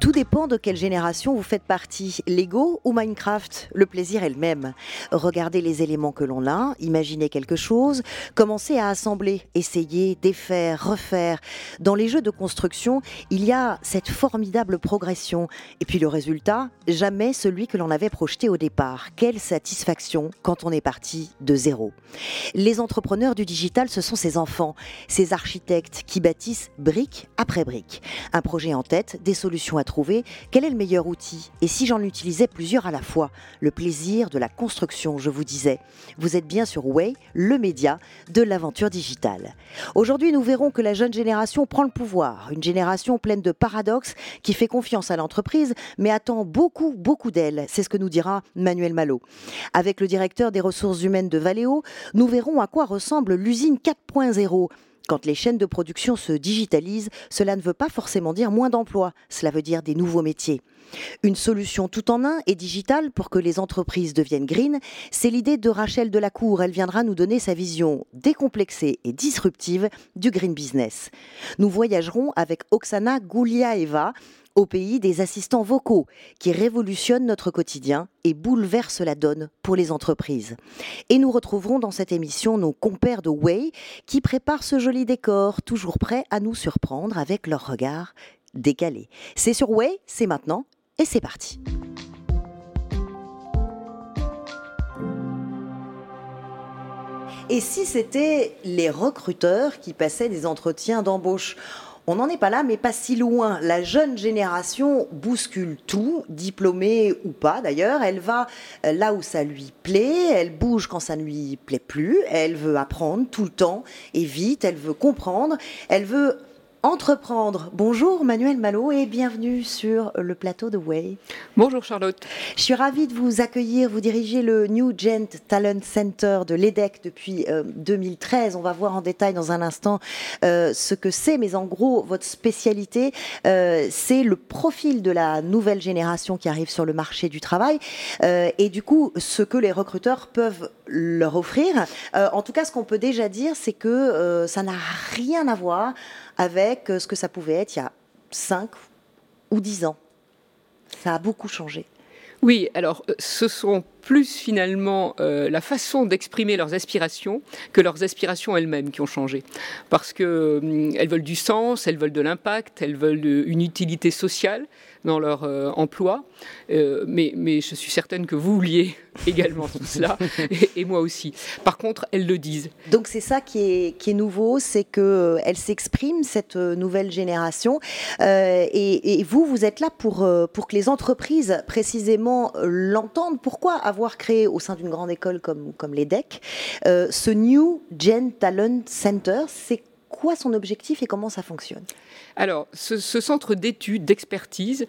Tout dépend de quelle génération vous faites partie. Lego ou Minecraft, le plaisir est le même. Regardez les éléments que l'on a, imaginez quelque chose, commencez à assembler, essayez, défaire, refaire. Dans les jeux de construction, il y a cette formidable progression. Et puis le résultat, jamais celui que l'on avait projeté au départ. Quelle satisfaction quand on est parti de zéro. Les entrepreneurs du digital, ce sont ces enfants, ces architectes qui bâtissent brique après brique. Un projet en tête, des solutions à trouver. Quel est le meilleur outil ? Et si j'en utilisais plusieurs à la fois ? Le plaisir de la construction, je vous disais. Vous êtes bien sur Way, le média de l'aventure digitale. Aujourd'hui, nous verrons que la jeune génération prend le pouvoir. Une génération pleine de paradoxes qui fait confiance à l'entreprise, mais attend beaucoup d'elle. C'est ce que nous dira Manuel Malo. Avec le directeur des ressources humaines de Valeo, nous verrons à quoi ressemble l'usine 4.0. Quand les chaînes de production se digitalisent, cela ne veut pas forcément dire moins d'emplois, cela veut dire des nouveaux métiers. Une solution tout en un et digitale pour que les entreprises deviennent green, c'est l'idée de Rachel Delacour. Elle viendra nous donner sa vision décomplexée et disruptive du green business. Nous voyagerons avec Oksana Gouliaeva au pays des assistants vocaux qui révolutionnent notre quotidien et bouleversent la donne pour les entreprises. Et nous retrouverons dans cette émission nos compères de Way qui préparent ce joli décor, toujours prêts à nous surprendre avec leur regard décalé. C'est sur Way, c'est maintenant et c'est parti. Et si c'était les recruteurs qui passaient des entretiens d'embauche ? On n'en est pas là, mais pas si loin. La jeune génération bouscule tout, diplômée ou pas d'ailleurs. Elle va là où ça lui plaît, elle bouge quand ça ne lui plaît plus, elle veut apprendre tout le temps et vite, elle veut comprendre, elle veut entreprendre. Bonjour Manuel Malo et bienvenue sur le plateau de Way. Bonjour Charlotte. Je suis ravie de vous accueillir. Vous dirigez le New Gen Talent Center de l'EDEC depuis 2013. On va voir en détail dans un instant ce que c'est, mais en gros, votre spécialité, c'est le profil de la nouvelle génération qui arrive sur le marché du travail et du coup, ce que les recruteurs peuvent leur offrir. En tout cas, ce qu'on peut déjà dire, c'est que ça n'a rien à voir avec ce que ça pouvait être il y a 5 ou 10 ans. Ça a beaucoup changé. Oui, alors ce sont plus finalement la façon d'exprimer leurs aspirations que leurs aspirations elles-mêmes qui ont changé. Parce qu'elles veulent du sens, elles veulent de l'impact, elles veulent une utilité sociale dans leur emploi. Mais je suis certaine que vous vouliez également tout cela, et moi aussi. Par contre, elles le disent. Donc c'est ça qui est nouveau, c'est qu'elle s'exprime, cette nouvelle génération. Et vous êtes là pour que les entreprises, précisément, l'entendent. Pourquoi avoir créé au sein d'une grande école comme l'EDEC ce New Gen Talent Center? C'est quoi son objectif et comment ça fonctionne? Alors, ce centre d'études, d'expertise,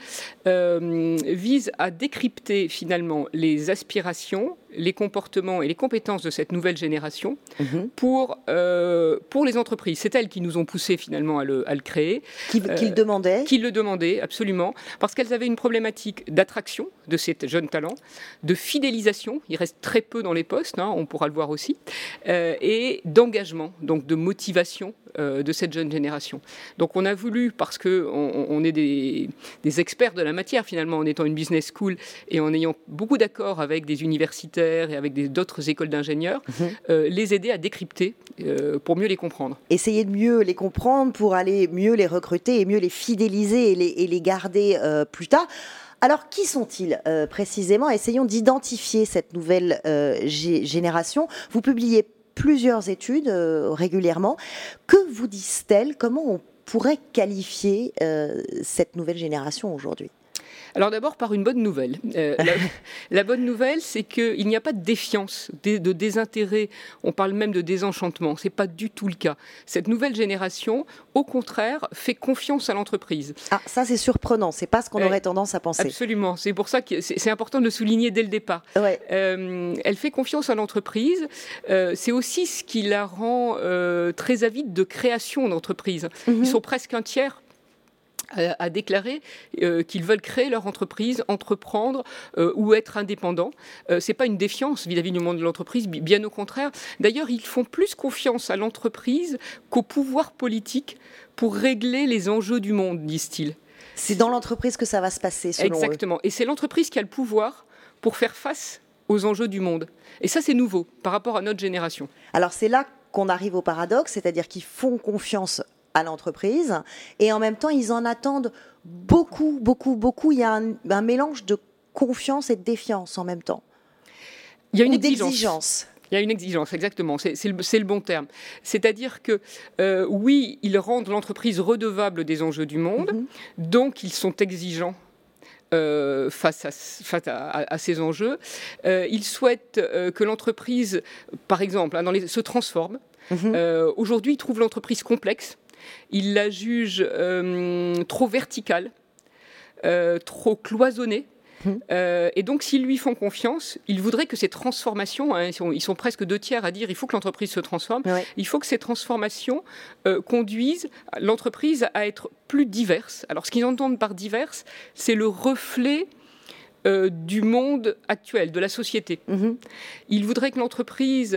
vise à décrypter finalement les aspirations, les comportements et les compétences de cette nouvelle génération pour les entreprises. C'est elles qui nous ont poussé finalement à le créer. Qui le demandaient. Qui le demandaient, absolument. Parce qu'elles avaient une problématique d'attraction de ces jeunes talents, de fidélisation, il reste très peu dans les postes, on pourra le voir aussi, et d'engagement, donc de motivation de cette jeune génération. Donc on a voulu, parce qu'on est des experts de la matière finalement, en étant une business school et en ayant beaucoup d'accords avec des universitaires et avec d'autres écoles d'ingénieurs, les aider à décrypter pour mieux les comprendre. Essayer de mieux les comprendre pour aller mieux les recruter et mieux les fidéliser et les garder plus tard. Alors, qui sont-ils précisément? Essayons d'identifier cette nouvelle génération. Vous publiez plusieurs études régulièrement. Que vous disent-elles? Comment on pourrait qualifier cette nouvelle génération aujourd'hui? Alors d'abord par une bonne nouvelle. La bonne nouvelle, c'est qu'il n'y a pas de défiance, de désintérêt. On parle même de désenchantement. Ce n'est pas du tout le cas. Cette nouvelle génération, au contraire, fait confiance à l'entreprise. Ah, ça c'est surprenant. Ce n'est pas ce qu'on aurait tendance à penser. Absolument. C'est pour ça que c'est important de le souligner dès le départ. Ouais. Elle fait confiance à l'entreprise. C'est aussi ce qui la rend très avide de création d'entreprise. Ils sont presque un tiers à déclarer qu'ils veulent créer leur entreprise, entreprendre ou être indépendants. C'est pas une défiance vis-à-vis du monde de l'entreprise, bien au contraire. D'ailleurs, ils font plus confiance à l'entreprise qu'au pouvoir politique pour régler les enjeux du monde, disent-ils. C'est dans l'entreprise que ça va se passer, selon eux. Exactement. Et c'est l'entreprise qui a le pouvoir pour faire face aux enjeux du monde. Et ça, c'est nouveau par rapport à notre génération. Alors, c'est là qu'on arrive au paradoxe, c'est-à-dire qu'ils font confiance à l'entreprise et en même temps, ils en attendent beaucoup, beaucoup, beaucoup. Il y a un mélange de confiance et de défiance en même temps. Il y a une exigence. Il y a une exigence, exactement, c'est le bon terme. C'est-à-dire que, oui, ils rendent l'entreprise redevable des enjeux du monde, donc ils sont exigeants face à ces enjeux. Ils souhaitent que l'entreprise, par exemple, se transforme. Aujourd'hui, ils trouvent l'entreprise complexe. Ils la jugent trop verticale, trop cloisonnée. Et donc, s'ils lui font confiance, ils voudraient que ces transformations, ils sont presque 2/3 à dire il faut que l'entreprise se transforme, il faut que ces transformations conduisent l'entreprise à être plus diverse. Alors, ce qu'ils entendent par diverse, c'est le reflet du monde actuel, de la société. Ils voudraient que l'entreprise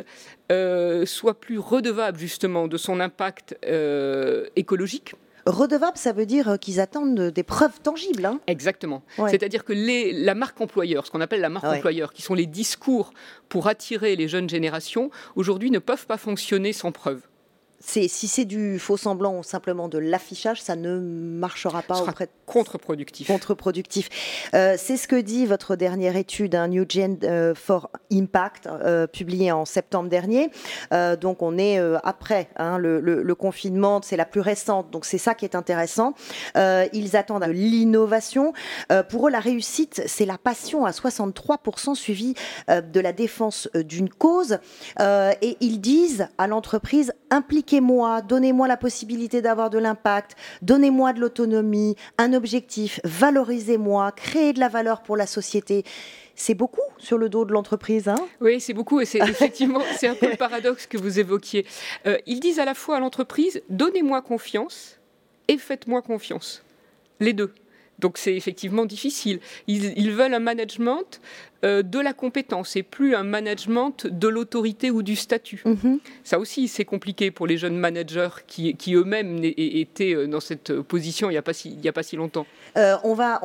soit plus redevable, justement, de son impact écologique. Redevable, ça veut dire qu'ils attendent des preuves tangibles. Hein. Exactement. Ouais. C'est-à-dire que la marque employeur, ce qu'on appelle la marque employeur, qui sont les discours pour attirer les jeunes générations, aujourd'hui ne peuvent pas fonctionner sans preuve. Si c'est du faux semblant ou simplement de l'affichage, ça ne marchera pas auprès de... Contre-productif. Contre-productif. C'est ce que dit votre dernière étude, New Gen for Impact, publiée en septembre dernier. Donc on est après le confinement, c'est la plus récente, donc c'est ça qui est intéressant. Ils attendent l'innovation. Pour eux, la réussite, c'est la passion à 63%, suivie de la défense d'une cause. Et ils disent à l'entreprise, impliquez-moi, donnez-moi la possibilité d'avoir de l'impact, donnez-moi de l'autonomie, un objectif, valorisez-moi, créez de la valeur pour la société. C'est beaucoup sur le dos de l'entreprise, hein ? Oui, c'est beaucoup et c'est effectivement, c'est un peu le paradoxe que vous évoquiez. Ils disent à la fois à l'entreprise, donnez-moi confiance et faites-moi confiance. Les deux. Donc c'est effectivement difficile. Ils veulent un management de la compétence et plus un management de l'autorité ou du statut. Ça aussi, c'est compliqué pour les jeunes managers qui eux-mêmes étaient dans cette position il n'y a pas si longtemps. On va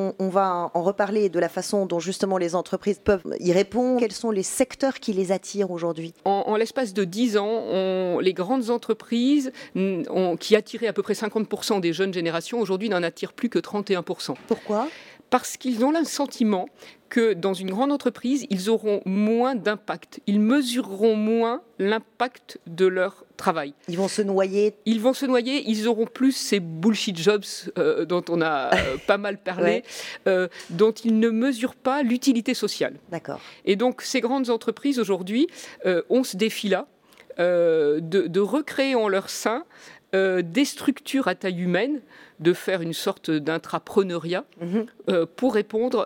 en reparler de la façon dont justement les entreprises peuvent y répondre. Quels sont les secteurs qui les attirent aujourd'hui ? En l'espace de 10 ans, les grandes entreprises qui attiraient à peu près 50% des jeunes générations, aujourd'hui n'en attirent plus que 31%. Pourquoi ? Parce qu'ils ont le sentiment que dans une grande entreprise, ils auront moins d'impact. Ils mesureront moins l'impact de leur travail. Ils vont se noyer. Ils auront plus ces bullshit jobs dont on a pas mal parlé, dont ils ne mesurent pas l'utilité sociale. D'accord. Et donc, ces grandes entreprises, aujourd'hui, ont ce défi-là de recréer en leur sein des structures à taille humaine, de faire une sorte d'intrapreneuriat pour répondre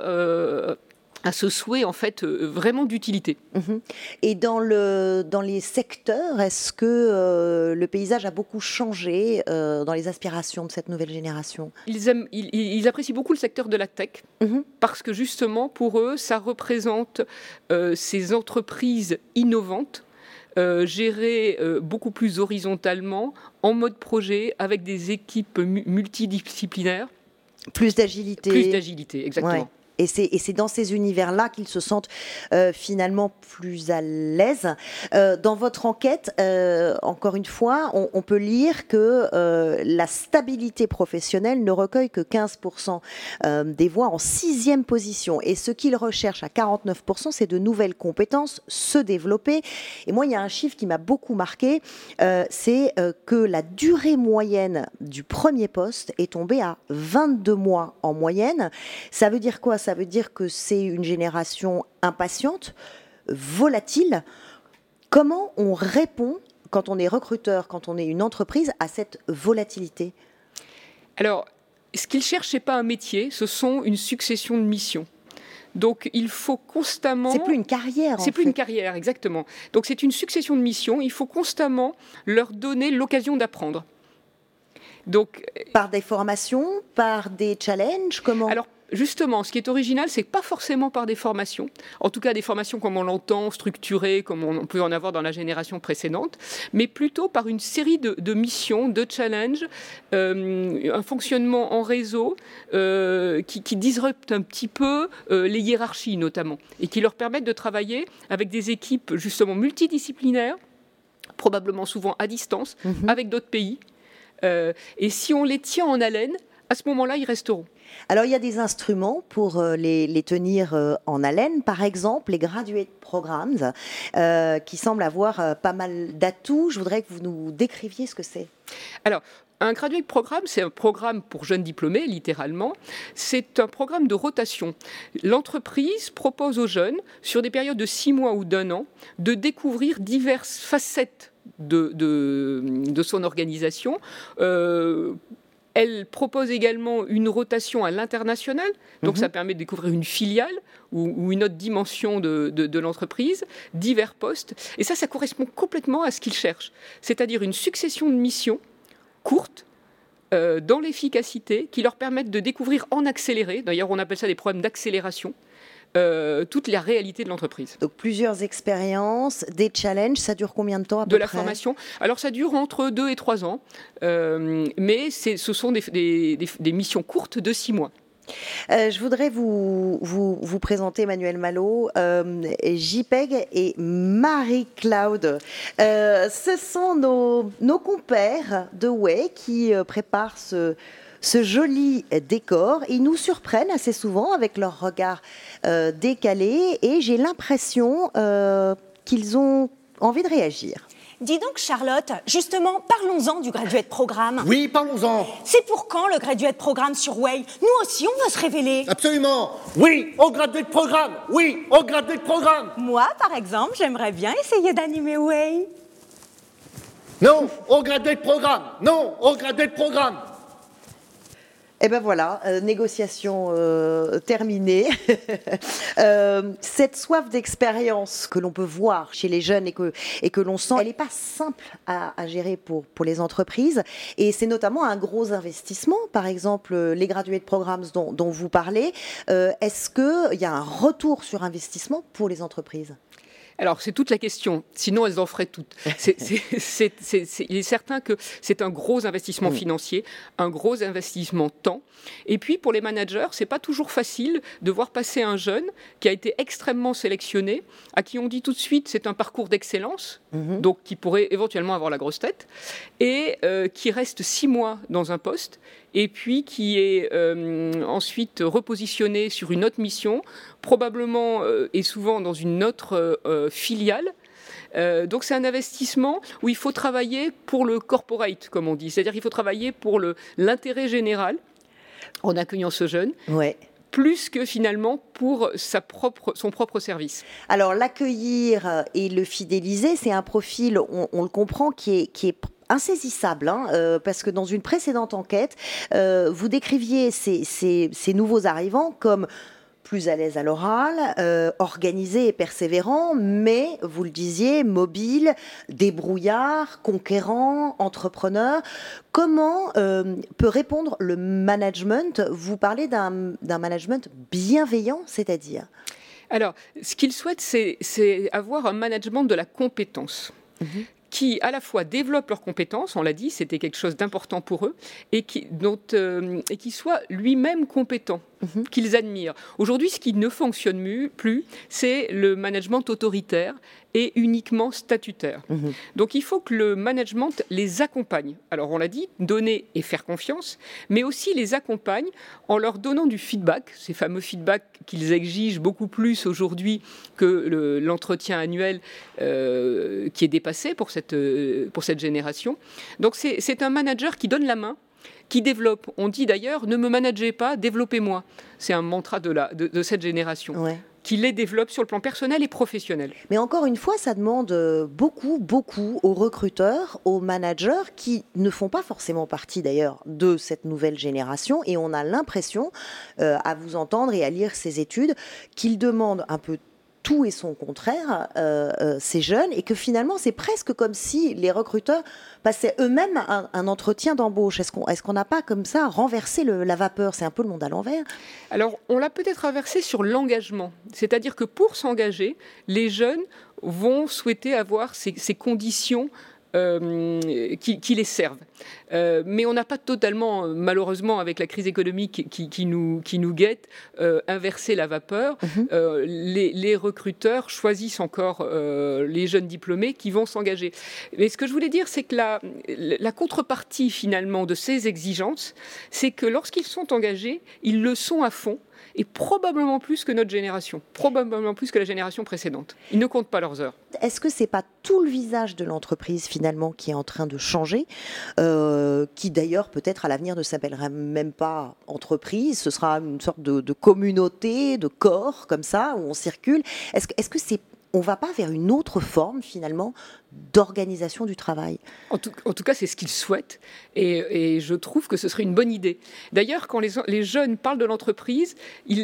à ce souhait en fait vraiment d'utilité. Et dans les secteurs, est-ce que le paysage a beaucoup changé dans les aspirations de cette nouvelle génération ? Ils apprécient beaucoup le secteur de la tech parce que justement pour eux ça représente ces entreprises innovantes gérées beaucoup plus horizontalement, en mode projet, avec des équipes multidisciplinaires. Plus d'agilité. Plus d'agilité, exactement. Ouais. Et c'est dans ces univers-là qu'ils se sentent finalement plus à l'aise. Dans votre enquête, encore une fois, on peut lire que la stabilité professionnelle ne recueille que 15% des voix en 6e position. Et ce qu'ils recherchent à 49%, c'est de nouvelles compétences, se développer. Et moi, il y a un chiffre qui m'a beaucoup marqué, c'est que la durée moyenne du premier poste est tombée à 22 mois en moyenne. Ça veut dire quoi ? Ça veut dire que c'est une génération impatiente, volatile. Comment on répond, quand on est recruteur, quand on est une entreprise, à cette volatilité ? Alors, ce qu'ils cherchent, ce n'est pas un métier, ce sont une succession de missions. Donc, il faut constamment... C'est plus une carrière, C'est plus une carrière, exactement. Donc, c'est une succession de missions. Il faut constamment leur donner l'occasion d'apprendre. Donc, par des formations, par des challenges, comment ? Alors, justement, ce qui est original, c'est pas forcément par des formations, en tout cas des formations comme on l'entend, structurées, comme on peut en avoir dans la génération précédente, mais plutôt par une série de missions, de challenges, un fonctionnement en réseau qui disrupte un petit peu les hiérarchies notamment, et qui leur permettent de travailler avec des équipes justement multidisciplinaires, probablement souvent à distance, avec d'autres pays. Et si on les tient en haleine, à ce moment-là, ils resteront. Alors, il y a des instruments pour les tenir en haleine. Par exemple, les graduate programs, qui semblent avoir pas mal d'atouts. Je voudrais que vous nous décriviez ce que c'est. Alors, un graduate programme, c'est un programme pour jeunes diplômés, littéralement. C'est un programme de rotation. L'entreprise propose aux jeunes, sur des périodes de 6 mois ou d'1 an, de découvrir diverses facettes de son organisation. Elle propose également une rotation à l'international, donc ça permet de découvrir une filiale ou une autre dimension de l'entreprise, divers postes. Et ça correspond complètement à ce qu'ils cherchent, c'est-à-dire une succession de missions courtes, dans l'efficacité, qui leur permettent de découvrir en accéléré, d'ailleurs on appelle ça des programmes d'accélération, toute la réalité de l'entreprise. Donc plusieurs expériences, des challenges, ça dure combien de temps à peu près ? De la près ? formation. Alors ça dure entre 2 et 3 ans, mais ce sont des missions courtes de 6 mois. Je voudrais vous présenter Emmanuel Malo, JPEG et Marie-Claude. Ce sont nos compères de Way qui préparent ce joli décor. Ils nous surprennent assez souvent avec leur regard décalé et j'ai l'impression qu'ils ont envie de réagir. Dis donc Charlotte, justement, parlons-en du Graduate Programme. Oui, parlons-en. C'est pour quand le Graduate Programme sur Way ? Nous aussi, on veut se révéler. Absolument. Oui, au Graduate Programme. Oui, au Graduate Programme. Moi, par exemple, j'aimerais bien essayer d'animer Way. Non, au Graduate Programme. Non, au Graduate Programme. Et ben voilà, négociation terminée. Cette soif d'expérience que l'on peut voir chez les jeunes et que l'on sent, elle n'est pas simple à gérer pour les entreprises. Et c'est notamment un gros investissement. Par exemple, les graduate programs dont vous parlez. Est-ce qu'il y a un retour sur investissement pour les entreprises ? Alors, c'est toute la question. Sinon, elles en feraient toutes. Il est certain que c'est un gros investissement financier, un gros investissement temps. Et puis, pour les managers, c'est pas toujours facile de voir passer un jeune qui a été extrêmement sélectionné, à qui on dit tout de suite c'est un parcours d'excellence, donc qui pourrait éventuellement avoir la grosse tête, et qui reste 6 mois dans un poste, et puis qui est ensuite repositionné sur une autre mission, probablement et souvent dans une autre filiale. Donc c'est un investissement où il faut travailler pour le corporate, comme on dit, c'est-à-dire qu'il faut travailler pour l'intérêt général en accueillant ce jeune. Ouais. Plus que finalement pour son propre service. Alors l'accueillir et le fidéliser, c'est un profil, on le comprend, qui est insaisissable, parce que dans une précédente enquête, vous décriviez ces nouveaux arrivants comme plus à l'aise à l'oral, organisé et persévérant, mais, vous le disiez, mobile, débrouillard, conquérant, entrepreneur. Comment peut répondre le management ? Vous parlez d'un management bienveillant, c'est-à-dire ? Alors, ce qu'ils souhaitent, c'est avoir un management de la compétence. Qui à la fois développent leurs compétences, on l'a dit, c'était quelque chose d'important pour eux, et qui soit lui-même compétent, qu'ils admirent. Aujourd'hui, ce qui ne fonctionne plus, c'est le management autoritaire et uniquement statutaire. Donc il faut que le management les accompagne. Alors on l'a dit, donner et faire confiance, mais aussi les accompagne en leur donnant du feedback, ces fameux feedbacks qu'ils exigent beaucoup plus aujourd'hui que l'entretien annuel qui est dépassé pour cette génération. Donc c'est un manager qui donne la main, qui développe. On dit d'ailleurs, ne me managez pas, développez-moi. C'est un mantra de cette génération. Ouais. Qui les développe sur le plan personnel et professionnel. Mais encore une fois, ça demande beaucoup aux recruteurs, aux managers qui ne font pas forcément partie d'ailleurs de cette nouvelle génération, et on a l'impression, à vous entendre et à lire ces études, qu'ils demandent un peu tout et son contraire, ces jeunes, et que finalement c'est presque comme si les recruteurs passaient eux-mêmes un entretien d'embauche. Est-ce qu'on n'a pas comme ça renversé la vapeur? C'est un peu le monde à l'envers. Alors, on l'a peut-être inversé sur l'engagement. C'est-à-dire que pour s'engager, les jeunes vont souhaiter avoir ces conditions qui les servent. Mais on n'a pas totalement, malheureusement, avec la crise économique qui nous guette, inversé la vapeur. Les recruteurs choisissent encore les jeunes diplômés qui vont s'engager. Mais ce que je voulais dire, c'est que la contrepartie, finalement, de ces exigences, c'est que lorsqu'ils sont engagés, ils le sont à fond, et probablement plus que notre génération, probablement plus que la génération précédente. Ils ne comptent pas leurs heures. Est-ce que c'est pas tout le visage de l'entreprise finalement qui est en train de changer, qui d'ailleurs peut-être à l'avenir ne s'appellera même pas entreprise, ce sera une sorte de communauté, de corps comme ça où on circule. Est-ce que on va pas vers une autre forme finalement d'organisation du travail? En tout cas, c'est ce qu'ils souhaitent, et je trouve que ce serait une bonne idée. D'ailleurs, quand les jeunes parlent de l'entreprise,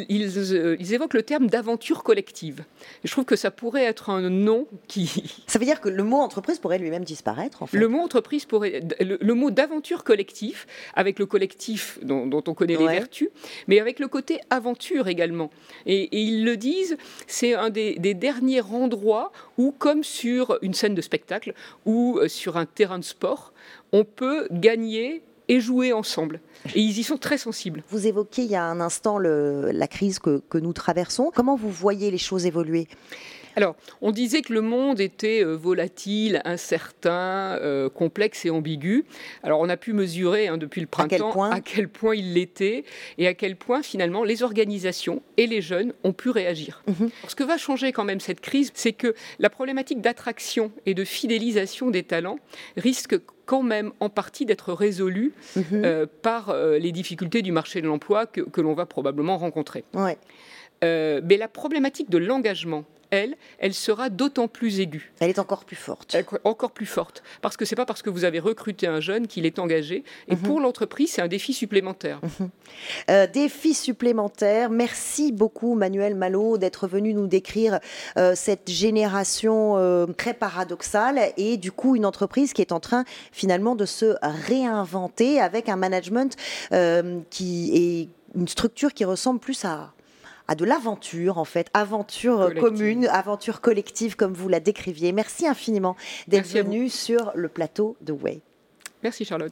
ils évoquent le terme d'aventure collective. Et je trouve que ça pourrait être un nom qui... Ça veut dire que le mot entreprise pourrait lui-même disparaître, en fait. Le mot entreprise pourrait... Le mot d'aventure collective, avec le collectif dont on connaît les vertus, mais avec le côté aventure également. Et ils le disent, c'est un des derniers endroits où, comme sur une scène de spectacle ou sur un terrain de sport, on peut gagner et jouer ensemble. Et ils y sont très sensibles. Vous évoquiez il y a un instant la crise que nous traversons. Comment vous voyez les choses évoluer ? Alors, on disait que le monde était volatile, incertain, complexe et ambigu. Alors, on a pu mesurer depuis le printemps à quel point il l'était et à quel point, finalement, les organisations et les jeunes ont pu réagir. Ce que va changer quand même cette crise, c'est que la problématique d'attraction et de fidélisation des talents risque quand même en partie d'être résolue par les difficultés du marché de l'emploi que l'on va probablement rencontrer. Ouais. Mais la problématique de l'engagement, elle sera d'autant plus aiguë. Elle est encore plus forte. Encore plus forte. Parce que ce n'est pas parce que vous avez recruté un jeune qu'il est engagé. Et pour l'entreprise, c'est un défi supplémentaire. Défi supplémentaire. Merci beaucoup, Manuel Malo, d'être venu nous décrire cette génération très paradoxale et du coup, une entreprise qui est en train finalement de se réinventer avec un management qui est une structure qui ressemble plus à de l'aventure, en fait, aventure commune, aventure collective, comme vous la décriviez. Merci infiniment d'être venu sur le plateau de Way. Merci Charlotte.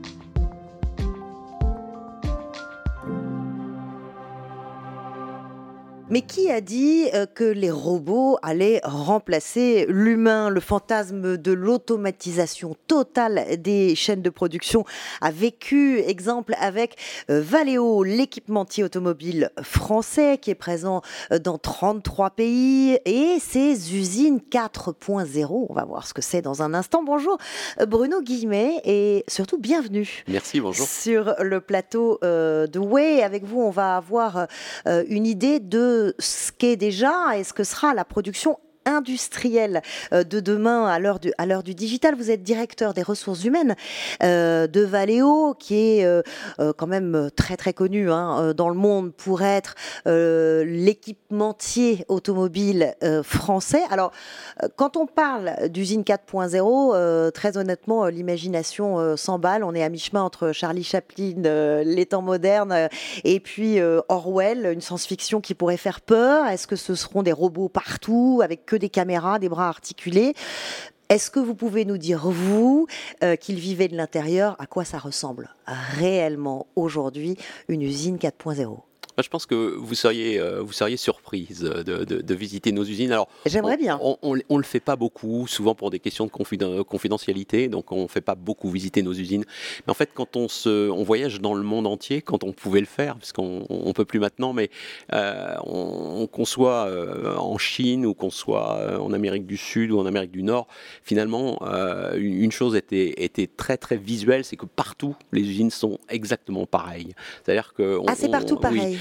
Mais qui a dit que les robots allaient remplacer l'humain? Le fantasme de l'automatisation totale des chaînes de production a vécu, exemple avec Valeo, l'équipementier automobile français qui est présent dans 33 pays et ses usines 4.0. On va voir ce que c'est dans un instant. Bonjour Bruno Guillemet et surtout bienvenue. Merci, bonjour. Sur le plateau de Way. Avec vous, on va avoir une idée de ce qu'est déjà et ce que sera la production industrielle de demain à l'heure du digital. Vous êtes directeur des ressources humaines de Valeo, qui est quand même très très connu dans le monde pour être l'équipementier automobile français. Alors, quand on parle d'usine 4.0, très honnêtement, l'imagination s'emballe. On est à mi-chemin entre Charlie Chaplin, les temps modernes, et puis Orwell, une science-fiction qui pourrait faire peur. Est-ce que ce seront des robots partout, avec que des caméras, des bras articulés? Est-ce que vous pouvez nous dire, vous, qu'ils vivaient de l'intérieur, à quoi ça ressemble réellement aujourd'hui une usine 4.0? Je pense que vous seriez surprise de visiter nos usines. Alors, j'aimerais bien. On le fait pas beaucoup, souvent pour des questions de confidentialité, donc on fait pas beaucoup visiter nos usines. Mais en fait, quand on voyage dans le monde entier, quand on pouvait le faire, parce qu'on peut plus maintenant, mais qu'on soit en Chine ou qu'on soit en Amérique du Sud ou en Amérique du Nord, finalement, une chose était très très visuelle, c'est que partout les usines sont exactement pareilles. C'est-à-dire que c'est partout pareil. Oui,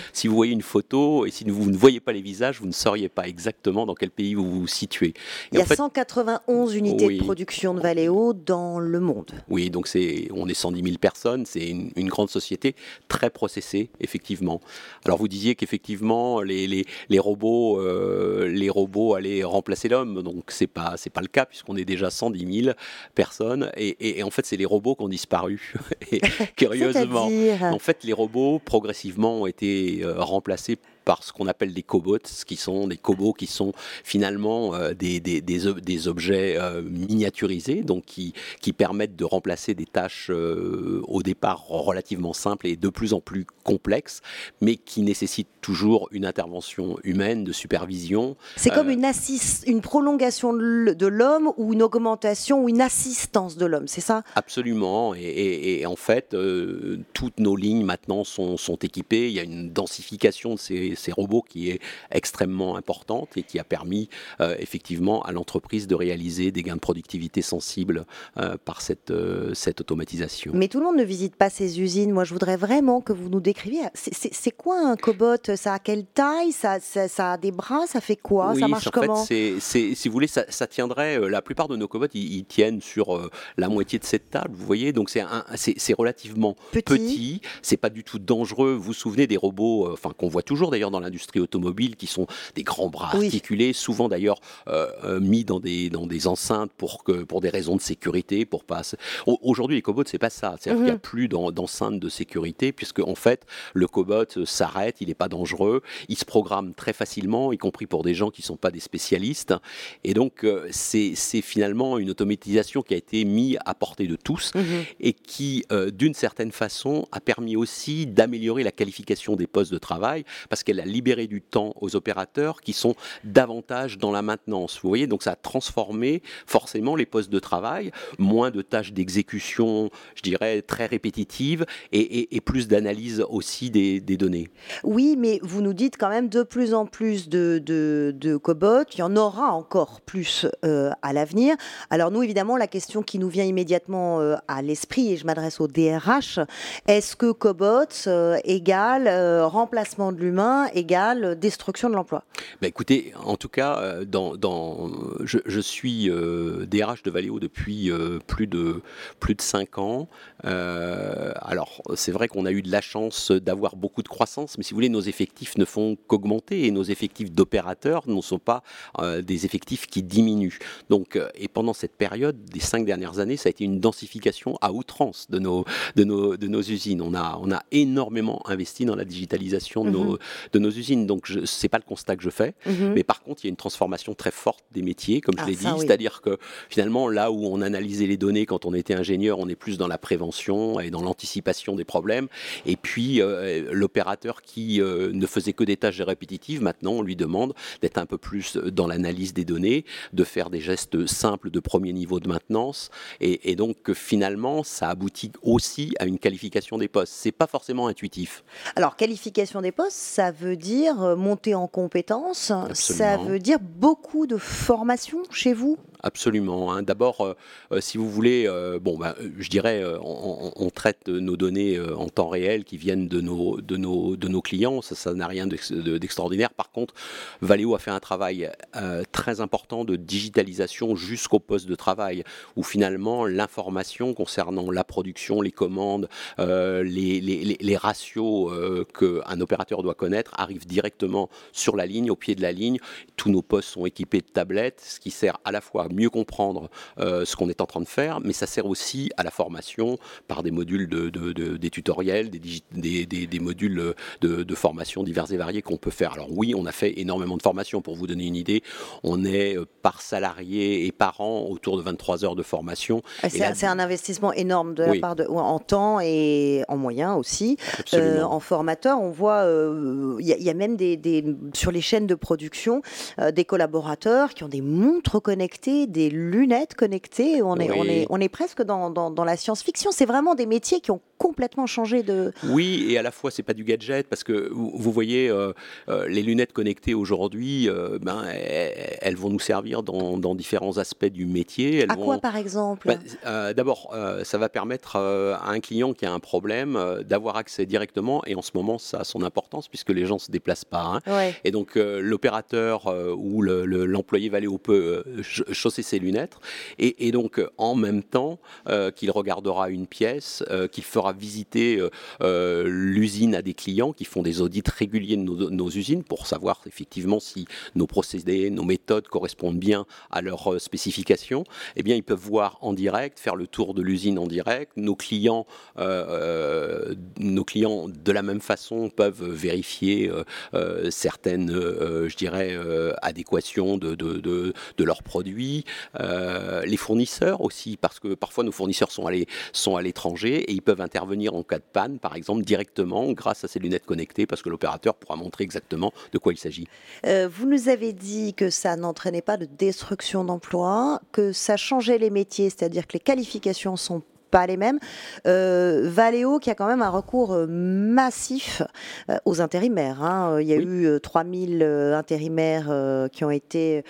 si vous voyez une photo et si vous ne voyez pas les visages, vous ne sauriez pas exactement dans quel pays vous vous situez. Et il y a 191 unités oui, de production de Valeo dans le monde. Oui, donc on est 110 000 personnes, c'est une grande société très processée, effectivement. Alors vous disiez qu'effectivement les robots allaient remplacer l'homme, donc c'est pas le cas puisqu'on est déjà 110 000 personnes et en fait c'est les robots qui ont disparu. Et curieusement, en fait les robots progressivement ont été remplacés par ce qu'on appelle des cobots, qui sont des cobots qui sont finalement des objets miniaturisés, donc qui permettent de remplacer des tâches au départ relativement simples et de plus en plus complexes, mais qui nécessitent toujours une intervention humaine de supervision. C'est comme une prolongation de l'homme ou une augmentation ou une assistance de l'homme, c'est ça ? Absolument, et en fait, toutes nos lignes maintenant sont équipées. Il y a une densification de ces robots qui est extrêmement importante et qui a permis effectivement à l'entreprise de réaliser des gains de productivité sensibles par cette automatisation. Mais tout le monde ne visite pas ces usines. Moi, je voudrais vraiment que vous nous décriviez. C'est quoi un cobot ? Ça a quelle taille ? Ça a des bras ? Ça fait quoi ? Oui, ça marche comment ? En fait, si vous voulez, ça tiendrait. La plupart de nos cobots, ils tiennent sur la moitié de cette table. Vous voyez, donc c'est relativement petit. C'est pas du tout dangereux. Vous vous souvenez des robots, qu'on voit toujours d'ailleurs dans l'industrie automobile, qui sont des grands bras articulés, souvent d'ailleurs mis dans des enceintes pour des raisons de sécurité, pour pas. Aujourd'hui, les cobots, c'est pas ça. C'est-à-dire qu'il n'y a plus d'enceinte de sécurité, puisque en fait, le cobot s'arrête, il n'est pas dangereux, il se programme très facilement, y compris pour des gens qui ne sont pas des spécialistes. Et donc, c'est finalement une automatisation qui a été mise à portée de tous et qui, d'une certaine façon, a permis aussi d'améliorer la qualification des postes de travail, parce qu'elle a libéré du temps aux opérateurs qui sont davantage dans la maintenance. Vous voyez, donc ça a transformé forcément les postes de travail, moins de tâches d'exécution, je dirais, très répétitives et plus d'analyse aussi des données. Oui, mais vous nous dites quand même de plus en plus de cobots, il y en aura encore plus à l'avenir. Alors nous, évidemment, la question qui nous vient immédiatement à l'esprit, et je m'adresse au DRH, est-ce que cobots égale remplacement de l'humain égale destruction de l'emploi ? Écoutez, en tout cas, je suis DRH de Valeo depuis plus de 5 ans. Alors, c'est vrai qu'on a eu de la chance d'avoir beaucoup de croissance, mais si vous voulez, nos effectifs ne font qu'augmenter et nos effectifs d'opérateurs ne sont pas des effectifs qui diminuent. Donc, et pendant cette période, des 5 dernières années, ça a été une densification à outrance de nos usines. On a énormément investi dans la digitalisation de nos usines. Donc, c'est pas le constat que je fais, mais par contre, il y a une transformation très forte des métiers, comme je l'ai dit, c'est-à-dire que finalement, là où on analysait les données quand on était ingénieur, on est plus dans la prévention et dans l'anticipation des problèmes. Et puis, l'opérateur qui ne faisait que des tâches répétitives, maintenant, on lui demande d'être un peu plus dans l'analyse des données, de faire des gestes simples de premier niveau de maintenance. Et donc, finalement, ça aboutit aussi à une qualification des postes. C'est pas forcément intuitif. Alors, qualification des postes, ça veut dire monter en compétences. Absolument. Ça veut dire beaucoup de formation chez vous ? Absolument. D'abord, si vous voulez, je dirais, on traite nos données en temps réel qui viennent de nos clients. Ça n'a rien d'extraordinaire. Par contre, Valeo a fait un travail très important de digitalisation jusqu'au poste de travail, où finalement l'information concernant la production, les commandes, les ratios qu'un opérateur doit connaître arrive directement sur la ligne, au pied de la ligne. Tous nos postes sont équipés de tablettes, ce qui sert à la fois mieux comprendre ce qu'on est en train de faire, mais ça sert aussi à la formation par des modules des tutoriels, des modules de formation divers et variés qu'on peut faire. Alors oui, on a fait énormément de formations. Pour vous donner une idée, on est par salarié et par an autour de 23 heures de formation. C'est un investissement énorme de la part en temps et en moyens aussi. En formateur, on voit, il y a même sur les chaînes de production des collaborateurs qui ont des montres connectées, des lunettes connectées. On est presque dans la science-fiction. C'est vraiment des métiers qui ont complètement changer de... Oui, et à la fois, c'est pas du gadget, parce que vous voyez, les lunettes connectées aujourd'hui, elles vont nous servir dans différents aspects du métier. Quoi, par exemple? D'abord, ça va permettre à un client qui a un problème d'avoir accès directement, et en ce moment, ça a son importance, puisque les gens ne se déplacent pas. Ouais. Et donc, l'opérateur ou l'employé Valeo peut chausser ses lunettes, et donc, en même temps qu'il regardera une pièce, qu'il fera visiter l'usine à des clients qui font des audits réguliers de nos usines pour savoir effectivement si nos procédés, nos méthodes correspondent bien à leurs spécifications, eh bien ils peuvent voir en direct, faire le tour de l'usine en direct. Nos clients de la même façon peuvent vérifier certaines, adéquations de leurs produits. Les fournisseurs aussi, parce que parfois nos fournisseurs sont à l'étranger et ils peuvent intervenir en cas de panne, par exemple, directement grâce à ces lunettes connectées, parce que l'opérateur pourra montrer exactement de quoi il s'agit. Vous nous avez dit que ça n'entraînait pas de destruction d'emplois, que ça changeait les métiers, c'est-à-dire que les qualifications sont pas les mêmes. Valeo qui a quand même un recours massif aux intérimaires. Il y a eu 3000 intérimaires qui ont été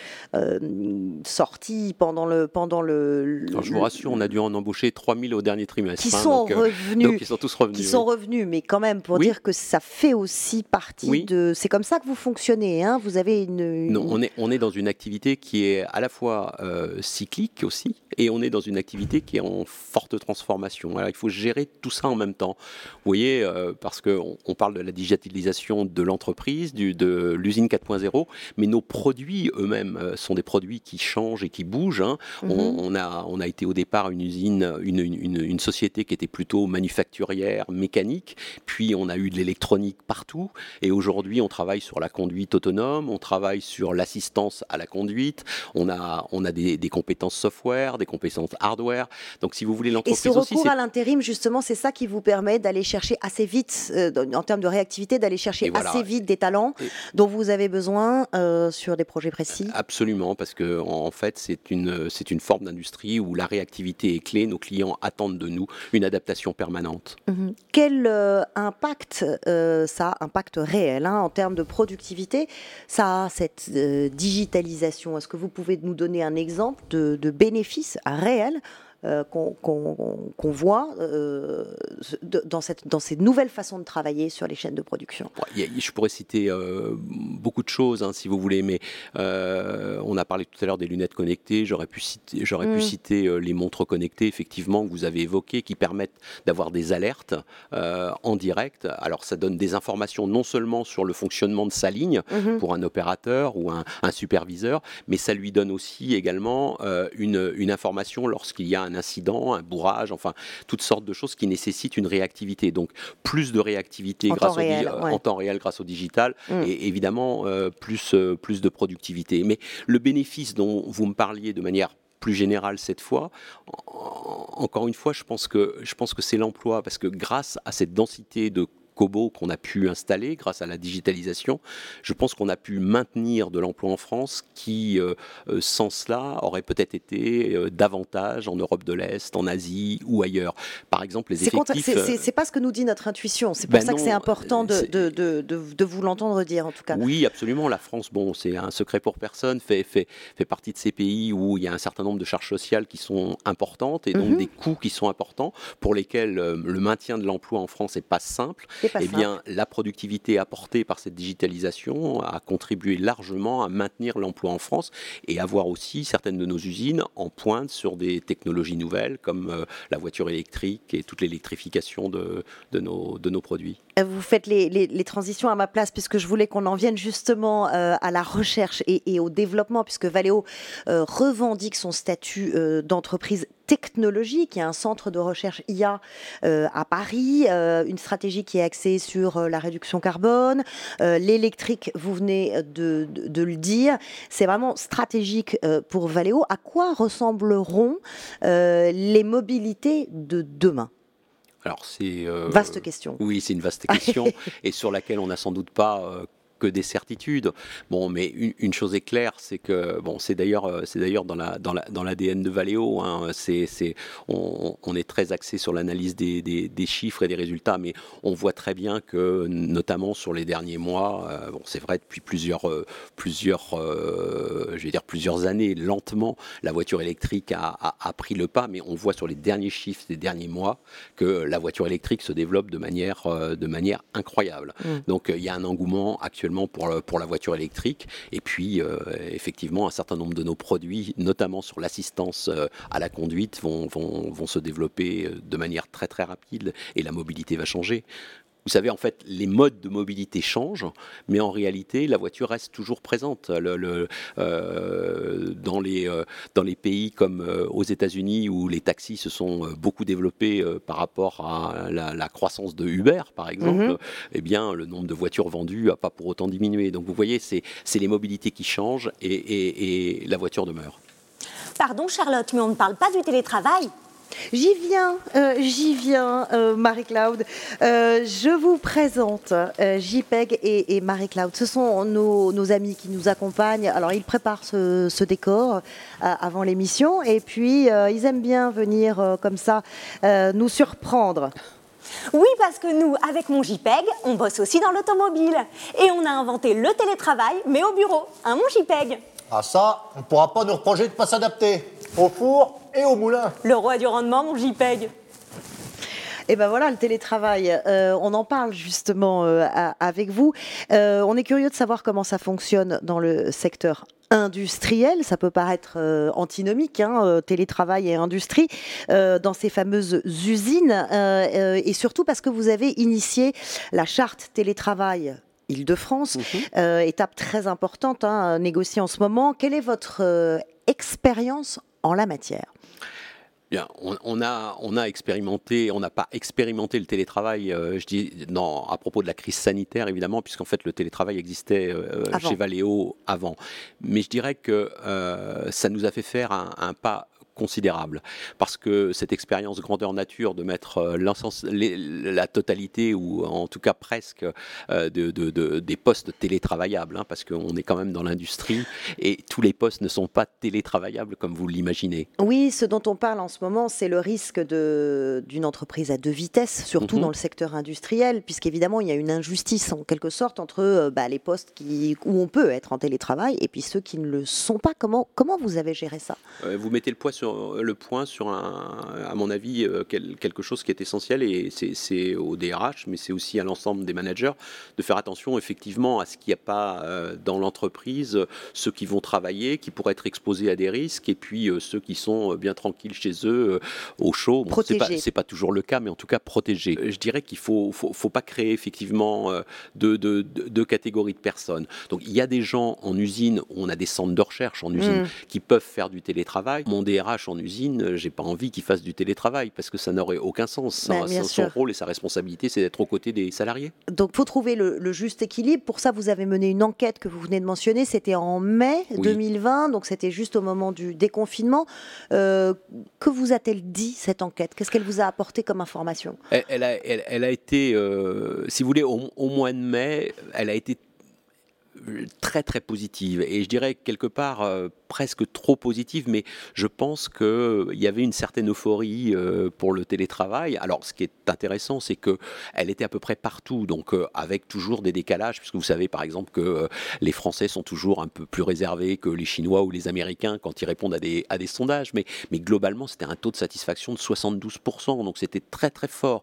sortis pendant le... Alors, je vous rassure, on a dû en embaucher 3000 au dernier trimestre. Qui sont revenus. Donc ils sont tous revenus. Qui sont revenus, mais quand même pour dire que ça fait aussi partie de... C'est comme ça que vous fonctionnez. Vous avez une... Non, on est dans une activité qui est à la fois cyclique aussi, et on est dans une activité qui est en forte transformation. Alors, il faut gérer tout ça en même temps. Vous voyez, parce qu'on parle de la digitalisation de l'entreprise, de l'usine 4.0, mais nos produits eux-mêmes sont des produits qui changent et qui bougent. On a été au départ une usine, une société qui était plutôt manufacturière, mécanique, puis on a eu de l'électronique partout, et aujourd'hui on travaille sur la conduite autonome, on travaille sur l'assistance à la conduite, on a des compétences software, des compétences hardware. Donc si vous voulez, l'entreprise et ce recours à l'intérim, justement, c'est ça qui vous permet d'aller chercher assez vite, en termes de réactivité, d'aller chercher assez vite des talents dont vous avez besoin sur des projets précis. Absolument, parce que en fait, c'est une forme d'industrie où la réactivité est clé. Nos clients attendent de nous une adaptation permanente. Quel impact impact réel en termes de productivité, ça a cette digitalisation? Est-ce que vous pouvez nous donner un exemple de bénéfices réels qu'on voit dans ces nouvelles façons de travailler sur les chaînes de production? Je pourrais citer beaucoup de choses, si vous voulez, mais on a parlé tout à l'heure des lunettes connectées. J'aurais pu citer les montres connectées, effectivement, que vous avez évoquées, qui permettent d'avoir des alertes en direct. Alors, ça donne des informations non seulement sur le fonctionnement de sa ligne pour un opérateur ou un superviseur, mais ça lui donne aussi également une information lorsqu'il y a un incident, un bourrage, enfin toutes sortes de choses qui nécessitent une réactivité. Donc plus de réactivité en temps réel grâce au digital et évidemment plus de productivité. Mais le bénéfice dont vous me parliez de manière plus générale cette fois, encore une fois, je pense que c'est l'emploi, parce que grâce à cette densité de cobots qu'on a pu installer grâce à la digitalisation, je pense qu'on a pu maintenir de l'emploi en France qui, sans cela, aurait peut-être été davantage en Europe de l'Est, en Asie ou ailleurs. Par exemple, les effectifs... C'est pas ce que nous dit notre intuition. C'est pour ça que c'est important de vous l'entendre dire, en tout cas. Oui, absolument. La France, c'est un secret pour personne, fait partie de ces pays où il y a un certain nombre de charges sociales qui sont importantes et donc des coûts qui sont importants, pour lesquels le maintien de l'emploi en France n'est pas simple. La productivité apportée par cette digitalisation a contribué largement à maintenir l'emploi en France et à voir aussi certaines de nos usines en pointe sur des technologies nouvelles comme la voiture électrique et toute l'électrification de nos produits. Vous faites les transitions à ma place, puisque je voulais qu'on en vienne justement à la recherche et au développement, puisque Valeo revendique son statut d'entreprise technologique. Il y a un centre de recherche IA à Paris, une stratégie qui est axée sur la réduction carbone, l'électrique, vous venez de le dire. C'est vraiment stratégique pour Valeo. À quoi ressembleront les mobilités de demain ? Alors c'est vaste question. Oui, c'est une vaste question et sur laquelle on n'a sans doute pas que des certitudes. Bon, mais une chose est claire, c'est que c'est d'ailleurs dans l'ADN de Valeo. Hein, on est très axé sur l'analyse des chiffres et des résultats, mais on voit très bien que, notamment sur les derniers mois, c'est vrai depuis plusieurs années, lentement, la voiture électrique a pris le pas, mais on voit sur les derniers chiffres des derniers mois que la voiture électrique se développe de manière incroyable. Donc il y a un engouement actuellement pour la voiture électrique, et puis effectivement un certain nombre de nos produits, notamment sur l'assistance à la conduite, vont se développer de manière très très rapide, et la mobilité va changer. Vous savez, en fait, les modes de mobilité changent, mais en réalité, la voiture reste toujours présente. Dans les pays comme aux États-Unis, où les taxis se sont beaucoup développés par rapport à la croissance de Uber, par exemple, eh bien, le nombre de voitures vendues n'a pas pour autant diminué. Donc, vous voyez, c'est les mobilités qui changent et la voiture demeure. Pardon, Charlotte, mais on ne parle pas du télétravail. J'y viens, Marie-Claude. Je vous présente JPEG et Marie-Claude. Ce sont nos amis qui nous accompagnent. Alors, ils préparent ce décor avant l'émission, et puis ils aiment bien venir comme ça nous surprendre. Oui, parce que nous, avec mon JPEG, on bosse aussi dans l'automobile. Et on a inventé le télétravail, mais au bureau. Hein, mon JPEG? Ah ça, on ne pourra pas nous reprocher de ne pas s'adapter. Au four et au moulin. Le roi du rendement, mon JPEG. Et ben voilà, le télétravail, on en parle justement avec vous. On est curieux de savoir comment ça fonctionne dans le secteur industriel. Ça peut paraître antinomique, télétravail et industrie, dans ces fameuses usines, et surtout parce que vous avez initié la charte télétravail Île-de-France, étape très importante, négociée en ce moment. Quelle est votre expérience en la matière? Bien, on a expérimenté, on n'a pas expérimenté le télétravail, à propos de la crise sanitaire évidemment, puisqu'en fait le télétravail existait chez Valeo avant. Mais je dirais que ça nous a fait faire un pas considérable, parce que cette expérience grandeur nature de mettre la totalité, ou en tout cas presque, des postes télétravaillables, parce qu'on est quand même dans l'industrie et tous les postes ne sont pas télétravaillables comme vous l'imaginez. Oui, ce dont on parle en ce moment, c'est le risque d'une entreprise à deux vitesses, surtout dans le secteur industriel, puisqu'évidemment il y a une injustice en quelque sorte entre les postes où on peut être en télétravail et puis ceux qui ne le sont pas. Comment vous avez géré ça? Vous mettez le point sur à mon avis, quelque chose qui est essentiel, et c'est au DRH, mais c'est aussi à l'ensemble des managers, de faire attention effectivement à ce qu'il n'y a pas dans l'entreprise ceux qui vont travailler, qui pourraient être exposés à des risques, et puis ceux qui sont bien tranquilles chez eux, au chaud. Bon, c'est pas toujours le cas, mais en tout cas protégés. Je dirais qu'il faut pas créer effectivement deux catégories de personnes. Donc il y a des gens en usine, on a des centres de recherche en usine qui peuvent faire du télétravail. Mon DRH en usine, j'ai pas envie qu'il fasse du télétravail, parce que ça n'aurait aucun sens. Son rôle et sa responsabilité, c'est d'être aux côtés des salariés. Donc il faut trouver le juste équilibre. Pour ça, vous avez mené une enquête que vous venez de mentionner, c'était en mai 2020, donc c'était juste au moment du déconfinement. Que vous a-t-elle dit, cette enquête? Qu'est-ce qu'elle vous a apporté comme information? Elle a été, si vous voulez, au mois de mai, elle a été très très positive, et je dirais quelque part presque trop positive, mais je pense qu'il y avait une certaine euphorie pour le télétravail. Alors ce qui est intéressant, c'est qu'elle était à peu près partout, donc avec toujours des décalages, puisque vous savez par exemple que les Français sont toujours un peu plus réservés que les Chinois ou les Américains quand ils répondent à des sondages, mais globalement c'était un taux de satisfaction de 72%, donc c'était très très fort.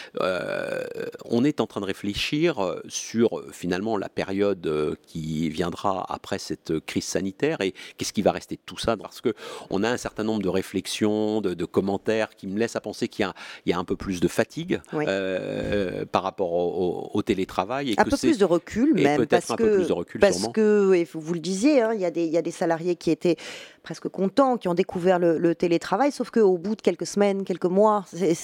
On est en train de réfléchir sur finalement la période qui viendra après cette crise sanitaire, et qu'est-ce qui va rester de tout ça, parce qu'on a un certain nombre de réflexions, de commentaires qui me laissent à penser qu'il y a un peu plus de fatigue par rapport au télétravail. Et plus de recul même. Peut-être un peu plus de recul, parce sûrement. Que, et vous le disiez, il y a des salariés qui étaient presque contents, qui ont découvert le télétravail, sauf qu'au bout de quelques semaines, quelques mois, il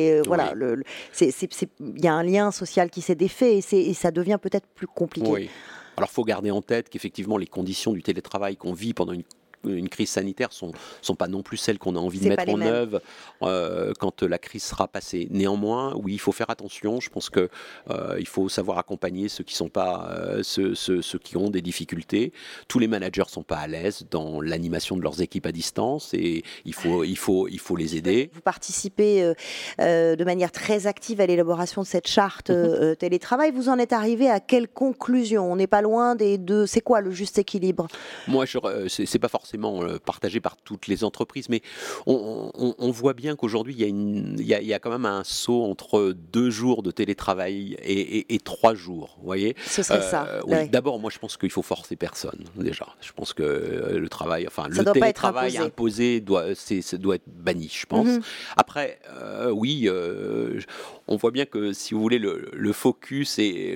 y a un lien social qui s'est défait, et ça devient peut-être plus compliqué. Oui. Alors, il faut garder en tête qu'effectivement, les conditions du télétravail qu'on vit pendant une une crise sanitaire sont pas non plus celles qu'on a envie de mettre en œuvre quand la crise sera passée. Néanmoins, oui, il faut faire attention. Je pense que il faut savoir accompagner ceux qui sont pas ceux qui ont des difficultés. Tous les managers sont pas à l'aise dans l'animation de leurs équipes à distance et il faut les aider. Vous participez de manière très active à l'élaboration de cette charte télétravail. Vous en êtes arrivé à quelle conclusion? On n'est pas loin des deux. C'est quoi le juste équilibre? Moi, c'est pas forcément partagé par toutes les entreprises, mais on voit bien qu'aujourd'hui, il y a quand même un saut entre 2 jours de télétravail et 3 jours. Vous voyez? Ce serait ça. Oui. Ouais. D'abord, moi, je pense qu'il faut forcer personne déjà. Je pense que le télétravail imposé doit être banni, je pense. Après, oui, on voit bien que si vous voulez, le focus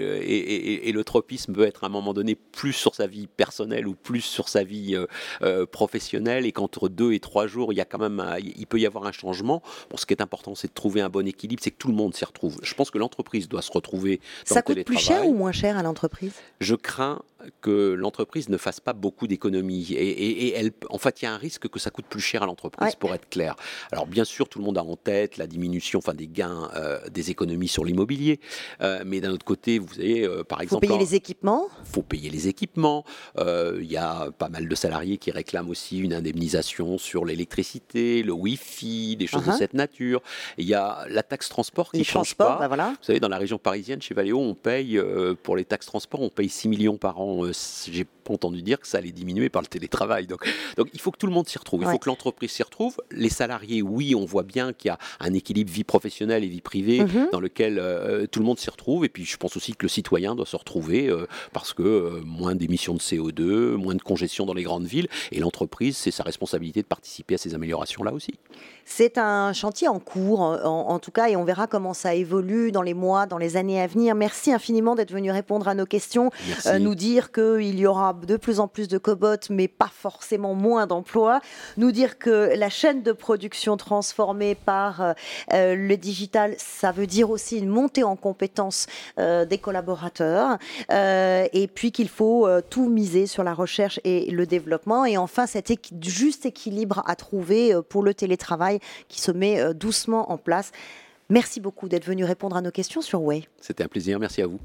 et le tropisme peut être à un moment donné plus sur sa vie personnelle ou plus sur sa vie professionnelle, et qu'entre 2 et 3 jours, il peut y avoir un changement. Bon, ce qui est important, c'est de trouver un bon équilibre, c'est que tout le monde s'y retrouve. Je pense que l'entreprise doit se retrouver dans le télétravail. Ça coûte plus cher ou moins cher à l'entreprise? Je crains que l'entreprise ne fasse pas beaucoup d'économies et en fait, il y a un risque que ça coûte plus cher à l'entreprise, pour être clair. Alors, bien sûr, tout le monde a en tête la diminution, des gains, des économies sur l'immobilier, mais d'un autre côté, vous avez, par exemple... Il faut payer les équipements. Il faut payer les équipements. Il y a pas mal de salariés qui réclament aussi une indemnisation sur l'électricité, le Wi-Fi, des choses de cette nature. Il y a la taxe transport qui ne change pas. Bah voilà. Vous savez, dans la région parisienne, chez Valeo, on paye, pour les taxes transport, on paye 6 millions par an. J'ai pas entendu dire que ça allait diminuer par le télétravail. Donc il faut que tout le monde s'y retrouve. Il faut que l'entreprise s'y retrouve. Les salariés, oui, on voit bien qu'il y a un équilibre vie professionnelle et vie privée dans lequel tout le monde s'y retrouve. Et puis je pense aussi que le citoyen doit se retrouver parce que moins d'émissions de CO2, moins de congestion dans les grandes villes. Et l'entreprise, c'est sa responsabilité de participer à ces améliorations-là aussi. C'est un chantier en cours, en tout cas, et on verra comment ça évolue dans les mois, dans les années à venir. Merci infiniment d'être venu répondre à nos questions, nous dire qu'il y aura de plus en plus de cobots, mais pas forcément moins d'emplois, nous dire que la chaîne de production transformée par le digital, ça veut dire aussi une montée en compétences des collaborateurs, et puis qu'il faut tout miser sur la recherche et le développement, et enfin cet juste équilibre à trouver pour le télétravail qui se met doucement en place. Merci beaucoup d'être venu répondre à nos questions sur Way. C'était un plaisir, merci à vous.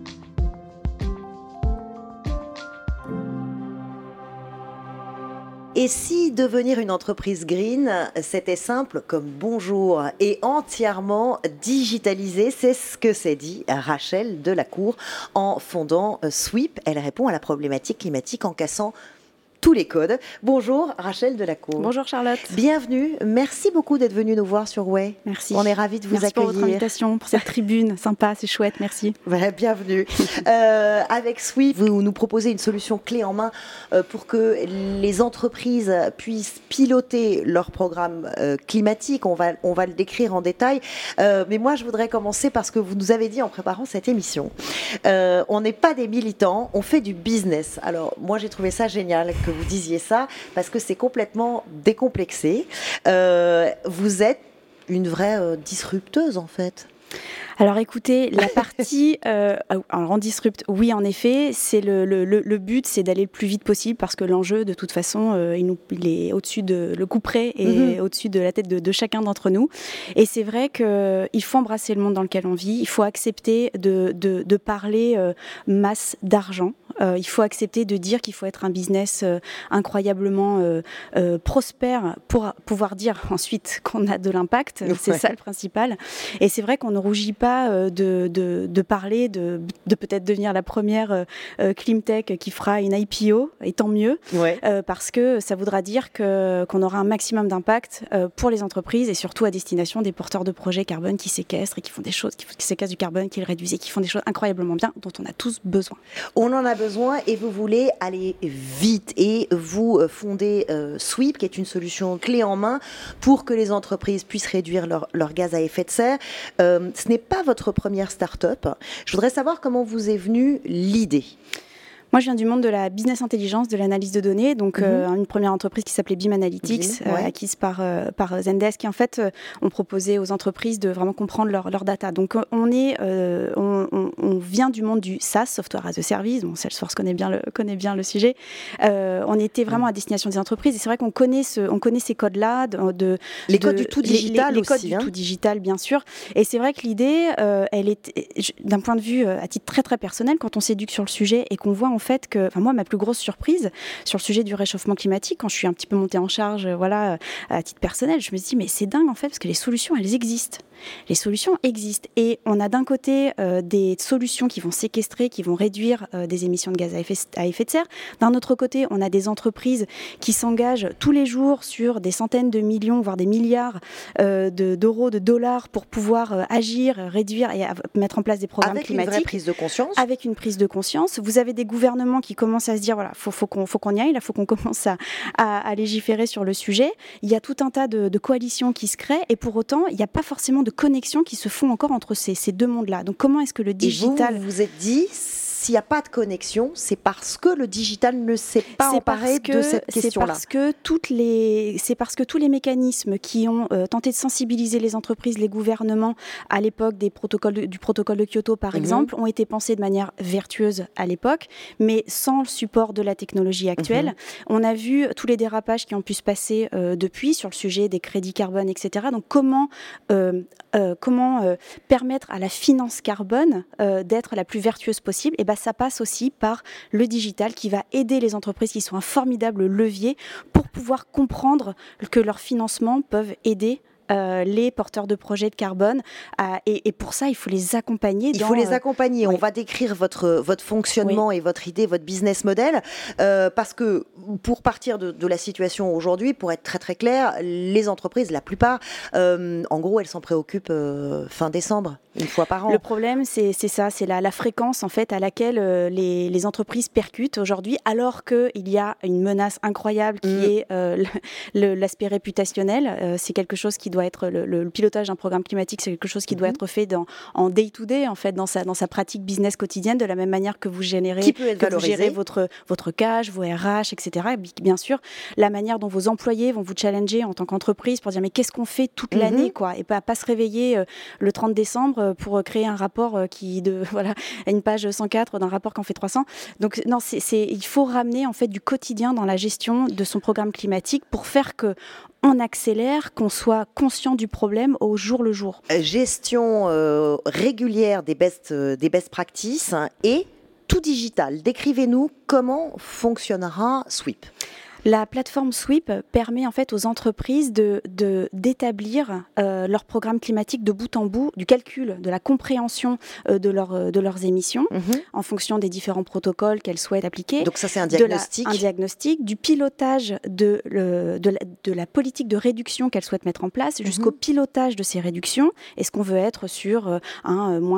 Et si devenir une entreprise green, c'était simple comme bonjour et entièrement digitalisé, c'est ce que s'est dit Rachel Delacour en fondant Sweep. Elle répond à la problématique climatique en cassant tous les codes. Bonjour Rachel Delacour. Bonjour Charlotte. Bienvenue. Merci beaucoup d'être venue nous voir sur Way. Merci. On est ravis de vous accueillir. Merci pour votre invitation, pour cette tribune sympa, c'est chouette, merci. Ouais, bienvenue. Avec Sweep, vous nous proposez une solution clé en main pour que les entreprises puissent piloter leur programme climatique. On va le décrire en détail. Mais moi, je voudrais commencer parce que vous nous avez dit en préparant cette émission, on n'est pas des militants, on fait du business. Alors, moi, j'ai trouvé ça génial que vous disiez ça, parce que c'est complètement décomplexé. Vous êtes une vraie disrupteuse, en fait. Alors écoutez, la partie en disrupt, oui en effet, c'est le but, c'est d'aller le plus vite possible parce que l'enjeu de toute façon, il est au-dessus le couperet et au-dessus de la tête de chacun d'entre nous. Et c'est vrai qu'il faut embrasser le monde dans lequel on vit, il faut accepter de parler masse d'argent. Il faut accepter de dire qu'il faut être un business incroyablement prospère pour pouvoir dire ensuite qu'on a de l'impact. C'est ça le principal. Et c'est vrai qu'on ne rougit pas de parler, de peut-être devenir la première Climtech qui fera une IPO, et tant mieux, parce que ça voudra dire qu'on aura un maximum d'impact pour les entreprises et surtout à destination des porteurs de projets carbone qui séquestrent et qui font des choses, qui séquestrent du carbone, qui le réduisent et qui font des choses incroyablement bien dont on a tous besoin. On en a besoin et vous voulez aller vite et vous fondez Sweep, qui est une solution clé en main pour que les entreprises puissent réduire leur gaz à effet de serre. Ce n'est pas votre première start-up. Je voudrais savoir comment vous est venue l'idée. Moi, je viens du monde de la business intelligence, de l'analyse de données. Donc, une première entreprise qui s'appelait BIM Analytics, acquise par Zendesk. Et en fait, on proposait aux entreprises de vraiment comprendre leur data. Donc, on vient du monde du SaaS, Software as a Service. Bon, Salesforce connaît bien le sujet. On était vraiment à destination des entreprises. Et c'est vrai qu'on connaît ces codes-là. Les codes du tout digital les aussi. Codes du tout digital, bien sûr. Et c'est vrai que l'idée, elle est, d'un point de vue à titre très, très personnel, quand on s'éduque sur le sujet et qu'on voit en fait que, moi, ma plus grosse surprise sur le sujet du réchauffement climatique, quand je suis un petit peu montée en charge, à titre personnel, je me suis dit, mais c'est dingue en fait, parce que les solutions, elles existent. Les solutions existent. Et on a d'un côté des solutions qui vont séquestrer, qui vont réduire des émissions de gaz à effet de serre. D'un autre côté, on a des entreprises qui s'engagent tous les jours sur des centaines de millions, voire des milliards d'euros, de dollars pour pouvoir agir, réduire et mettre en place des programmes climatiques. Avec une vraie prise de conscience. Avec une prise de conscience. Vous avez des gouvernements qui commencent à se dire, voilà, faut qu'on y aille, là, faut qu'on commence à légiférer sur le sujet. Il y a tout un tas de coalitions qui se créent et pour autant, il n'y a pas forcément de connexions qui se font encore entre ces deux mondes-là. Donc, comment est-ce que le digital... Et vous êtes dit, s'il n'y a pas de connexion, c'est parce que le digital ne s'est pas emparé de cette question-là. C'est parce que tous les mécanismes qui ont tenté de sensibiliser les entreprises, les gouvernements, à l'époque du protocole de Kyoto, par exemple, ont été pensés de manière vertueuse à l'époque, mais sans le support de la technologie actuelle. On a vu tous les dérapages qui ont pu se passer depuis sur le sujet des crédits carbone, etc. Donc, comment permettre à la finance carbone d'être la plus vertueuse possible? Et ça passe aussi par le digital qui va aider les entreprises qui sont un formidable levier pour pouvoir comprendre que leurs financements peuvent aider les porteurs de projets de carbone et pour ça il faut les accompagner. Il faut les accompagner. Oui. On va décrire votre fonctionnement et votre idée, votre business model, parce que pour partir de la situation aujourd'hui, pour être très très clair, les entreprises, la plupart, en gros, elles s'en préoccupent fin décembre, une fois par an. Le problème, c'est ça, c'est la fréquence en fait à laquelle les entreprises percutent aujourd'hui, alors qu'il y a une menace incroyable qui est l'aspect réputationnel. C'est quelque chose qui doit être le pilotage d'un programme climatique, c'est quelque chose qui doit être fait en day-to-day, en fait, dans sa pratique business quotidienne, de la même manière que vous gérez votre cash, vos RH, etc. Et bien sûr, la manière dont vos employés vont vous challenger en tant qu'entreprise pour dire mais qu'est-ce qu'on fait toute l'année, quoi, et pas se réveiller le 30 décembre pour créer un rapport à une page 104 d'un rapport qu'en fait 300. Donc non, il faut ramener en fait du quotidien dans la gestion de son programme climatique pour faire que on accélère, qu'on soit conscient du problème au jour le jour. Gestion régulière des best practices et tout digital. Décrivez-nous comment fonctionnera Sweep. La plateforme Sweep permet en fait aux entreprises d'établir leur programme climatique de bout en bout, du calcul, de la compréhension de leurs émissions en fonction des différents protocoles qu'elles souhaitent appliquer. Donc ça, c'est un diagnostic. Un diagnostic, du pilotage de la politique de réduction qu'elles souhaitent mettre en place jusqu'au pilotage de ces réductions. Est-ce qu'on veut être sur moins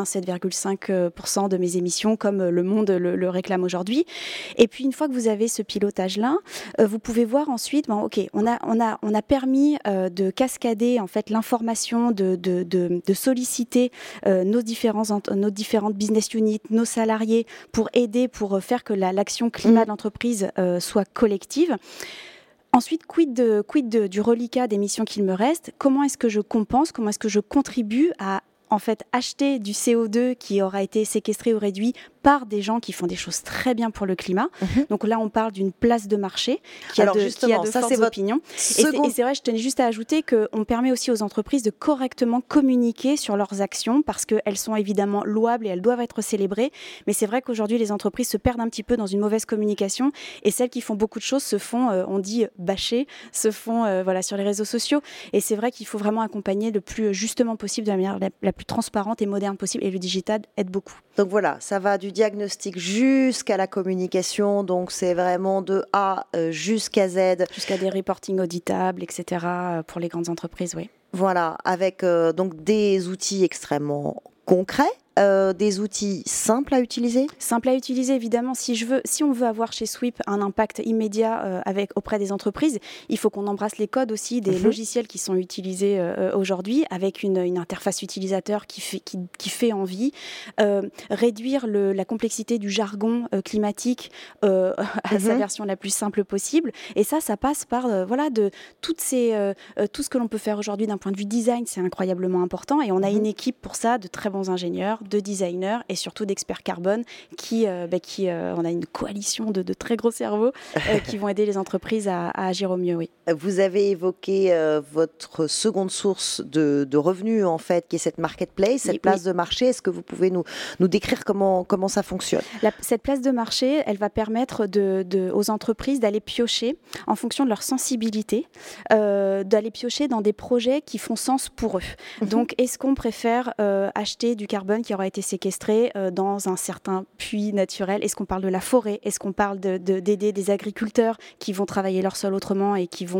7,5% de mes émissions comme le monde le réclame aujourd'hui? Et puis une fois que vous avez ce pilotage-là, vous pouvez voir ensuite, on a permis de cascader en fait l'information, de solliciter nos différentes business units, nos salariés pour aider, pour faire que l'action climat de l'entreprise soit collective. Ensuite, quid du reliquat d'émissions qu'il me reste? Comment est-ce que je compense? Comment est-ce que je contribue à en fait acheter du CO2 qui aura été séquestré ou réduit par des gens qui font des choses très bien pour le climat. Donc là, on parle d'une place de marché qui a de fortes opinions. Et c'est vrai, je tenais juste à ajouter qu'on permet aussi aux entreprises de correctement communiquer sur leurs actions parce qu'elles sont évidemment louables et elles doivent être célébrées. Mais c'est vrai qu'aujourd'hui, les entreprises se perdent un petit peu dans une mauvaise communication et celles qui font beaucoup de choses se font, on dit, bâcher, se font sur les réseaux sociaux. Et c'est vrai qu'il faut vraiment accompagner le plus justement possible, de la manière la plus transparente et moderne possible. Et le digital aide beaucoup. Donc voilà, ça va du diagnostic jusqu'à la communication, donc c'est vraiment de A jusqu'à Z. Jusqu'à des reportings auditables, etc. pour les grandes entreprises, oui. Voilà, avec donc des outils extrêmement concrets, des outils simples à utiliser ? Simple à utiliser, évidemment. Si on veut avoir chez Sweep un impact immédiat auprès des entreprises, il faut qu'on embrasse les codes aussi des logiciels qui sont utilisés aujourd'hui, avec une interface utilisateur qui fait envie, réduire la complexité du jargon climatique à sa version la plus simple possible. Et ça passe par de tout ce que l'on peut faire aujourd'hui d'un point de vue design, c'est incroyablement important. Et on a une équipe pour ça, de très bons ingénieurs, de designers et surtout d'experts carbone on a une coalition de très gros cerveaux qui vont aider les entreprises à agir au mieux. Oui. Vous avez évoqué votre seconde source de revenus, en fait, qui est cette marketplace, cette place de marché. Est-ce que vous pouvez nous décrire comment ça fonctionne ? Cette place de marché, elle va permettre aux entreprises d'aller piocher en fonction de leur sensibilité, d'aller piocher dans des projets qui font sens pour eux. Donc, est-ce qu'on préfère acheter du carbone qui aura été séquestré dans un certain puits naturel ? Est-ce qu'on parle de la forêt ? Est-ce qu'on parle d'aider des agriculteurs qui vont travailler leur sol autrement et qui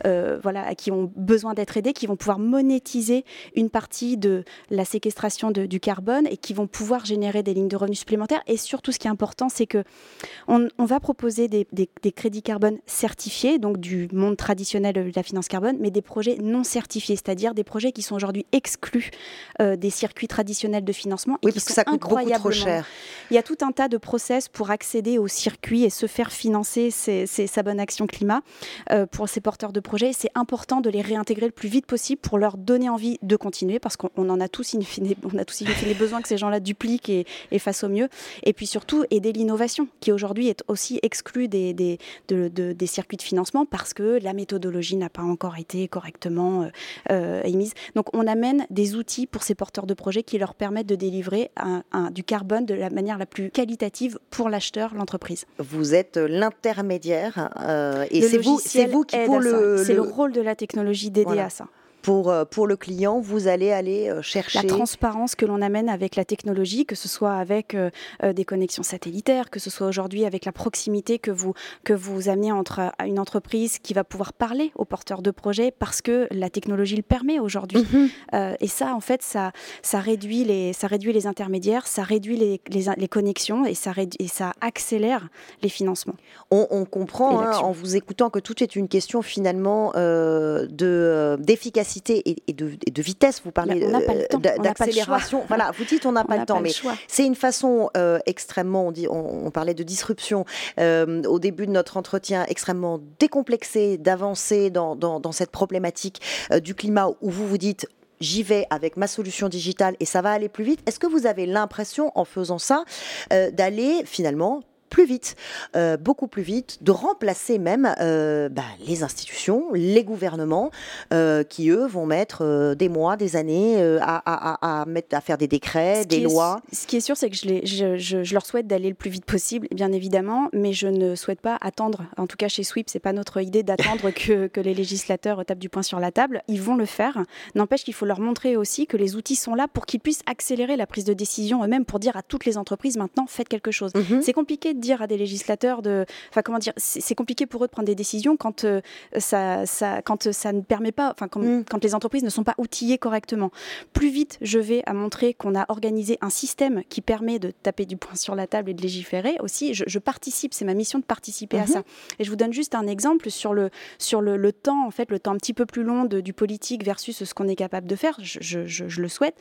ont besoin d'être aidés, qui vont pouvoir monétiser une partie de la séquestration du carbone et qui vont pouvoir générer des lignes de revenus supplémentaires. Et surtout, ce qui est important, c'est qu'on va proposer des crédits carbone certifiés, donc du monde traditionnel de la finance carbone, mais des projets non certifiés, c'est-à-dire des projets qui sont aujourd'hui exclus des circuits traditionnels de financement. Oui, parce que ça coûte beaucoup trop cher. Il y a tout un tas de process pour accéder au circuit et se faire financer sa bonne action climat pour ces porteurs de projets. C'est important de les réintégrer le plus vite possible pour leur donner envie de continuer, parce qu'on en a tous in fine besoin que ces gens-là dupliquent et fassent au mieux. Et puis surtout, aider l'innovation, qui aujourd'hui est aussi exclue des circuits de financement parce que la méthodologie n'a pas encore été correctement émise. Donc on amène des outils pour ces porteurs de projets qui leur permettent de délivrer du carbone de la manière la plus qualitative pour l'acheteur, l'entreprise. Vous êtes l'intermédiaire et c'est vous qui pour c'est le rôle de la technologie d'aider à ça. Pour le client, vous allez chercher... La transparence que l'on amène avec la technologie, que ce soit avec des connexions satellitaires, que ce soit aujourd'hui avec la proximité que vous amenez entre une entreprise qui va pouvoir parler aux porteurs de projets parce que la technologie le permet aujourd'hui. Et ça, en fait, ça réduit les intermédiaires, ça réduit les connexions et ça accélère les financements. On comprend en vous écoutant que tout est une question finalement d'efficacité et de vitesse. Vous parlez d'accélération. Voilà, vous dites on n'a pas le temps, mais c'est une façon extrêmement, on parlait de disruption au début de notre entretien, extrêmement décomplexée d'avancer dans cette problématique du climat où vous dites j'y vais avec ma solution digitale et ça va aller plus vite. Est-ce que vous avez l'impression en faisant ça d'aller finalement plus vite, beaucoup plus vite, de remplacer même les institutions, les gouvernements qui, eux, vont mettre des mois, des années à faire des décrets, des lois. Ce qui est sûr, c'est que je leur souhaite d'aller le plus vite possible, bien évidemment, mais je ne souhaite pas attendre. En tout cas, chez Sweep, c'est pas notre idée d'attendre que les législateurs tapent du poing sur la table. Ils vont le faire. N'empêche qu'il faut leur montrer aussi que les outils sont là pour qu'ils puissent accélérer la prise de décision eux-mêmes, pour dire à toutes les entreprises, maintenant, faites quelque chose. C'est compliqué de dire à des législateurs c'est compliqué pour eux de prendre des décisions quand ça ne permet pas, quand les entreprises ne sont pas outillées correctement. Plus vite je vais à montrer qu'on a organisé un système qui permet de taper du poing sur la table et de légiférer aussi, je participe, c'est ma mission de participer à ça. Et je vous donne juste un exemple sur le temps, en fait, le temps un petit peu plus long du politique versus ce qu'on est capable de faire, je le souhaite.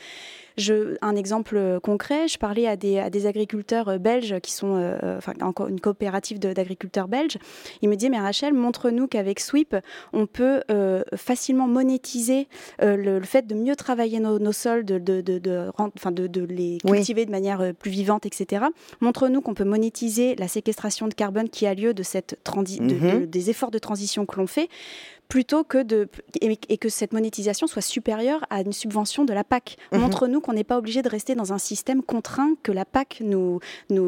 Un exemple concret, je parlais à des agriculteurs belges qui sont encore une coopérative d'agriculteurs belges. Ils me disaient, mais Rachel, montre-nous qu'avec Sweep, on peut facilement monétiser le fait de mieux travailler nos sols, de les cultiver de manière plus vivante, etc. Montre-nous qu'on peut monétiser la séquestration de carbone qui a lieu des efforts de transition que l'on fait, plutôt que et que cette monétisation soit supérieure à une subvention de la PAC. Montre-nous qu'on n'est pas obligé de rester dans un système contraint que la PAC nous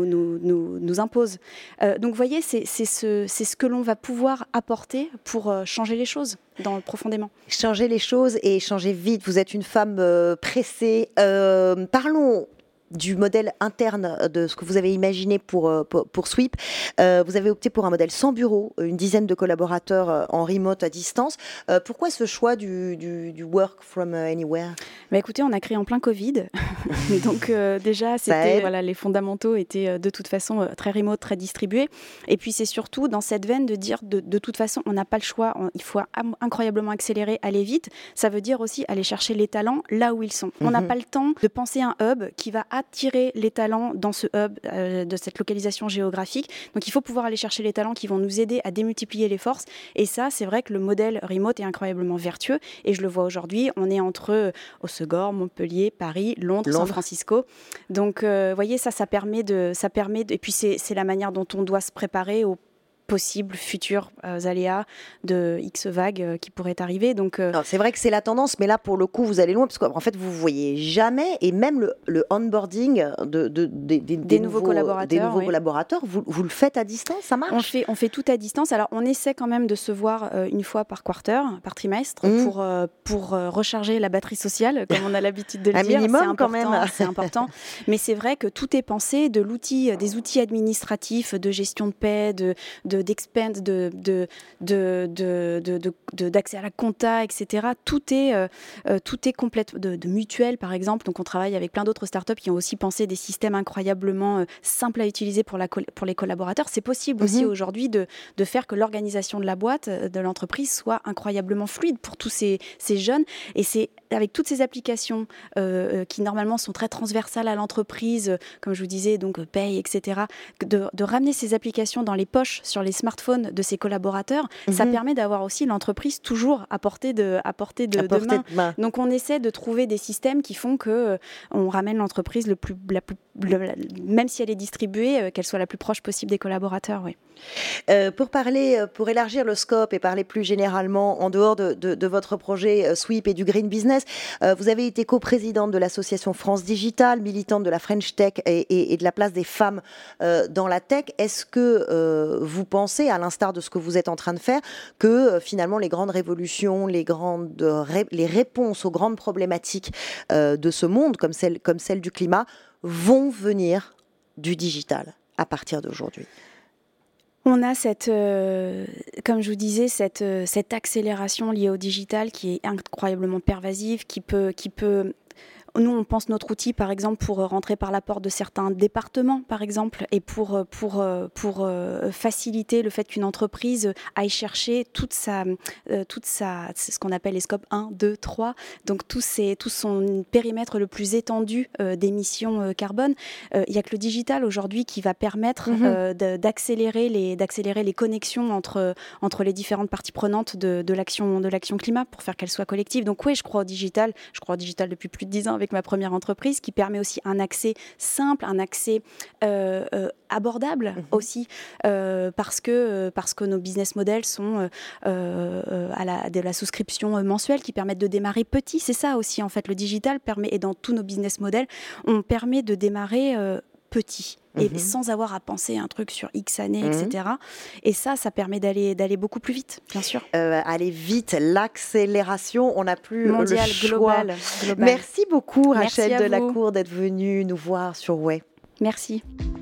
impose. Donc vous voyez, c'est ce que l'on va pouvoir apporter pour changer les choses profondément. Changer les choses et changer vite. Vous êtes une femme pressée. Parlons du modèle interne de ce que vous avez imaginé pour Sweep. Vous avez opté pour un modèle sans bureau, une dizaine de collaborateurs en remote à distance. Pourquoi ce choix du work from anywhere ? Écoutez, on a créé en plein Covid. Donc déjà, les fondamentaux étaient de toute façon très remote, très distribués. Et puis c'est surtout dans cette veine de dire de toute façon, on n'a pas le choix, il faut incroyablement accélérer, aller vite. Ça veut dire aussi aller chercher les talents là où ils sont. On n'a pas le temps de penser un hub qui va attirer les talents dans ce hub de cette localisation géographique. Donc il faut pouvoir aller chercher les talents qui vont nous aider à démultiplier les forces. Et ça, c'est vrai que le modèle remote est incroyablement vertueux. Et je le vois aujourd'hui, on est entre Hossegor, Montpellier, Paris, Londres, San Francisco. Donc, vous voyez, ça permet et puis c'est la manière dont on doit se préparer aux possibles futurs aléas de X vagues qui pourraient arriver. Donc, c'est vrai que c'est la tendance, mais là, pour le coup, vous allez loin, parce qu'en fait, vous ne voyez jamais, et même le onboarding des nouveaux collaborateurs, vous le faites à distance, ça marche ? On fait tout à distance. Alors, on essaie quand même de se voir une fois par quarter, par trimestre, pour recharger la batterie sociale, comme on a l'habitude de le dire. Minimum, c'est important, quand même. C'est important. Mais c'est vrai que tout est pensé, des outils administratifs, de gestion de paie, d'expend, d'accès à la compta, etc. Tout est complète, de mutuelles, par exemple. Donc, on travaille avec plein d'autres startups qui ont aussi pensé des systèmes incroyablement simples à utiliser pour les collaborateurs. C'est possible aussi aujourd'hui de faire que l'organisation de la boîte, de l'entreprise, soit incroyablement fluide pour tous ces jeunes. Et c'est avec toutes ces applications qui normalement sont très transversales à l'entreprise, comme je vous disais, donc paye, etc., de ramener ces applications dans les poches sur les smartphones de ses collaborateurs, ça permet d'avoir aussi l'entreprise toujours à portée de main. Donc on essaie de trouver des systèmes qui font que on ramène l'entreprise même si elle est distribuée, qu'elle soit la plus proche possible des collaborateurs. Oui. Pour élargir le scope et parler plus généralement en dehors de votre projet Sweep et du Green Business, vous avez été coprésidente de l'association France Digital, militante de la French Tech et de la place des femmes dans la tech. Est-ce que vous pensez, à l'instar de ce que vous êtes en train de faire, que finalement les grandes révolutions, les réponses aux grandes problématiques de ce monde, comme celle du climat, vont venir du digital à partir d'aujourd'hui? On a comme je vous disais, cette accélération liée au digital qui est incroyablement pervasive, qui peut. Nous, on pense notre outil, par exemple, pour rentrer par la porte de certains départements, par exemple, et pour faciliter le fait qu'une entreprise aille chercher toute c'est ce qu'on appelle les scopes 1, 2, 3, donc tout son périmètre le plus étendu d'émissions carbone. Il n'y a que le digital aujourd'hui qui va permettre d'accélérer les connexions entre les différentes parties prenantes de l'action climat pour faire qu'elle soit collective. Donc oui, je crois au digital depuis plus de 10 ans avec ma première entreprise, qui permet aussi un accès simple, un accès abordable aussi, parce que nos business models sont de la souscription mensuelle qui permettent de démarrer petit. C'est ça aussi, en fait, le digital permet, et dans tous nos business models, on permet de démarrer petit. Et sans avoir à penser un truc sur X années, etc. Et ça permet d'aller beaucoup plus vite, bien sûr. Aller vite, l'accélération, on n'a plus mondial, le choix. Global. Merci beaucoup, Rachel Merci Delacour, d'être venue nous voir sur Way. Merci.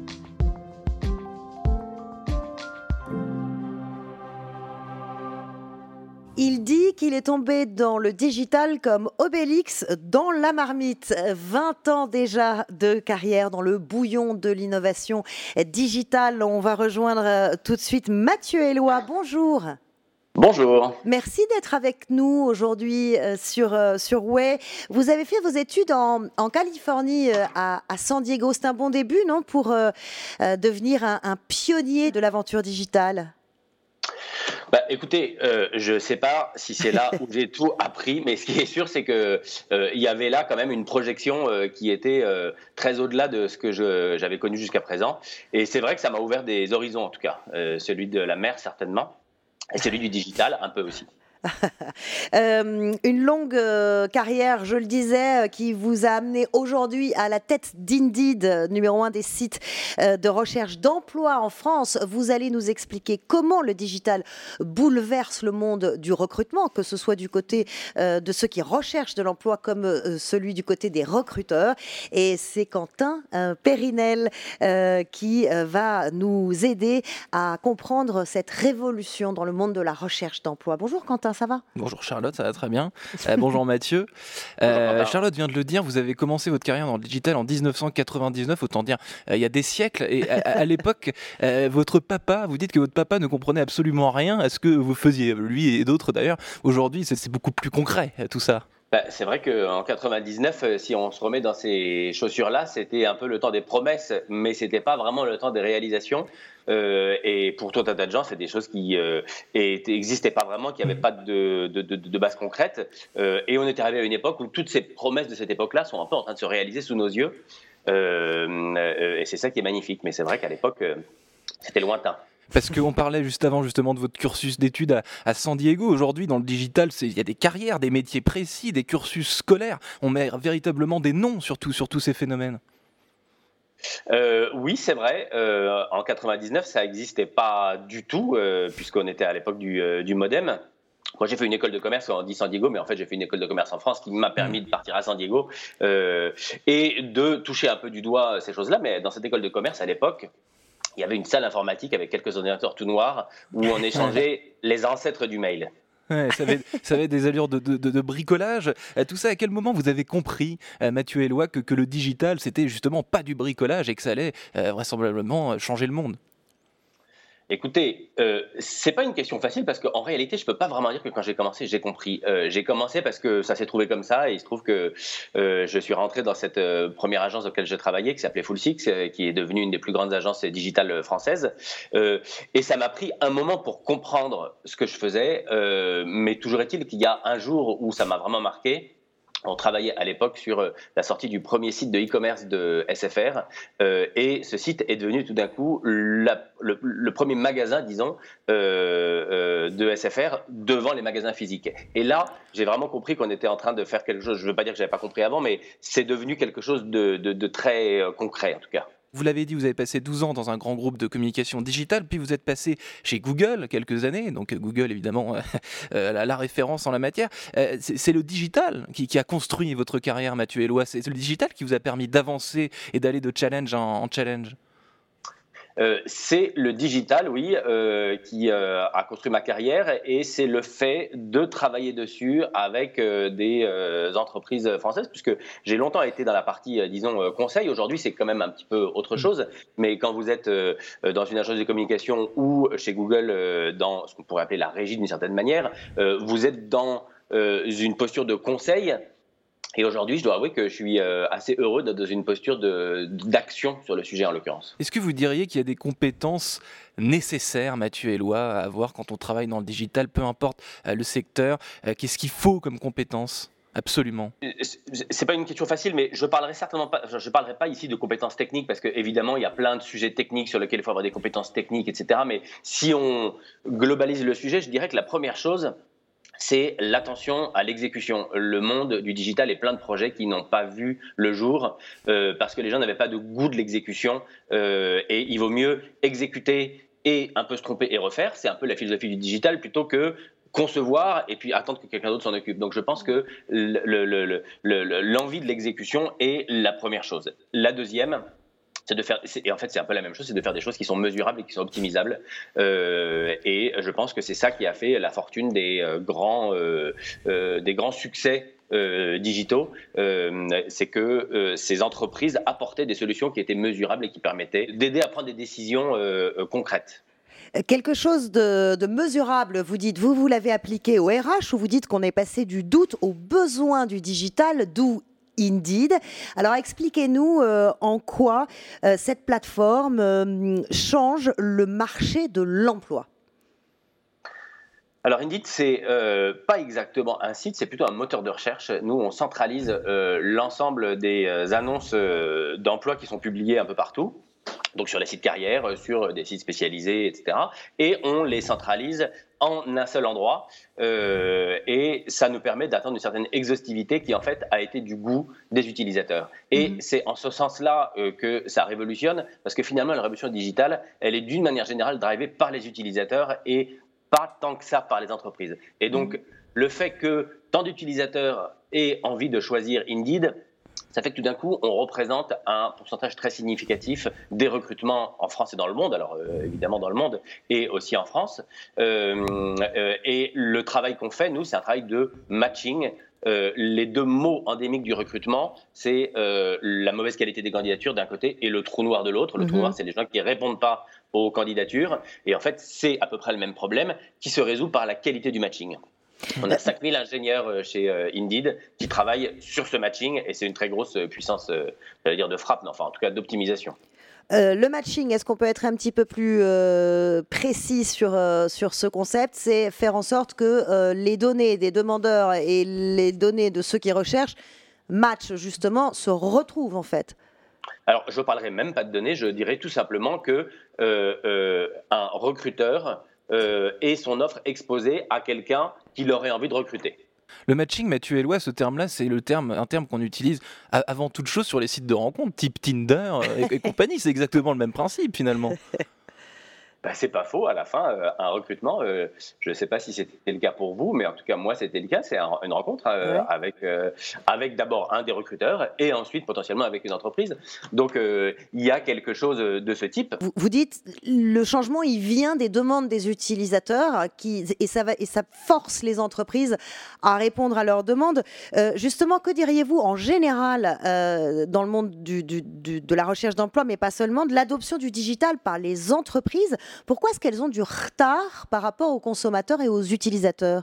Il dit qu'il est tombé dans le digital comme Obélix dans la marmite. 20 ans déjà de carrière dans le bouillon de l'innovation digitale. On va rejoindre tout de suite Mathieu Eloi. Bonjour. Bonjour. Merci d'être avec nous aujourd'hui sur Way. Vous avez fait vos études en Californie, à San Diego. C'est un bon début, non, pour devenir un pionnier de l'aventure digitale? Écoutez, je ne sais pas si c'est là où j'ai tout appris, mais ce qui est sûr, c'est que il y avait là quand même une projection qui était très au-delà de ce que j'avais connu jusqu'à présent. Et c'est vrai que ça m'a ouvert des horizons, en tout cas. Celui de la mer, certainement, et celui du digital, un peu aussi. Une longue carrière, je le disais, qui vous a amené aujourd'hui à la tête d'Indeed, numéro 1 des sites de recherche d'emploi en France. Vous allez nous expliquer comment le digital bouleverse le monde du recrutement, que ce soit du côté de ceux qui recherchent de l'emploi comme celui du côté des recruteurs. Et c'est Quentin Périnel qui va nous aider à comprendre cette révolution dans le monde de la recherche d'emploi. Bonjour Quentin, ça va ? Bonjour Charlotte, ça va très bien. Bonjour Mathieu. Charlotte vient de le dire, vous avez commencé votre carrière dans le digital en 1999, autant dire il y a des siècles. Et à l'époque, votre papa, vous dites que votre papa ne comprenait absolument rien à ce que vous faisiez, lui et d'autres d'ailleurs. Aujourd'hui, c'est beaucoup plus concret tout ça. C'est vrai qu'en 99, si on se remet dans ces chaussures-là, c'était un peu le temps des promesses, mais c'était pas vraiment le temps des réalisations. Et pour tout un tas de gens, c'est des choses qui n'existaient pas vraiment, qui n'avaient pas de base concrète. Et on était arrivé à une époque où toutes ces promesses de cette époque-là sont un peu en train de se réaliser sous nos yeux. Et c'est ça qui est magnifique. Mais c'est vrai qu'à l'époque, c'était lointain. Parce qu'on parlait juste avant justement de votre cursus d'études à San Diego. Aujourd'hui, dans le digital, il y a des carrières, des métiers précis, des cursus scolaires. On met véritablement des noms sur tous ces phénomènes. Oui, c'est vrai. En 99, ça n'existait pas du tout, puisqu'on était à l'époque du modem. Moi, j'ai fait une école de commerce, on dit San Diego, mais en fait, j'ai fait une école de commerce en France qui m'a permis de partir à San Diego et de toucher un peu du doigt ces choses-là. Mais dans cette école de commerce, à l'époque, il y avait une salle informatique avec quelques ordinateurs tout noirs où on échangeait les ancêtres du mail. Ouais, ça avait des allures de bricolage. Tout ça, à quel moment vous avez compris, Mathieu Eloi, que le digital, c'était justement pas du bricolage et que ça allait vraisemblablement changer le monde ? Écoutez, c'est pas une question facile parce qu'en réalité, je peux pas vraiment dire que quand j'ai commencé, j'ai compris. J'ai commencé parce que ça s'est trouvé comme ça et il se trouve que je suis rentré dans cette première agence dans laquelle je travaillais qui s'appelait Full Six, qui est devenue une des plus grandes agences digitales françaises. Et ça m'a pris un moment pour comprendre ce que je faisais, mais toujours est-il qu'il y a un jour où ça m'a vraiment marqué. On travaillait à l'époque sur la sortie du premier site de e-commerce de SFR et ce site est devenu tout d'un coup le premier magasin, disons, de SFR devant les magasins physiques. Et là, j'ai vraiment compris qu'on était en train de faire quelque chose, je ne veux pas dire que je n'avais pas compris avant, mais c'est devenu quelque chose de très concret en tout cas. Vous l'avez dit, vous avez passé 12 ans dans un grand groupe de communication digitale, puis vous êtes passé chez Google quelques années, donc Google évidemment la référence en la matière. C'est le digital qui a construit votre carrière, Mathieu Eloi. C'est le digital qui vous a permis d'avancer et d'aller de challenge en challenge. C'est le digital, oui, qui a construit ma carrière et c'est le fait de travailler dessus avec des entreprises françaises, puisque j'ai longtemps été dans la partie, disons, conseil. Aujourd'hui, c'est quand même un petit peu autre chose, mais quand vous êtes dans une agence de communication ou chez Google, dans ce qu'on pourrait appeler la régie d'une certaine manière, vous êtes dans une posture de conseil. Et aujourd'hui, je dois avouer que je suis assez heureux d'être dans une posture d'action sur le sujet en l'occurrence. Est-ce que vous diriez qu'il y a des compétences nécessaires, Mathieu Eloi, à avoir quand on travaille dans le digital, peu importe le secteur? Qu'est-ce qu'il faut comme compétences ? Absolument. C'est pas une question facile, mais je parlerai pas ici de compétences techniques parce que évidemment il y a plein de sujets techniques sur lesquels il faut avoir des compétences techniques, etc. Mais si on globalise le sujet, je dirais que la première chose, c'est l'attention à l'exécution. Le monde du digital est plein de projets qui n'ont pas vu le jour parce que les gens n'avaient pas de goût de l'exécution et il vaut mieux exécuter et un peu se tromper et refaire. C'est un peu la philosophie du digital plutôt que concevoir et puis attendre que quelqu'un d'autre s'en occupe. Donc je pense que l'envie de l'exécution est la première chose. La deuxième, c'est de faire, et en fait c'est un peu la même chose, c'est de faire des choses qui sont mesurables et qui sont optimisables. Et je pense que c'est ça qui a fait la fortune des grands succès digitaux. C'est que ces entreprises apportaient des solutions qui étaient mesurables et qui permettaient d'aider à prendre des décisions concrètes. Quelque chose de mesurable, vous dites, vous l'avez appliqué au RH, où vous dites qu'on est passé du doute au besoin du digital, d'où Indeed. Alors expliquez-nous en quoi cette plateforme change le marché de l'emploi. Alors Indeed, c'est pas exactement un site, c'est plutôt un moteur de recherche. Nous, on centralise l'ensemble des annonces d'emploi qui sont publiées un peu partout. Donc sur les sites carrières, sur des sites spécialisés, etc. Et on les centralise en un seul endroit, et ça nous permet d'atteindre une certaine exhaustivité qui en fait a été du goût des utilisateurs. Et c'est en ce sens-là que ça révolutionne, parce que finalement la révolution digitale, elle est d'une manière générale drivée par les utilisateurs et pas tant que ça par les entreprises. Et donc le fait que tant d'utilisateurs aient envie de choisir Indeed, ça fait que tout d'un coup, on représente un pourcentage très significatif des recrutements en France et dans le monde, alors évidemment dans le monde et aussi en France. Et le travail qu'on fait, nous, c'est un travail de matching. Les deux mots endémiques du recrutement, c'est la mauvaise qualité des candidatures d'un côté et le trou noir de l'autre. Le trou noir, c'est les gens qui ne répondent pas aux candidatures. Et en fait, c'est à peu près le même problème qui se résout par la qualité du matching. On a 5000 ingénieurs chez Indeed qui travaillent sur ce matching et c'est une très grosse puissance, j'allais dire de frappe, mais enfin en tout cas d'optimisation. Le matching, est-ce qu'on peut être un petit peu plus précis sur ce concept? C'est faire en sorte que les données des demandeurs et les données de ceux qui recherchent matchent justement, se retrouvent en fait. Alors, je ne parlerai même pas de données, je dirais tout simplement que un recruteur et son offre exposée à quelqu'un qu'il aurait envie de recruter. Le matching, Mathieu Eloi, ce terme-là, c'est un terme qu'on utilise avant toute chose sur les sites de rencontres, type Tinder et compagnie. C'est exactement le même principe finalement. C'est pas faux, à la fin, un recrutement, je ne sais pas si c'était le cas pour vous, mais en tout cas, moi, c'était le cas. C'est une rencontre avec d'abord un des recruteurs et ensuite potentiellement avec une entreprise. Donc, il y a quelque chose de ce type. Vous dites, le changement, il vient des demandes des utilisateurs et ça force les entreprises à répondre à leurs demandes. Justement, que diriez-vous en général dans le monde de la recherche d'emploi, mais pas seulement, de l'adoption du digital par les entreprises? Pourquoi est-ce qu'elles ont du retard par rapport aux consommateurs et aux utilisateurs?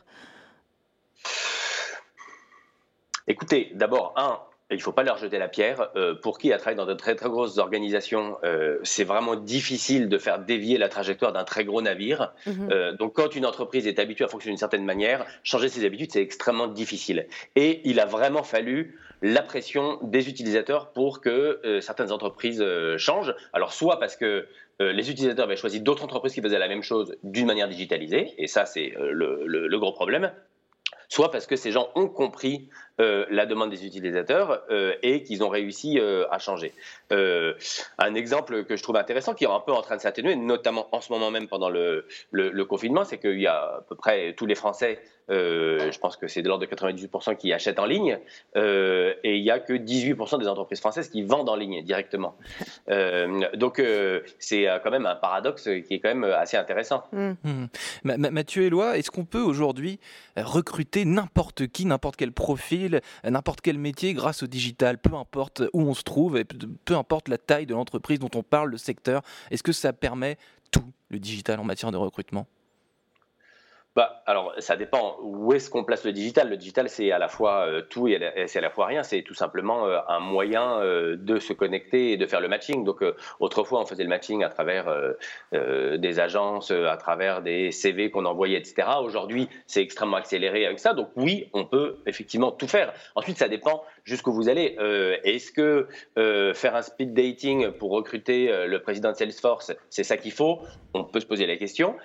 Écoutez, d'abord, il ne faut pas leur jeter la pierre. Pour qui a travaillé dans de très très grosses organisations, c'est vraiment difficile de faire dévier la trajectoire d'un très gros navire. Donc quand une entreprise est habituée à fonctionner d'une certaine manière, changer ses habitudes, c'est extrêmement difficile. Et il a vraiment fallu la pression des utilisateurs pour que certaines entreprises changent. Alors soit parce que les utilisateurs avaient choisi d'autres entreprises qui faisaient la même chose d'une manière digitalisée, et ça c'est le gros problème, soit parce que ces gens ont compris la demande des utilisateurs et qu'ils ont réussi à changer. Un exemple que je trouve intéressant, qui est un peu en train de s'atténuer, notamment en ce moment même pendant le confinement, c'est qu'il y a à peu près tous les Français, je pense que c'est de l'ordre de 98% qui achètent en ligne, et il n'y a que 18% des entreprises françaises qui vendent en ligne directement. Donc c'est quand même un paradoxe qui est quand même assez intéressant. Mathieu Eloi, est-ce qu'on peut aujourd'hui recruter n'importe qui, n'importe quel profil, n'importe quel métier grâce au digital, peu importe où on se trouve et peu importe la taille de l'entreprise dont on parle, le secteur? Est-ce que ça permet tout, le digital, en matière de recrutement? Alors, ça dépend où est-ce qu'on place le digital. Le digital, c'est à la fois tout et c'est à la fois rien. C'est tout simplement un moyen de se connecter et de faire le matching. Donc, autrefois, on faisait le matching à travers des agences, à travers des CV qu'on envoyait, etc. Aujourd'hui, c'est extrêmement accéléré avec ça. Donc, oui, on peut effectivement tout faire. Ensuite, ça dépend jusqu'où vous allez. Est-ce que faire un speed dating pour recruter le président de Salesforce, c'est ça qu'il faut? On peut se poser la question,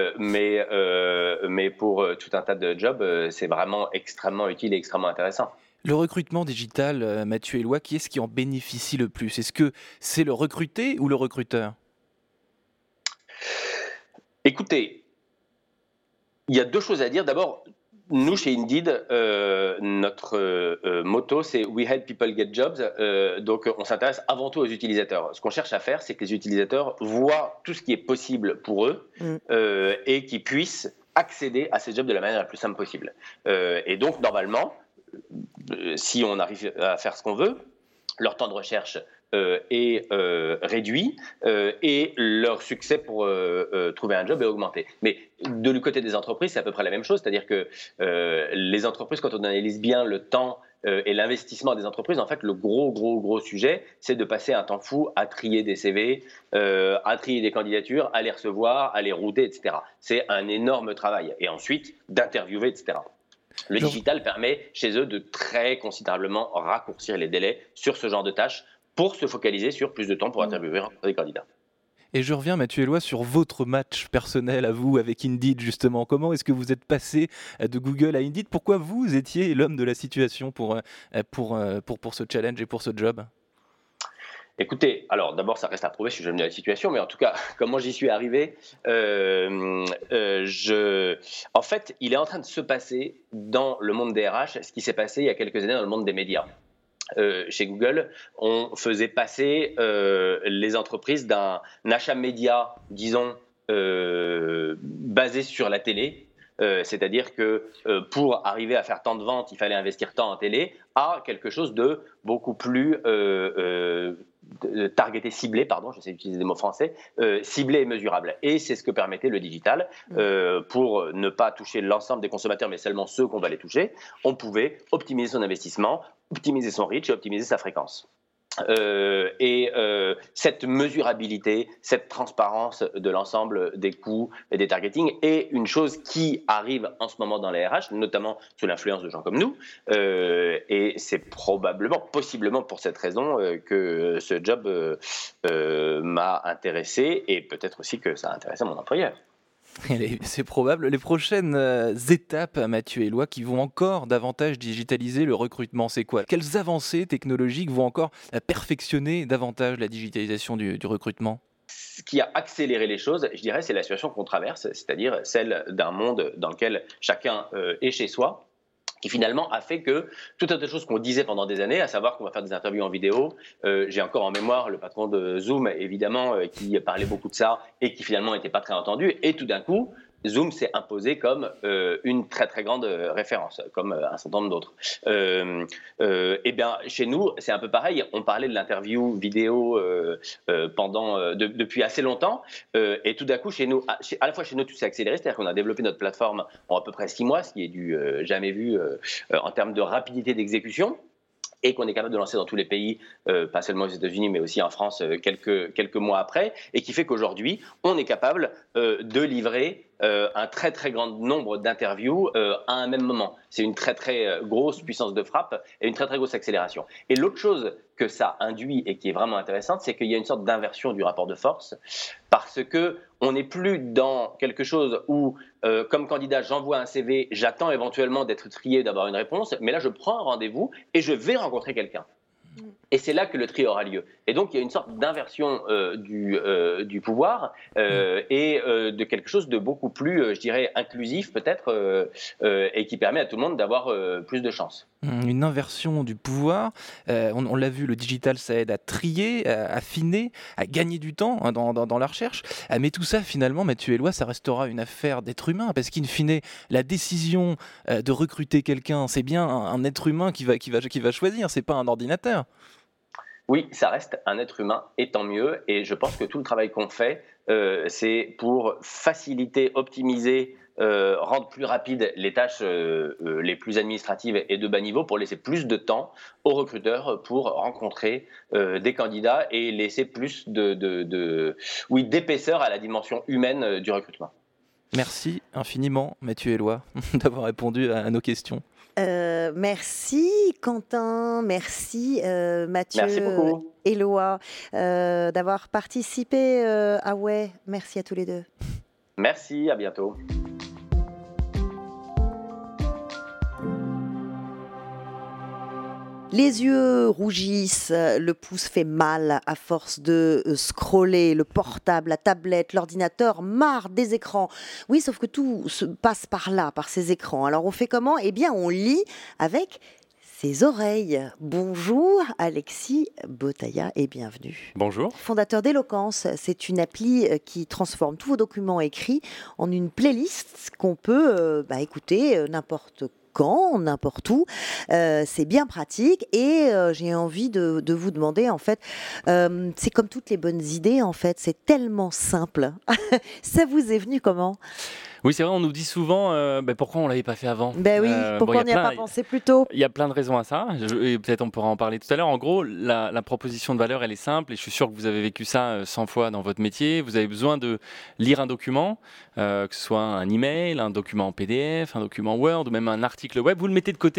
mais pour tout un tas de jobs, c'est vraiment extrêmement utile et extrêmement intéressant. Le recrutement digital, Mathieu Eloi, qui est-ce qui en bénéficie le plus? Est-ce que c'est le recruté ou le recruteur? Écoutez, il y a deux choses à dire. D'abord, nous, chez Indeed, notre motto, c'est « We help people get jobs ». Donc, on s'intéresse avant tout aux utilisateurs. Ce qu'on cherche à faire, c'est que les utilisateurs voient tout ce qui est possible pour eux et qu'ils puissent accéder à ces jobs de la manière la plus simple possible. Et donc, normalement, si on arrive à faire ce qu'on veut, leur temps de recherche est réduit et leur succès pour trouver un job est augmenté. Mais du côté des entreprises, c'est à peu près la même chose, c'est-à-dire que les entreprises, quand on analyse bien le temps et l'investissement des entreprises, en fait, le gros sujet, c'est de passer un temps fou à trier des CV, à trier des candidatures, à les recevoir, à les router, etc. C'est un énorme travail. Et ensuite, d'interviewer, etc. Le digital permet chez eux de très considérablement raccourcir les délais sur ce genre de tâches pour se focaliser sur plus de temps pour interviewer des candidats. Et je reviens, Mathieu Éloi, sur votre match personnel à vous avec Indeed, justement. Comment est-ce que vous êtes passé de Google à Indeed? Pourquoi vous étiez l'homme de la situation pour ce challenge et pour ce job? Écoutez, alors d'abord, ça reste à prouver, je suis jamais dans la situation, mais en tout cas, comment j'y suis arrivé, en fait, il est en train de se passer dans le monde des RH ce qui s'est passé il y a quelques années dans le monde des médias. Chez Google, on faisait passer les entreprises d'un achat média, disons, basé sur la télé, c'est-à-dire que pour arriver à faire tant de ventes, il fallait investir tant en télé, à quelque chose de beaucoup plus targeté, ciblé, pardon, j'essaie d'utiliser des mots français, ciblé et mesurable. Et c'est ce que permettait le digital. Pour ne pas toucher l'ensemble des consommateurs, mais seulement ceux qu'on va les toucher, on pouvait optimiser son investissement, optimiser son reach et optimiser sa fréquence. Cette mesurabilité, cette transparence de l'ensemble des coûts et des targeting est une chose qui arrive en ce moment dans les RH, notamment sous l'influence de gens comme nous. Et c'est possiblement pour cette raison que ce job m'a intéressé et peut-être aussi que ça a intéressé mon employeur. C'est probable. Les prochaines étapes, Mathieu Éloi, qui vont encore davantage digitaliser le recrutement, c'est quoi? Quelles avancées technologiques vont encore perfectionner davantage la digitalisation du recrutement? Ce qui a accéléré les choses, je dirais, c'est la situation qu'on traverse, c'est-à-dire celle d'un monde dans lequel chacun est chez soi, qui finalement a fait que tout un tas de choses qu'on disait pendant des années, à savoir qu'on va faire des interviews en vidéo, j'ai encore en mémoire le patron de Zoom, évidemment, qui parlait beaucoup de ça et qui finalement n'était pas très entendu, et tout d'un coup, Zoom s'est imposé comme une très très grande référence, comme un certain nombre d'autres. Et bien, chez nous, c'est un peu pareil. On parlait de l'interview vidéo depuis assez longtemps, et tout d'un coup, chez nous, à la fois chez nous, tout s'est accéléré, c'est-à-dire qu'on a développé notre plateforme en à peu près 6 mois, ce qui est du jamais vu en termes de rapidité d'exécution. Et qu'on est capable de lancer dans tous les pays, pas seulement aux États-Unis, mais aussi en France quelques mois après, et qui fait qu'aujourd'hui, on est capable de livrer un très très grand nombre d'interviews à un même moment. C'est une très très grosse puissance de frappe et une très très grosse accélération. Et l'autre chose que ça induit et qui est vraiment intéressante, c'est qu'il y a une sorte d'inversion du rapport de force, parce que on n'est plus dans quelque chose où, comme candidat, j'envoie un CV, j'attends éventuellement d'être trié, d'avoir une réponse, mais là je prends un rendez-vous et je vais rencontrer quelqu'un. Et c'est là que le tri aura lieu. Et donc, il y a une sorte d'inversion du pouvoir et de quelque chose de beaucoup plus, je dirais, inclusif peut-être, et qui permet à tout le monde d'avoir plus de chance. Une inversion du pouvoir. On l'a vu, le digital, ça aide à trier, à affiner, à gagner du temps dans la recherche. Mais tout ça, finalement, Mathieu Éloi, ça restera une affaire d'être humain, parce qu'in fine, la décision de recruter quelqu'un, c'est bien un être humain qui va choisir, c'est pas un ordinateur. Oui, ça reste un être humain, et tant mieux. Et je pense que tout le travail qu'on fait, c'est pour faciliter, optimiser, rendre plus rapides les tâches les plus administratives et de bas niveau, pour laisser plus de temps aux recruteurs pour rencontrer des candidats et laisser plus d'épaisseur à la dimension humaine du recrutement. Merci infiniment, Mathieu Éloi, d'avoir répondu à nos questions. Merci Quentin, merci Mathieu, merci beaucoup. Éloi, d'avoir participé à Ouais. Merci à tous les deux. Merci, à bientôt. Les yeux rougissent, le pouce fait mal à force de scroller, le portable, la tablette, l'ordinateur, marre des écrans. Oui, sauf que tout se passe par là, par ces écrans. Alors on fait comment? Eh bien, on lit avec ses oreilles. Bonjour Alexis Botaya et bienvenue. Bonjour. Fondateur d'Eloquence, c'est une appli qui transforme tous vos documents écrits en une playlist qu'on peut écouter n'importe quand, n'importe où. C'est bien pratique et j'ai envie de vous demander, en fait, c'est comme toutes les bonnes idées, en fait, c'est tellement simple. Ça vous est venu comment ? Oui, c'est vrai, on nous dit souvent pourquoi on ne l'avait pas fait avant. Ben oui, pourquoi on n'y a pas pensé plus tôt ? Il y a plein de raisons à ça, et peut-être on pourra en parler tout à l'heure. En gros, la proposition de valeur, elle est simple, et je suis sûr que vous avez vécu ça 100 fois dans votre métier. Vous avez besoin de lire un document, que ce soit un email, un document en PDF, un document Word, ou même un article web. Vous le mettez de côté,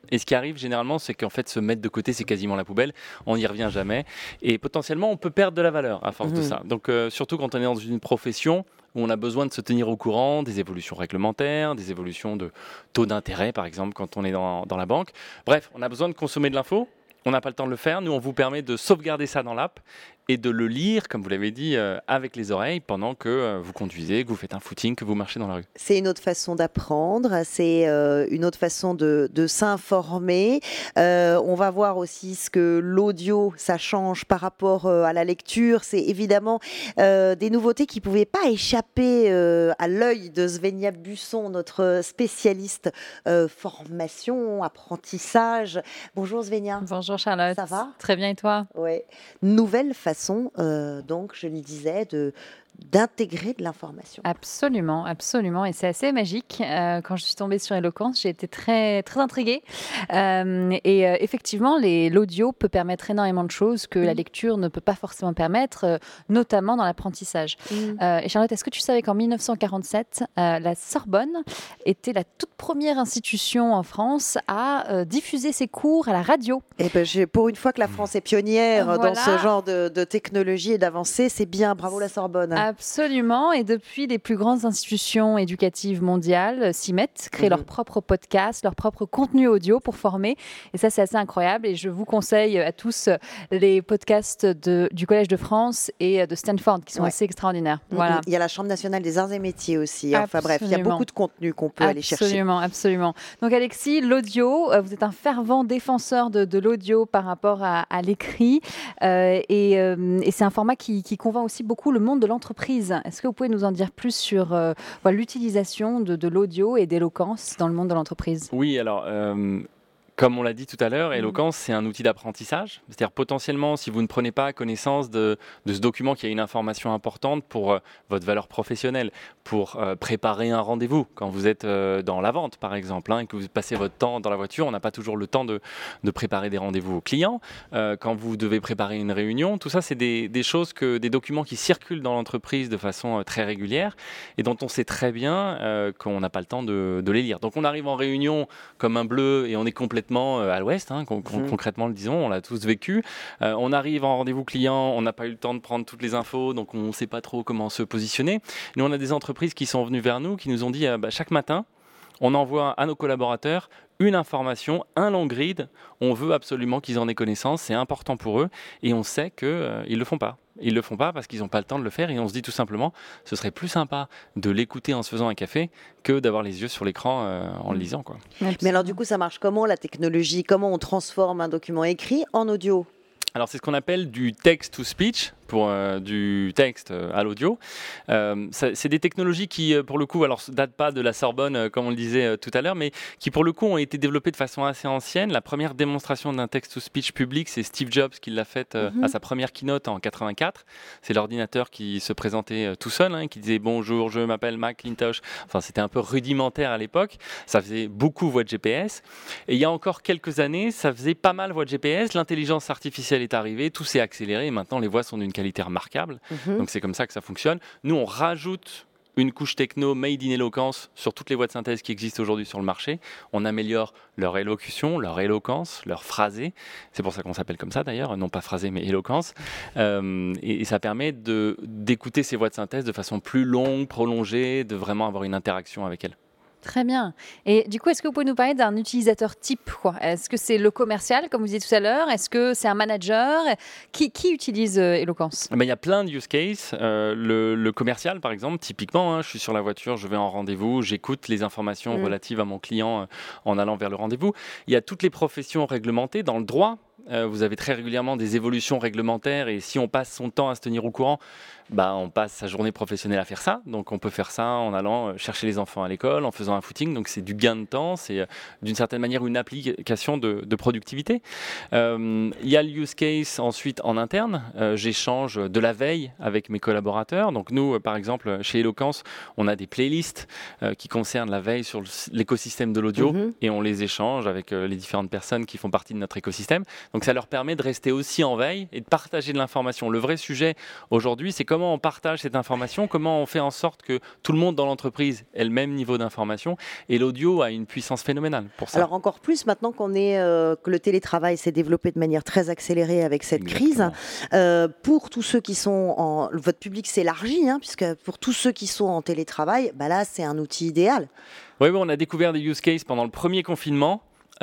Et ce qui arrive généralement, c'est qu'en fait, se mettre de côté, c'est quasiment la poubelle. On n'y revient jamais. Et potentiellement, on peut perdre de la valeur à force de ça. Donc, surtout quand on est dans une profession où on a besoin de se tenir au courant des évolutions réglementaires, des évolutions de taux d'intérêt, par exemple, quand on est dans la banque. Bref, on a besoin de consommer de l'info. On n'a pas le temps de le faire. Nous, on vous permet de sauvegarder ça dans l'app et de le lire, comme vous l'avez dit, avec les oreilles pendant que vous conduisez, que vous faites un footing, que vous marchez dans la rue. C'est une autre façon d'apprendre, c'est une autre façon de s'informer. On va voir aussi ce que l'audio, ça change par rapport à la lecture. C'est évidemment des nouveautés qui ne pouvaient pas échapper à l'œil de Svenja Busson, notre spécialiste formation, apprentissage. Bonjour Svenja. Bonjour Charlotte. Ça va ? Très bien et toi ? Ouais. Nouvelle façon, donc je le disais, d'intégrer de l'information. Absolument, absolument. Et c'est assez magique. Quand je suis tombée sur Eloquence, j'ai été très, très intriguée. Effectivement, l'audio peut permettre énormément de choses que la lecture ne peut pas forcément permettre, notamment dans l'apprentissage. Et Charlotte, est-ce que tu savais qu'en 1947, la Sorbonne était la toute première institution en France à diffuser ses cours à la radio ? Et pour une fois que la France est pionnière dans ce genre de technologie et d'avancée, c'est bien. Bravo la Sorbonne. Absolument. Et depuis, les plus grandes institutions éducatives mondiales s'y mettent, créent leur propre podcast, leur propre contenu audio pour former. Et ça, c'est assez incroyable. Et je vous conseille à tous les podcasts du Collège de France et de Stanford qui sont assez extraordinaires. Voilà. Il y a la Chambre nationale des arts et métiers aussi. Enfin bref, il y a beaucoup de contenu qu'on peut aller chercher. Absolument, absolument. Donc Alexis, l'audio, vous êtes un fervent défenseur de l'audio par rapport à l'écrit. Et c'est un format qui convainc aussi beaucoup le monde de l'entreprise. Est-ce que vous pouvez nous en dire plus sur l'utilisation de l'audio et d'Eloquence dans le monde de l'entreprise ? Oui, alors... Comme on l'a dit tout à l'heure, Eloquence, c'est un outil d'apprentissage. C'est-à-dire potentiellement, si vous ne prenez pas connaissance de ce document qui a une information importante pour votre valeur professionnelle, pour préparer un rendez-vous, quand vous êtes dans la vente par exemple, et que vous passez votre temps dans la voiture, on n'a pas toujours le temps de préparer des rendez-vous aux clients. Quand vous devez préparer une réunion, tout ça, c'est des choses, des documents qui circulent dans l'entreprise de façon très régulière et dont on sait très bien qu'on n'a pas le temps de les lire. Donc on arrive en réunion comme un bleu et on est complètement à l'ouest, concrètement le disons, on l'a tous vécu. On arrive en rendez-vous client, on n'a pas eu le temps de prendre toutes les infos, donc on ne sait pas trop comment se positionner. Nous, on a des entreprises qui sont venues vers nous, qui nous ont dit chaque matin, on envoie à nos collaborateurs une information, un long grid. On veut absolument qu'ils en aient connaissance, c'est important pour eux, et on sait qu'ils ne le font pas. Ils ne le font pas parce qu'ils n'ont pas le temps de le faire et on se dit tout simplement ce serait plus sympa de l'écouter en se faisant un café que d'avoir les yeux sur l'écran en le lisant, quoi. Mais alors du coup ça marche comment la technologie ? Comment on transforme un document écrit en audio ? Alors c'est ce qu'on appelle du text-to-speech, pour du texte à l'audio. C'est des technologies qui, pour le coup, alors datent pas de la Sorbonne, comme on le disait tout à l'heure, mais qui, pour le coup, ont été développées de façon assez ancienne. La première démonstration d'un text-to-speech public, c'est Steve Jobs qui l'a faite à sa première keynote en 84. C'est l'ordinateur qui se présentait tout seul, qui disait « Bonjour, je m'appelle Macintosh ». Enfin, c'était un peu rudimentaire à l'époque. Ça faisait beaucoup voix de GPS. Et il y a encore quelques années, ça faisait pas mal voix de GPS. L'intelligence artificielle est arrivée, tout s'est accéléré et maintenant les voix sont d'une qualité remarquable. Donc c'est comme ça que ça fonctionne. Nous, on rajoute une couche techno made in Eloquence sur toutes les voix de synthèse qui existent aujourd'hui sur le marché. On améliore leur élocution, leur éloquence, leur phrasé. C'est pour ça qu'on s'appelle comme ça d'ailleurs, non pas phrasé mais éloquence. Et ça permet d'écouter ces voix de synthèse de façon plus longue, prolongée, de vraiment avoir une interaction avec elles. Très bien. Et du coup, est-ce que vous pouvez nous parler d'un utilisateur type, quoi ? Est-ce que c'est le commercial, comme vous disiez tout à l'heure ? Est-ce que c'est un manager ? Qui utilise Eloquence ? Il y a plein de use cases. Le commercial, par exemple, typiquement, je suis sur la voiture, je vais en rendez-vous, j'écoute les informations relatives à mon client en allant vers le rendez-vous. Il y a toutes les professions réglementées dans le droit. Vous avez très régulièrement des évolutions réglementaires et si on passe son temps à se tenir au courant, on passe sa journée professionnelle à faire ça. Donc on peut faire ça en allant chercher les enfants à l'école, en faisant un footing. Donc c'est du gain de temps, c'est d'une certaine manière une application de productivité. Il y a le use case ensuite en interne. J'échange de la veille avec mes collaborateurs. Donc nous, par exemple, chez Eloquence, on a des playlists qui concernent la veille sur l'écosystème de l'audio et on les échange avec les différentes personnes qui font partie de notre écosystème. Donc ça leur permet de rester aussi en veille et de partager de l'information. Le vrai sujet aujourd'hui, c'est comment on partage cette information, comment on fait en sorte que tout le monde dans l'entreprise ait le même niveau d'information. Et l'audio a une puissance phénoménale pour ça. Alors encore plus maintenant que le télétravail s'est développé de manière très accélérée avec cette crise. Pour tous ceux qui sont votre public s'élargit, puisque pour tous ceux qui sont en télétravail, là c'est un outil idéal. Oui, on a découvert des use cases pendant le premier confinement.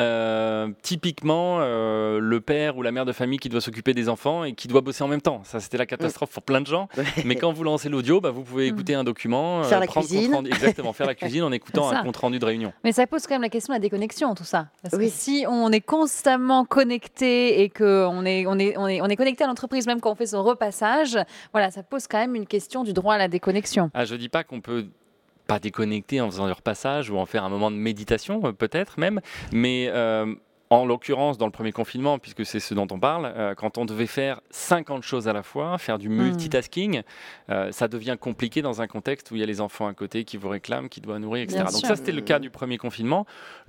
Typiquement, le père ou la mère de famille qui doit s'occuper des enfants et qui doit bosser en même temps. Ça, c'était la catastrophe pour plein de gens. Mais quand vous lancez l'audio, vous pouvez écouter un document, faire la cuisine. Exactement, faire la cuisine en écoutant un compte rendu de réunion. Mais ça pose quand même la question de la déconnexion, tout ça. Parce que si on est constamment connecté et qu'on est connecté à l'entreprise, même quand on fait son repassage, voilà, ça pose quand même une question du droit à la déconnexion. Je dis pas qu'on peut pas déconnecter en faisant du repassage ou en faire un moment de méditation, peut-être même, mais en l'occurrence, dans le premier confinement, puisque c'est ce dont on parle, quand on devait faire 50 choses à la fois, faire du multitasking, ça devient compliqué dans un contexte où il y a les enfants à côté qui vous réclament, qui doivent nourrir, etc. Donc ça, c'était le cas du premier confinement.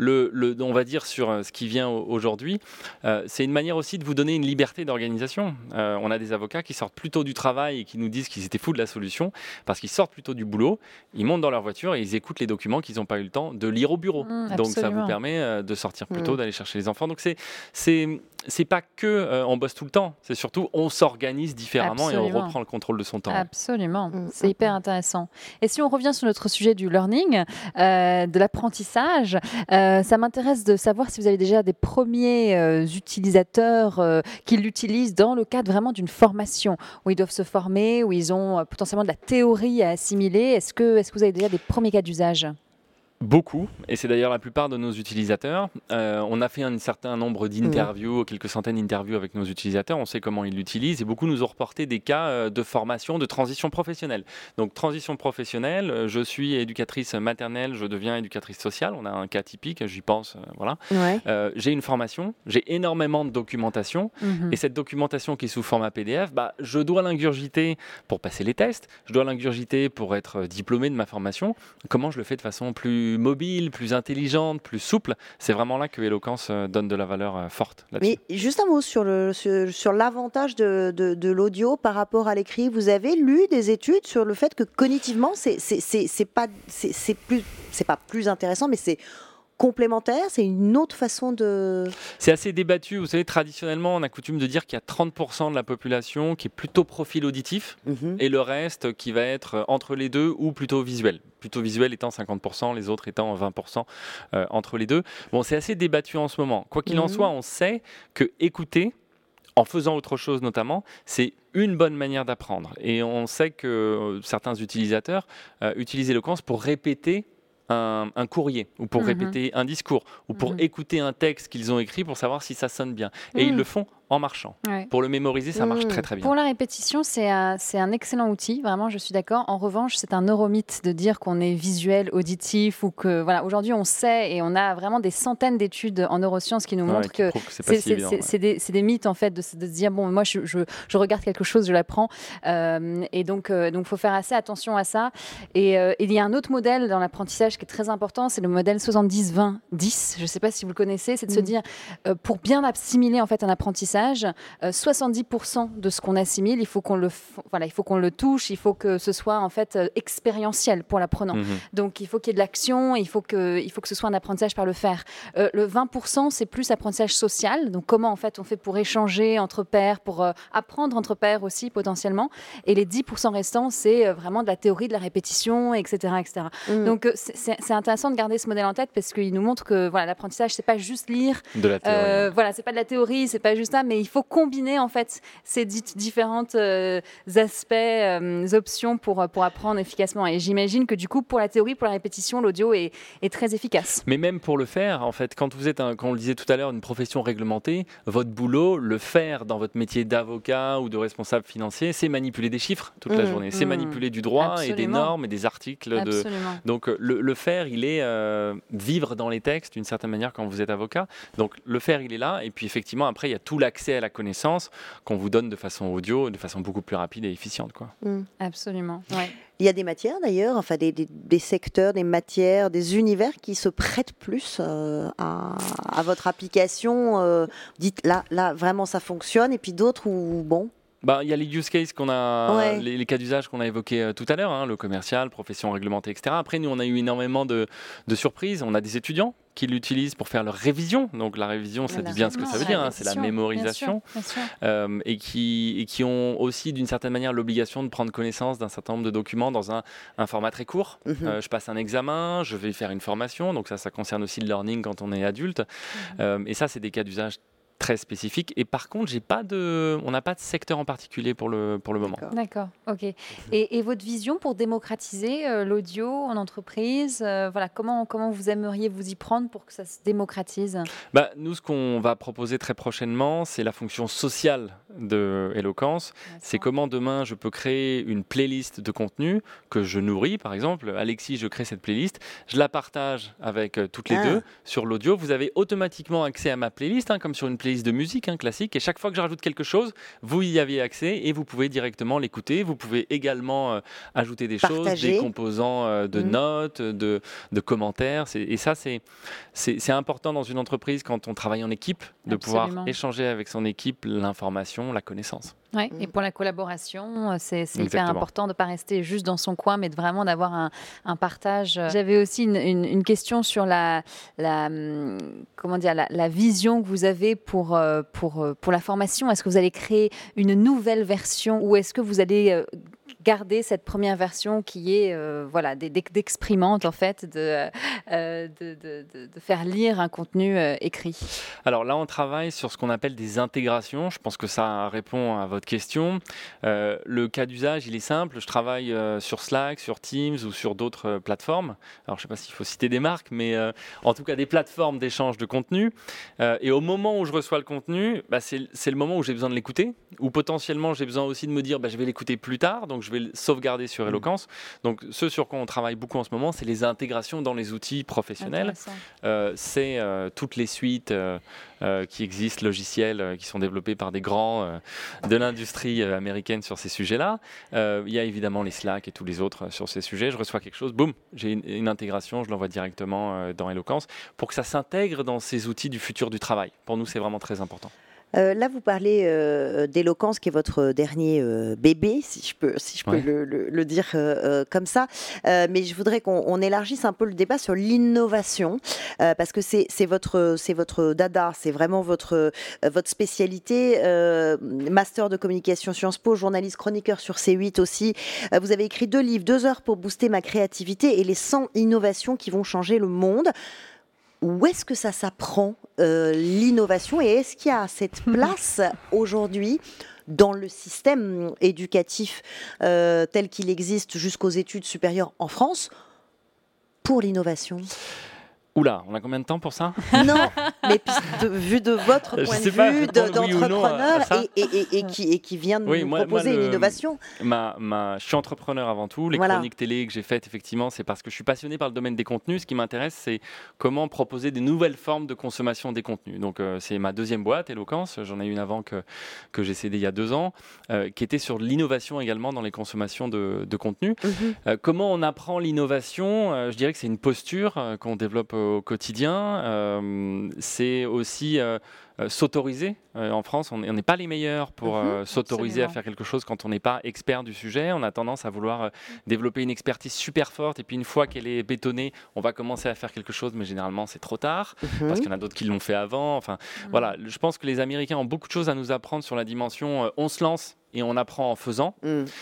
On va dire sur ce qui vient aujourd'hui, c'est une manière aussi de vous donner une liberté d'organisation. On a des avocats qui sortent plutôt du travail et qui nous disent qu'ils étaient fous de la solution, parce qu'ils sortent plutôt du boulot, ils montent dans leur voiture et ils écoutent les documents qu'ils n'ont pas eu le temps de lire au bureau. Donc ça vous permet de sortir plus tôt, d'aller chercher les enfants. Donc c'est pas que on bosse tout le temps, c'est surtout on s'organise différemment et on reprend le contrôle de son temps. Absolument, c'est hyper intéressant. Et si on revient sur notre sujet du learning, de l'apprentissage, ça m'intéresse de savoir si vous avez déjà des premiers utilisateurs qui l'utilisent dans le cadre vraiment d'une formation, où ils doivent se former, où ils ont potentiellement de la théorie à assimiler. Est-ce que vous avez déjà des premiers cas d'usage ? Beaucoup, et c'est d'ailleurs la plupart de nos utilisateurs. On a fait un certain nombre d'interviews, quelques centaines d'interviews avec nos utilisateurs, on sait comment ils l'utilisent, et beaucoup nous ont reporté des cas de formation, de transition professionnelle. Donc transition professionnelle, je suis éducatrice maternelle, je deviens éducatrice sociale, on a un cas typique, j'y pense, voilà. J'ai une formation, j'ai énormément de documentation, et cette documentation qui est sous format PDF, je dois l'ingurgiter pour passer les tests, je dois l'ingurgiter pour être diplômé de ma formation. Comment je le fais de façon plus mobile, plus intelligente, plus souple? C'est vraiment là que Eloquence donne de la valeur forte là-dessus. Mais juste un mot sur l'avantage de l'audio par rapport à l'écrit. Vous avez lu des études sur le fait que cognitivement, c'est pas plus intéressant, mais c'est complémentaire, c'est une autre façon de... C'est assez débattu. Vous savez, traditionnellement, on a coutume de dire qu'il y a 30% de la population qui est plutôt profil auditif et le reste qui va être entre les deux ou plutôt visuel. Plutôt visuel étant 50%, les autres étant 20% entre les deux. Bon, c'est assez débattu en ce moment. Quoi qu'il en soit, on sait que écouter, en faisant autre chose notamment, c'est une bonne manière d'apprendre. Et on sait que certains utilisateurs utilisent Eloquence pour répéter un courrier, ou pour répéter un discours, ou pour écouter un texte qu'ils ont écrit pour savoir si ça sonne bien. Et ils le font en marchant. Pour le mémoriser, ça marche très très bien. Pour la répétition, c'est un excellent outil, vraiment, je suis d'accord. En revanche, c'est un neuromythe de dire qu'on est visuel, auditif, ou que, voilà, aujourd'hui on sait, et on a vraiment des centaines d'études en neurosciences qui nous montrent que c'est des mythes, en fait, de se dire, bon, moi je regarde quelque chose, je l'apprends, et donc faut faire assez attention à ça. Et il y a un autre modèle dans l'apprentissage qui est très important, c'est le modèle 70-20-10, je ne sais pas si vous le connaissez, c'est de se dire, pour bien assimiler en fait un apprentissage, 70% de ce qu'on assimile, il faut qu'on le touche, il faut que ce soit en fait expérientiel pour l'apprenant. Donc il faut qu'il y ait de l'action, il faut que ce soit un apprentissage par le faire. Le 20%, c'est plus apprentissage social, donc comment en fait on fait pour échanger entre pairs, pour apprendre entre pairs aussi potentiellement. Et les 10% restants, c'est vraiment de la théorie, de la répétition, etc. etc. Donc c'est intéressant de garder ce modèle en tête parce qu'il nous montre que voilà, l'apprentissage, c'est pas juste lire, de la théorie. Voilà, c'est pas de la théorie, c'est pas juste ça, mais il faut combiner en fait ces différentes options pour apprendre efficacement. Et j'imagine que du coup, pour la théorie, pour la répétition, l'audio est très efficace. Mais même pour le faire, en fait, quand vous êtes, comme on le disait tout à l'heure, une profession réglementée, votre boulot, le faire dans votre métier d'avocat ou de responsable financier, c'est manipuler des chiffres toute la journée. C'est manipuler du droit et des normes et des articles. Donc le faire, il est vivre dans les textes d'une certaine manière quand vous êtes avocat. Donc le faire, il est là. Et puis effectivement, après, il y a tout d'accès à la connaissance qu'on vous donne de façon audio, de façon beaucoup plus rapide et efficiente, quoi. Absolument. Ouais. Il y a des matières d'ailleurs, enfin des secteurs, des matières, des univers qui se prêtent plus à votre application. Dites là vraiment ça fonctionne, et puis d'autres où bon. Il y a les use cases qu'on a, les cas d'usage qu'on a évoqués tout à l'heure, le commercial, profession réglementée, etc. Après, nous, on a eu énormément de surprises. On a des étudiants qui l'utilisent pour faire leur révision. Donc la révision, ça dit bien ce que ça veut dire, c'est la mémorisation. Bien sûr. Et qui ont aussi, d'une certaine manière, l'obligation de prendre connaissance d'un certain nombre de documents dans un format très court. Je passe un examen, je vais faire une formation. Donc ça concerne aussi le learning quand on est adulte. Et ça, c'est des cas d'usage très spécifique. Et par contre, on n'a pas de secteur en particulier pour le moment. D'accord, ok. Et votre vision pour démocratiser l'audio en entreprise, comment vous aimeriez vous y prendre pour que ça se démocratise ? Nous, ce qu'on va proposer très prochainement, c'est la fonction sociale de Eloquence. C'est comment demain, je peux créer une playlist de contenu que je nourris. Par exemple, Alexis, je crée cette playlist, je la partage avec toutes les deux sur l'audio. Vous avez automatiquement accès à ma playlist, comme sur une playlist de musique classique, et chaque fois que je rajoute quelque chose, vous y aviez accès et vous pouvez directement l'écouter. Vous pouvez également ajouter des choses, des composants de notes, de commentaires. Et ça, c'est important dans une entreprise quand on travaille en équipe, de pouvoir échanger avec son équipe l'information, la connaissance. Ouais, et pour la collaboration, c'est hyper important de ne pas rester juste dans son coin, mais vraiment d'avoir un partage. J'avais aussi une question sur la vision que vous avez pour la formation. Est-ce que vous allez créer une nouvelle version, ou est-ce que vous allez garder cette première version qui est d'exprimante, en fait, de faire lire un contenu écrit? Alors là, on travaille sur ce qu'on appelle des intégrations. Je pense que ça répond à votre question. Le cas d'usage, il est simple. Je travaille sur Slack, sur Teams ou sur d'autres plateformes. Alors, je ne sais pas s'il faut citer des marques, mais en tout cas, des plateformes d'échange de contenu. Et au moment où je reçois le contenu, c'est le moment où j'ai besoin de l'écouter, ou potentiellement, j'ai besoin aussi de me dire, je vais l'écouter plus tard, donc je vais le sauvegarder sur Eloquence. Donc, ce sur quoi on travaille beaucoup en ce moment, c'est les intégrations dans les outils professionnels. C'est toutes les suites qui existent, logiciels qui sont développés par des grands de l'industrie américaine sur ces sujets-là. Il y a évidemment les Slack et tous les autres sur ces sujets. Je reçois quelque chose, boum, j'ai une intégration, je l'envoie directement dans Eloquence pour que ça s'intègre dans ces outils du futur du travail. Pour nous, c'est vraiment très important. Là, vous parlez d'Eloquence, qui est votre dernier bébé, si je peux le dire comme ça. Mais je voudrais qu'on élargisse un peu le débat sur l'innovation, parce que c'est votre dada, c'est vraiment votre spécialité. Master de communication Sciences Po, journaliste chroniqueur sur C8 aussi. Vous avez écrit 2 livres, 2 heures pour booster ma créativité et les 100 innovations qui vont changer le monde. Où est-ce que ça s'apprend, l'innovation, et est-ce qu'il y a cette place aujourd'hui dans le système éducatif tel qu'il existe jusqu'aux études supérieures en France pour l'innovation ? Oula, on a combien de temps pour ça ? Non, mais vu de votre point de vue d'entrepreneur et qui vient de nous proposer une innovation. Je suis entrepreneur avant tout. Les chroniques télé que j'ai faites, effectivement, c'est parce que je suis passionné par le domaine des contenus. Ce qui m'intéresse, c'est comment proposer des nouvelles formes de consommation des contenus. Donc, c'est ma 2e boîte, Eloquence. J'en ai une avant que j'ai cédée il y a 2 ans, qui était sur l'innovation également dans les consommations de contenus. Comment on apprend l'innovation ? Je dirais que c'est une posture qu'on développe au quotidien. C'est aussi s'autoriser. En France, on n'est pas les meilleurs pour s'autoriser à faire quelque chose quand on n'est pas expert du sujet. On a tendance à vouloir développer une expertise super forte, et puis une fois qu'elle est bétonnée, on va commencer à faire quelque chose, mais généralement c'est trop tard, parce qu'il y en a d'autres qui l'ont fait avant. Enfin, voilà, je pense que les Américains ont beaucoup de choses à nous apprendre sur la dimension on se lance et on apprend en faisant.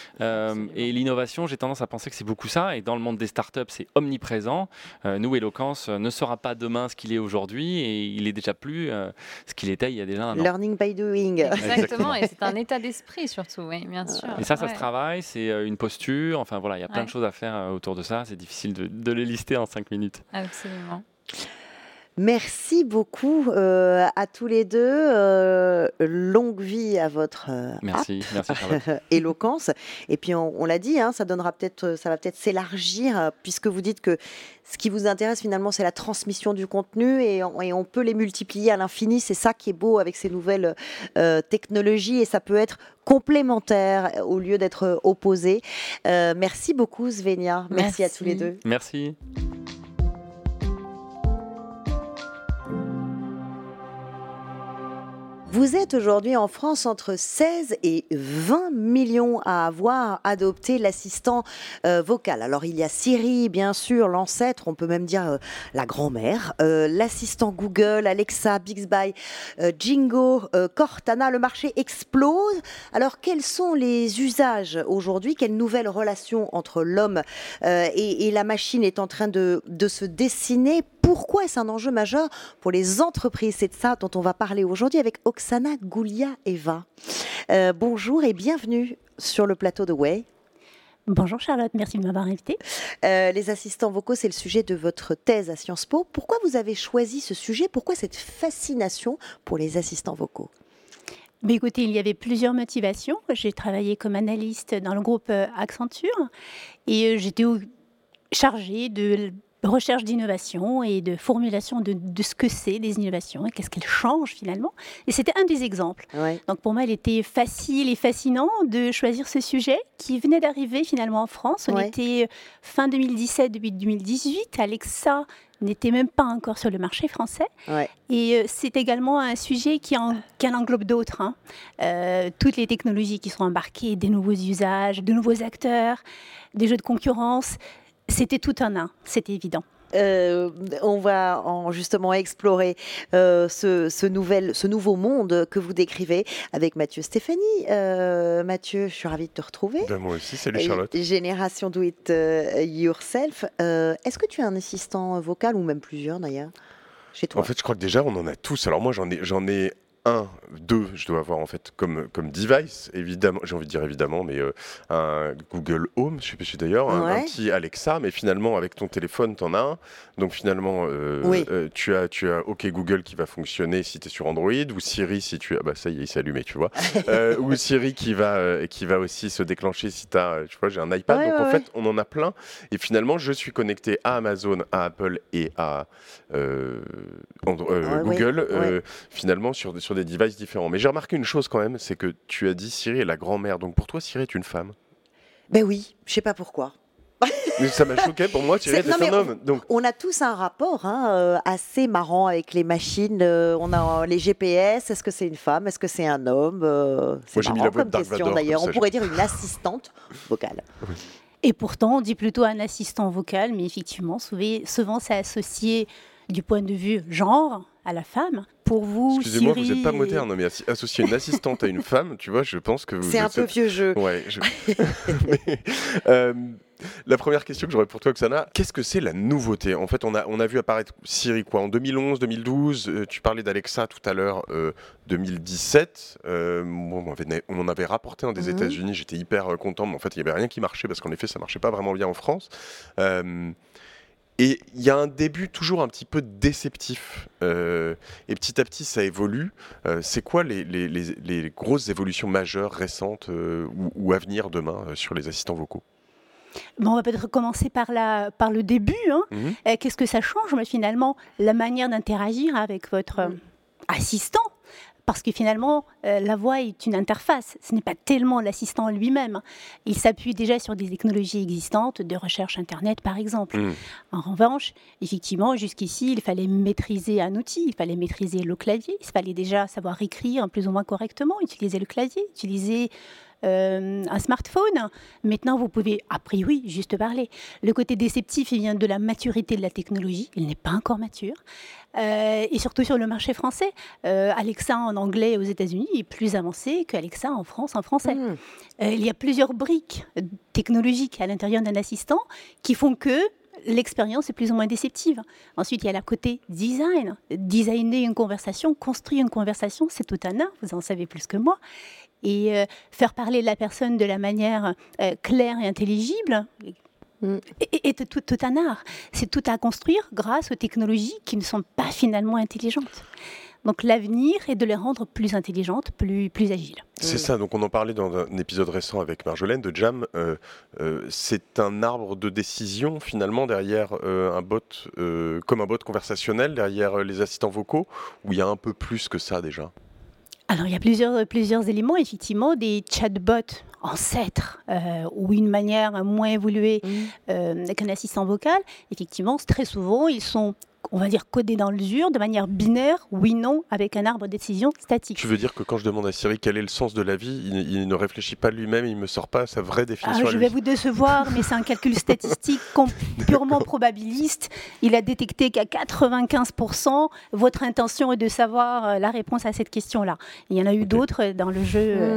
Et l'innovation, j'ai tendance à penser que c'est beaucoup ça. Et dans le monde des startups, c'est omniprésent. Nous, Eloquence ne sera pas demain ce qu'il est aujourd'hui, et il est déjà plus ce qu'il était il y a déjà un an. Learning by doing. Exactement, et c'est un état d'esprit surtout, oui, bien sûr. Et ça se travaille, c'est une posture. Enfin voilà, il y a plein de choses à faire autour de ça. C'est difficile de les lister en 5 minutes. Absolument. Merci beaucoup à tous les deux. Longue vie à votre Merci Charlotte. éloquence. Et puis on l'a dit, ça va peut-être s'élargir puisque vous dites que ce qui vous intéresse finalement, c'est la transmission du contenu et on peut les multiplier à l'infini. C'est ça qui est beau avec ces nouvelles technologies et ça peut être complémentaire au lieu d'être opposé. Merci beaucoup Svenja. Merci à tous les deux. Merci. Vous êtes aujourd'hui en France entre 16 et 20 millions à avoir adopté l'assistant vocal. Alors il y a Siri, bien sûr, l'ancêtre, on peut même dire la grand-mère, l'assistant Google, Alexa, Bixby, Jingo, Cortana, le marché explose. Alors quels sont les usages aujourd'hui? Quelle nouvelle relation entre l'homme et la machine est en train de se dessiner? Pourquoi est-ce un enjeu majeur pour les entreprises? C'est de ça dont on va parler aujourd'hui avec Oksana Gouliaeva. Bonjour et bienvenue sur le plateau de Way. Bonjour Charlotte, merci de m'avoir invitée. Les assistants vocaux, c'est le sujet de votre thèse à Sciences Po. Pourquoi vous avez choisi ce sujet? Pourquoi cette fascination pour les assistants vocaux? Mais écoutez, il y avait plusieurs motivations. J'ai travaillé comme analyste dans le groupe Accenture et j'étais chargée de recherche d'innovation et de formulation de ce que c'est des innovations et qu'est-ce qu'elles changent finalement. Et c'était un des exemples. Ouais. Donc pour moi, il était facile et fascinant de choisir ce sujet qui venait d'arriver finalement en France. On était fin 2017, début 2018. Alexa n'était même pas encore sur le marché français. Ouais. Et c'est également un sujet qui en englobe d'autres. Toutes les technologies qui sont embarquées, des nouveaux usages, de nouveaux acteurs, des jeux de concurrence. C'était tout un, c'était évident. On va justement explorer ce nouveau monde que vous décrivez avec Mathieu Stéphanie. Mathieu, je suis ravie de te retrouver. Moi aussi, salut Charlotte. Génération Do It Yourself. Est-ce que tu as un assistant vocal ou même plusieurs d'ailleurs chez toi? En fait, je crois que déjà, on en a tous. Alors moi, j'en ai deux, je dois avoir en fait comme device, évidemment, j'ai envie de dire évidemment, mais un Google Home, je sais d'ailleurs, un petit Alexa, mais finalement avec ton téléphone, t'en as un. Donc finalement, tu as OK Google qui va fonctionner si tu es sur Android, ou Siri si tu as, bah ça y est, il s'est allumé, tu vois, ou Siri qui va aussi se déclencher si tu as, tu vois, j'ai un iPad. Donc en fait, on en a plein. Et finalement, je suis connecté à Amazon, à Apple et à Google, finalement sur des devices différents. Mais j'ai remarqué une chose quand même, c'est que tu as dit Siri est la grand-mère. Donc pour toi, Siri est une femme? Ben oui, je sais pas pourquoi. Mais ça m'a choqué, pour moi, Siri était un homme. Donc on a tous un rapport assez marrant avec les machines. On a les GPS. Est-ce que c'est une femme? Est-ce que c'est un homme? C'est moi, marrant comme question d'ailleurs. On pourrait dire une assistante vocale. Oui. Et pourtant, on dit plutôt un assistant vocal, mais effectivement, souvent c'est associé du point de vue genre à la femme. Pour vous, excusez-moi, Siri... vous n'êtes pas moderne, mais associer une assistante à une femme, tu vois, je pense que vous... C'est un peu vieux jeu. Ouais. La première question que j'aurais pour toi, Oksana, qu'est-ce que c'est la nouveauté? En fait, on a vu apparaître Siri en 2011, 2012. Tu parlais d'Alexa tout à l'heure, 2017. On m'en avait rapporté un des États-Unis. J'étais hyper content, mais en fait, il n'y avait rien qui marchait parce qu'en effet, ça ne marchait pas vraiment bien en France. Et il y a un début toujours un petit peu déceptif. Et petit à petit, ça évolue. C'est quoi les grosses évolutions majeures, récentes ou à venir demain sur les assistants vocaux? Bon, on va peut-être commencer par le début. Qu'est-ce que ça change, mais finalement, la manière d'interagir avec votre assistant? Parce que finalement, la voix est une interface. Ce n'est pas tellement l'assistant lui-même. Il s'appuie déjà sur des technologies existantes de recherche Internet, par exemple. En revanche, effectivement, jusqu'ici, il fallait maîtriser un outil, il fallait maîtriser le clavier, il fallait déjà savoir écrire plus ou moins correctement, utiliser le clavier, utiliser un smartphone. Maintenant, vous pouvez, a priori, juste parler. Le côté déceptif, il vient de la maturité de la technologie. Il n'est pas encore mature. Et surtout sur le marché français. Alexa en anglais aux États-Unis est plus avancé qu'Alexa en France en français. Il y a plusieurs briques technologiques à l'intérieur d'un assistant qui font que l'expérience est plus ou moins déceptive. Ensuite, il y a le côté design. Designer une conversation, construire une conversation, c'est tout un art. Vous en savez plus que moi. Et faire parler la personne de la manière claire et intelligible, Et tout un art. C'est tout à construire grâce aux technologies qui ne sont pas finalement intelligentes. Donc l'avenir est de les rendre plus intelligentes, plus agiles. C'est ça, donc on en parlait dans un épisode récent avec Marjolaine de Jam. C'est un arbre de décision finalement derrière un bot, comme un bot conversationnel, derrière les assistants vocaux, où il y a un peu plus que ça déjà. Alors il y a plusieurs éléments, effectivement, des chatbots ancêtres ou une manière moins évoluée qu'un assistant vocal. Effectivement, très souvent, ils sont, on va dire, codés dans le dur, de manière binaire, oui-non, avec un arbre de décision statique. Tu veux dire que quand je demande à Siri quel est le sens de la vie, il ne réfléchit pas lui-même, il ne me sort pas sa vraie définition à lui. Je vais vous décevoir, mais c'est un calcul statistique purement probabiliste. Il a détecté qu'à 95%, votre intention est de savoir la réponse à cette question-là. Il y en a eu d'autres dans le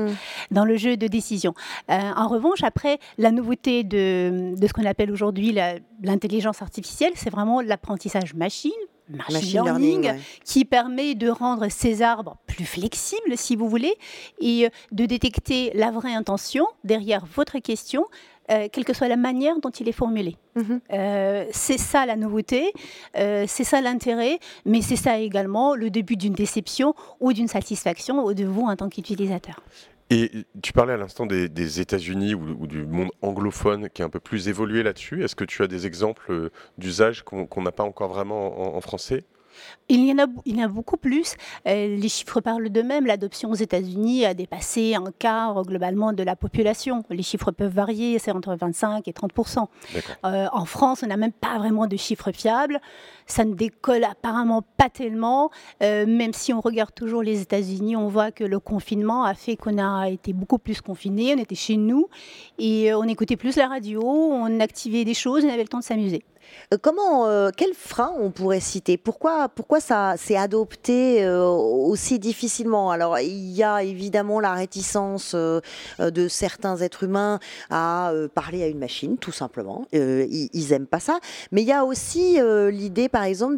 jeu de décision. En revanche, après, la nouveauté de ce qu'on appelle aujourd'hui l'intelligence artificielle, c'est vraiment l'apprentissage machine learning, qui permet de rendre ces arbres plus flexibles, si vous voulez, et de détecter la vraie intention derrière votre question, quelle que soit la manière dont il est formulé. C'est ça la nouveauté, c'est ça l'intérêt, mais c'est ça également le début d'une déception ou d'une satisfaction de vous en tant qu'utilisateur. Et tu parlais à l'instant des États-Unis ou du monde anglophone qui est un peu plus évolué là-dessus. Est-ce que tu as des exemples d'usage qu'on n'a pas encore vraiment en français ? Il y en a beaucoup plus. Les chiffres parlent d'eux-mêmes. L'adoption aux États-Unis a dépassé un quart globalement de la population. Les chiffres peuvent varier, c'est entre 25 et 30%. En France, on n'a même pas vraiment de chiffres fiables. Ça ne décolle apparemment pas tellement. Même si on regarde toujours les États-Unis, on voit que le confinement a fait qu'on a été beaucoup plus confinés. On était chez nous et on écoutait plus la radio, on activait des choses, on avait le temps de s'amuser. Quel frein on pourrait citer ? Pourquoi ça s'est adopté aussi difficilement ? Alors, il y a évidemment la réticence de certains êtres humains à parler à une machine, tout simplement. Ils n'aiment pas ça. Mais il y a aussi l'idée, par exemple,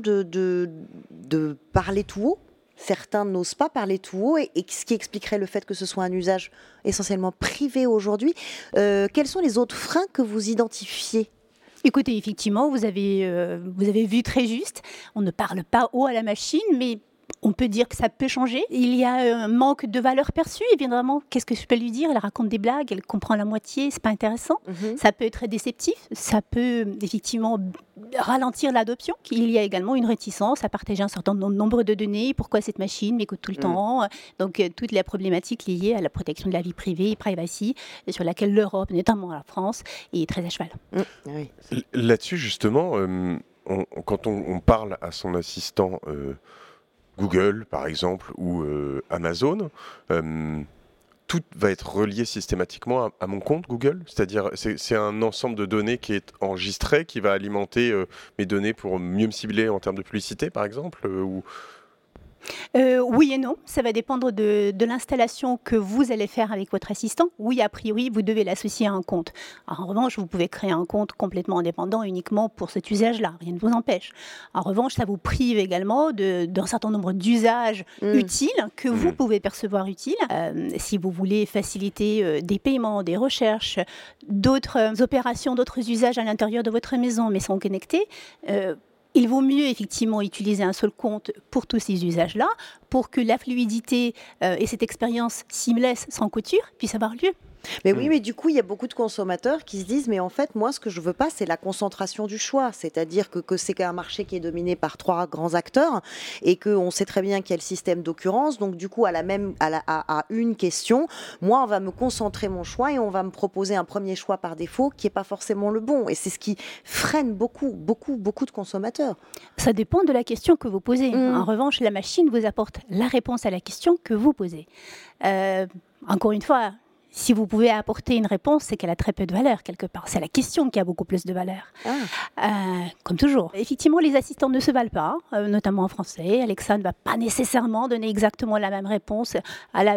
de parler tout haut. Certains n'osent pas parler tout haut, et ce qui expliquerait le fait que ce soit un usage essentiellement privé aujourd'hui. Quels sont les autres freins que vous identifiez ? Écoutez, effectivement, vous avez vu très juste. On ne parle pas haut à la machine, mais on peut dire que ça peut changer. Il y a un manque de valeur perçue. Évidemment, qu'est-ce que je peux lui dire ? Elle raconte des blagues, elle comprend la moitié, c'est pas intéressant. Ça peut être déceptif, ça peut effectivement ralentir l'adoption. Il y a également une réticence à partager un certain nombre de données. Pourquoi cette machine m'écoute tout le temps ? Donc, toutes les problématiques liées à la protection de la vie privée et privacy, sur laquelle l'Europe, notamment la France, est très à cheval. Là-dessus, justement, quand on parle à son assistant Google, par exemple, ou Amazon, tout va être relié systématiquement à mon compte Google. C'est-à-dire, c'est un ensemble de données qui est enregistré, qui va alimenter mes données pour mieux me cibler en termes de publicité, par exemple Oui et non, ça va dépendre de l'installation que vous allez faire avec votre assistant. Oui, a priori, vous devez l'associer à un compte. En revanche, vous pouvez créer un compte complètement indépendant uniquement pour cet usage-là, rien ne vous empêche. En revanche, ça vous prive également d'un certain nombre d'usages utiles que vous pouvez percevoir utiles. Si vous voulez faciliter des paiements, des recherches, d'autres opérations, d'autres usages à l'intérieur de votre maison, mais sans connecter, il vaut mieux effectivement utiliser un seul compte pour tous ces usages-là, pour que la fluidité et cette expérience seamless, sans couture, puissent avoir lieu. Mais oui, mais du coup, il y a beaucoup de consommateurs qui se disent, mais en fait, moi, ce que je veux pas, c'est la concentration du choix. C'est-à-dire que c'est un marché qui est dominé par 3 grands acteurs et qu'on sait très bien qu'il y a le système d'occurrence. Donc, du coup, à une question, moi, on va me concentrer mon choix et on va me proposer un premier choix par défaut qui n'est pas forcément le bon. Et c'est ce qui freine beaucoup de consommateurs. Ça dépend de la question que vous posez. En revanche, la machine vous apporte la réponse à la question que vous posez. Encore une fois, si vous pouvez apporter une réponse, c'est qu'elle a très peu de valeur quelque part. C'est la question qui a beaucoup plus de valeur. Comme toujours. Effectivement, les assistants ne se valent pas, notamment en français. Alexa ne va pas nécessairement donner exactement la même réponse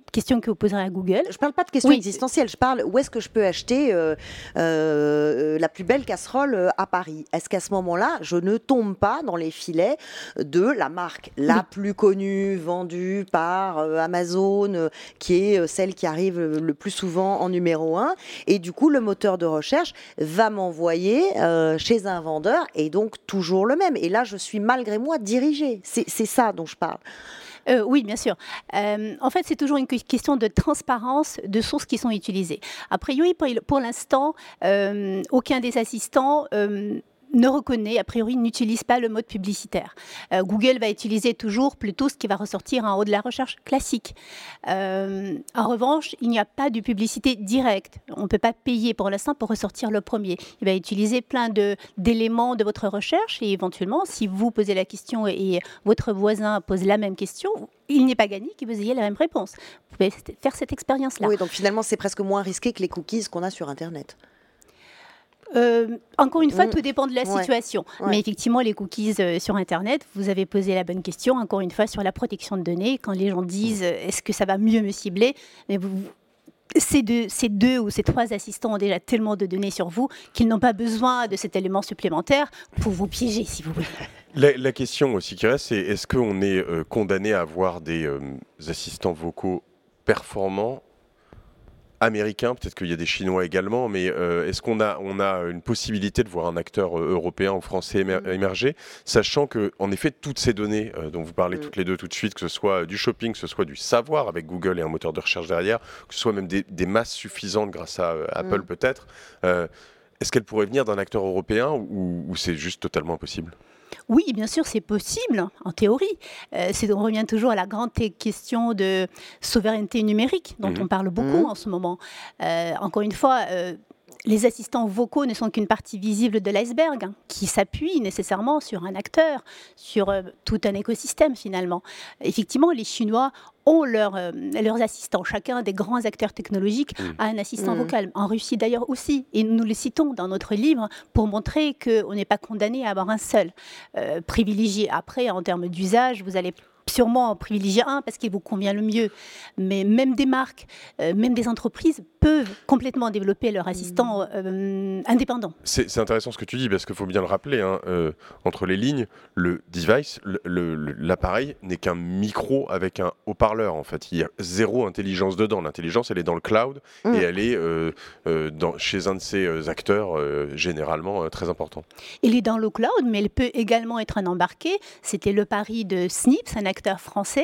question que vous poserez à Google. Je ne parle pas de questions existentielles, je parle où est-ce que je peux acheter la plus belle casserole à Paris. Est-ce qu'à ce moment-là, je ne tombe pas dans les filets de la marque la plus connue, vendue par Amazon, qui est celle qui arrive le plus souvent en numéro 1, et du coup, le moteur de recherche va m'envoyer chez un vendeur, et donc toujours le même. Et là, je suis malgré moi dirigée. C'est ça dont je parle. Oui, bien sûr. En fait, c'est toujours une question de transparence de sources qui sont utilisées. A priori, pour l'instant, aucun des assistants ne reconnaît, a priori, n'utilise pas le mode publicitaire. Google va utiliser toujours plutôt ce qui va ressortir en haut de la recherche classique. En revanche, il n'y a pas de publicité directe. On ne peut pas payer pour l'instant pour ressortir le premier. Il va utiliser plein d'éléments de votre recherche et éventuellement, si vous posez la question et votre voisin pose la même question, il n'est pas gagné que vous ayez la même réponse. Vous pouvez faire cette expérience-là. Oui, donc finalement, c'est presque moins risqué que les cookies qu'on a sur Internet. Encore une fois, tout dépend de la situation. Mais effectivement, les cookies sur Internet, vous avez posé la bonne question, encore une fois, sur la protection de données. Quand les gens disent est-ce que ça va mieux me cibler, mais ces deux ou ces trois assistants ont déjà tellement de données sur vous qu'ils n'ont pas besoin de cet élément supplémentaire pour vous piéger, si vous voulez. La question aussi qui reste, c'est est-ce qu'on est condamné à avoir des assistants vocaux performants américains, peut-être qu'il y a des Chinois également, mais est-ce qu'on a une possibilité de voir un acteur européen ou français émerger, sachant que, en effet, toutes ces données dont vous parlez toutes les deux tout de suite, que ce soit du shopping, que ce soit du savoir avec Google et un moteur de recherche derrière, que ce soit même des masses suffisantes grâce à Apple peut-être, est-ce qu'elles pourraient venir d'un acteur européen ou c'est juste totalement impossible ? Oui, bien sûr, c'est possible, en théorie. On revient toujours à la grande question de souveraineté numérique, dont on parle beaucoup en ce moment. Encore une fois, les assistants vocaux ne sont qu'une partie visible de l'iceberg, qui s'appuie nécessairement sur un acteur, sur tout un écosystème finalement. Effectivement, les Chinois ont leurs assistants. Chacun des grands acteurs technologiques a un assistant vocal. En Russie d'ailleurs aussi. Et nous le citons dans notre livre pour montrer qu'on n'est pas condamné à avoir un seul. Privilégié après, en termes d'usage, vous allez sûrement en privilégier un parce qu'il vous convient le mieux. Mais même des marques, même des entreprises peuvent complètement développer leur assistant indépendant. C'est intéressant ce que tu dis parce qu'il faut bien le rappeler, entre les lignes, le device, l'appareil n'est qu'un micro avec un haut-parleur en fait. Il y a zéro intelligence dedans. L'intelligence, elle est dans le cloud et elle est chez un de ces acteurs généralement très importants. Il est dans le cloud, mais elle peut également être un embarqué. C'était le pari de Snips, un acteur français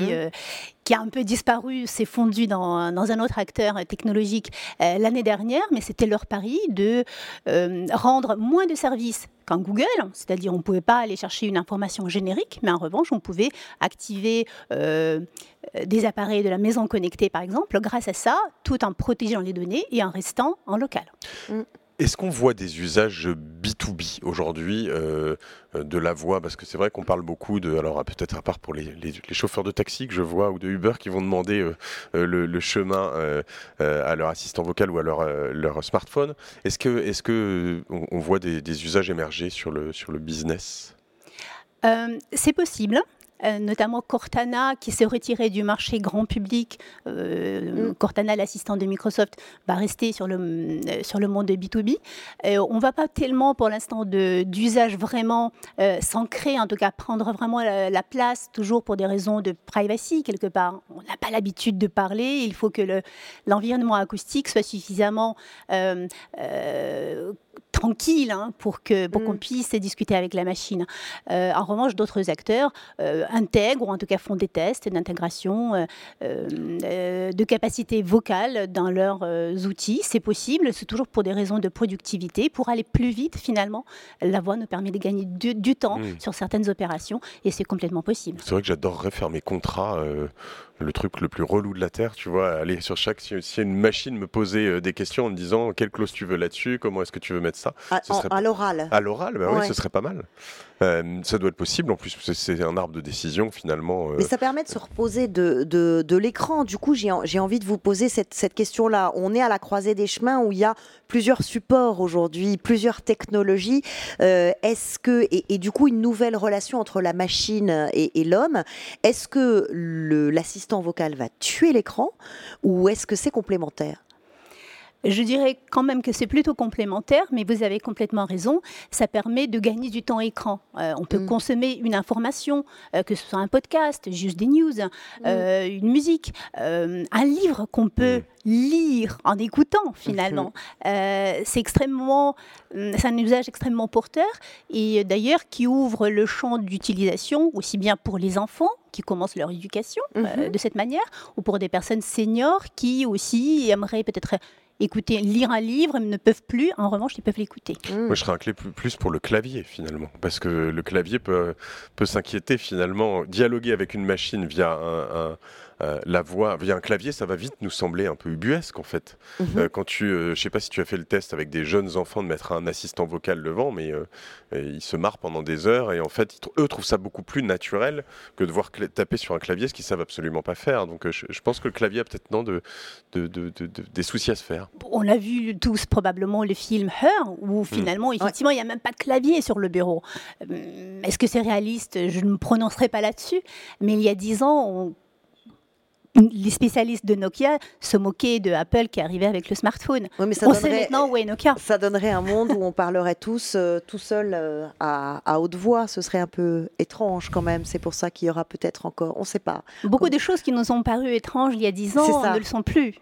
qui a un peu disparu, s'est fondu dans un autre acteur technologique l'année dernière, mais c'était leur pari de rendre moins de services qu'en Google, c'est-à-dire on ne pouvait pas aller chercher une information générique, mais en revanche, on pouvait activer des appareils de la maison connectée, par exemple, grâce à ça, tout en protégeant les données et en restant en local. Est-ce qu'on voit des usages B2B aujourd'hui de la voix ? Parce que c'est vrai qu'on parle beaucoup alors peut-être à part pour les chauffeurs de taxi que je vois ou de Uber qui vont demander le chemin à leur assistant vocal ou à leur smartphone. Est-ce que on voit des usages émerger sur le business ? C'est possible. Notamment Cortana qui s'est retiré du marché grand public. Cortana, l'assistant de Microsoft, va rester sur le monde de B2B. On ne va pas tellement pour l'instant d'usage vraiment s'ancrer, en tout cas prendre vraiment la place, toujours pour des raisons de privacy quelque part. On n'a pas l'habitude de parler, il faut que l'environnement acoustique soit suffisamment tranquille pour qu'on puisse discuter avec la machine. En revanche, d'autres acteurs intègrent ou en tout cas font des tests d'intégration de capacité vocale dans leurs outils. C'est possible, c'est toujours pour des raisons de productivité, pour aller plus vite finalement. La voix nous permet de gagner du temps sur certaines opérations et c'est complètement possible. C'est vrai que j'adorerais faire mes contrats. Le truc le plus relou de la Terre, tu vois, aller sur si une machine me posait des questions en me disant quelle clause tu veux là-dessus, comment est-ce que tu veux mettre ça à l'oral. À l'oral, oui, ce serait pas mal. Ça doit être possible, en plus c'est un arbre de décisions finalement. Mais ça permet de se reposer de l'écran. Du coup, j'ai envie de vous poser cette question-là. On est à la croisée des chemins où il y a plusieurs supports aujourd'hui, plusieurs technologies. Est-ce que, et du coup, une nouvelle relation entre la machine et l'homme, est-ce que l'assistant vocal va tuer l'écran ou est-ce que c'est complémentaire ? Je dirais quand même que c'est plutôt complémentaire, mais vous avez complètement raison. Ça permet de gagner du temps écran. On peut consommer une information, que ce soit un podcast, juste des news, une musique, un livre qu'on peut lire en écoutant finalement. C'est un usage extrêmement porteur et d'ailleurs qui ouvre le champ d'utilisation aussi bien pour les enfants qui commencent leur éducation de cette manière, ou pour des personnes seniors qui aussi aimeraient peut-être lire un livre, mais ne peuvent plus. En revanche, ils peuvent l'écouter. Moi, je serais inclé plus pour le clavier, finalement. Parce que le clavier peut s'inquiéter, finalement. Dialoguer avec une machine via la voix, via un clavier, ça va vite nous sembler un peu ubuesque, en fait. Quand je sais pas si tu as fait le test avec des jeunes enfants de mettre un assistant vocal devant, mais ils se marrent pendant des heures. Et en fait, eux trouvent ça beaucoup plus naturel que de voir taper sur un clavier, ce qu'ils savent absolument pas faire. Donc, je pense que le clavier a peut-être des soucis à se faire. On a vu tous probablement le film Her, où finalement, effectivement, il n'y a même pas de clavier sur le bureau. Est-ce que c'est réaliste ? Je ne me prononcerai pas là-dessus. Mais il y a 10 ans, les spécialistes de Nokia se moquaient de Apple qui arrivait avec le smartphone. Oui, mais on sait maintenant où est Nokia. Ça donnerait un monde où on parlerait tous tout seul à haute voix. Ce serait un peu étrange quand même. C'est pour ça qu'il y aura peut-être encore, on ne sait pas. Beaucoup de choses qui nous ont paru étranges il y a 10 ans ne le sont plus.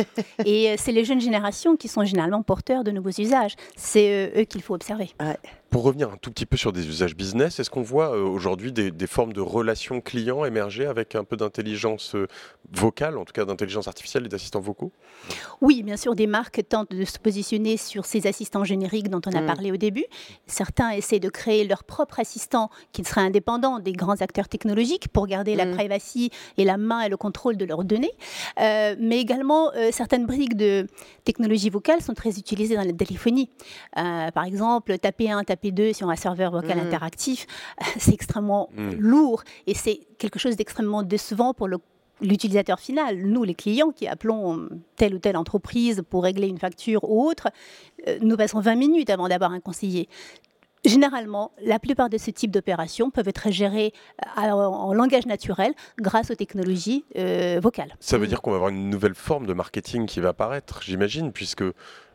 Et c'est les jeunes générations qui sont généralement porteurs de nouveaux usages. C'est eux qu'il faut observer. Pour revenir un tout petit peu sur des usages business, est-ce qu'on voit aujourd'hui des formes de relations clients émerger avec un peu d'intelligence vocale, en tout cas d'intelligence artificielle et d'assistants vocaux ? Oui, bien sûr, des marques tentent de se positionner sur ces assistants génériques dont on a parlé au début. Certains essaient de créer leur propre assistant qui serait indépendant des grands acteurs technologiques pour garder la privacy et la main et le contrôle de leurs données. Mais également, certaines briques de technologie vocale sont très utilisées dans la téléphonie. Par exemple, taper 1, taper 2 sur un serveur vocal interactif, c'est extrêmement lourd et c'est quelque chose d'extrêmement décevant pour l'utilisateur final. Nous, les clients qui appelons telle ou telle entreprise pour régler une facture ou autre, nous passons 20 minutes avant d'avoir un conseiller. Généralement, la plupart de ce type d'opérations peuvent être gérées en langage naturel grâce aux technologies vocales. Ça veut dire qu'on va avoir une nouvelle forme de marketing qui va apparaître, j'imagine, puisque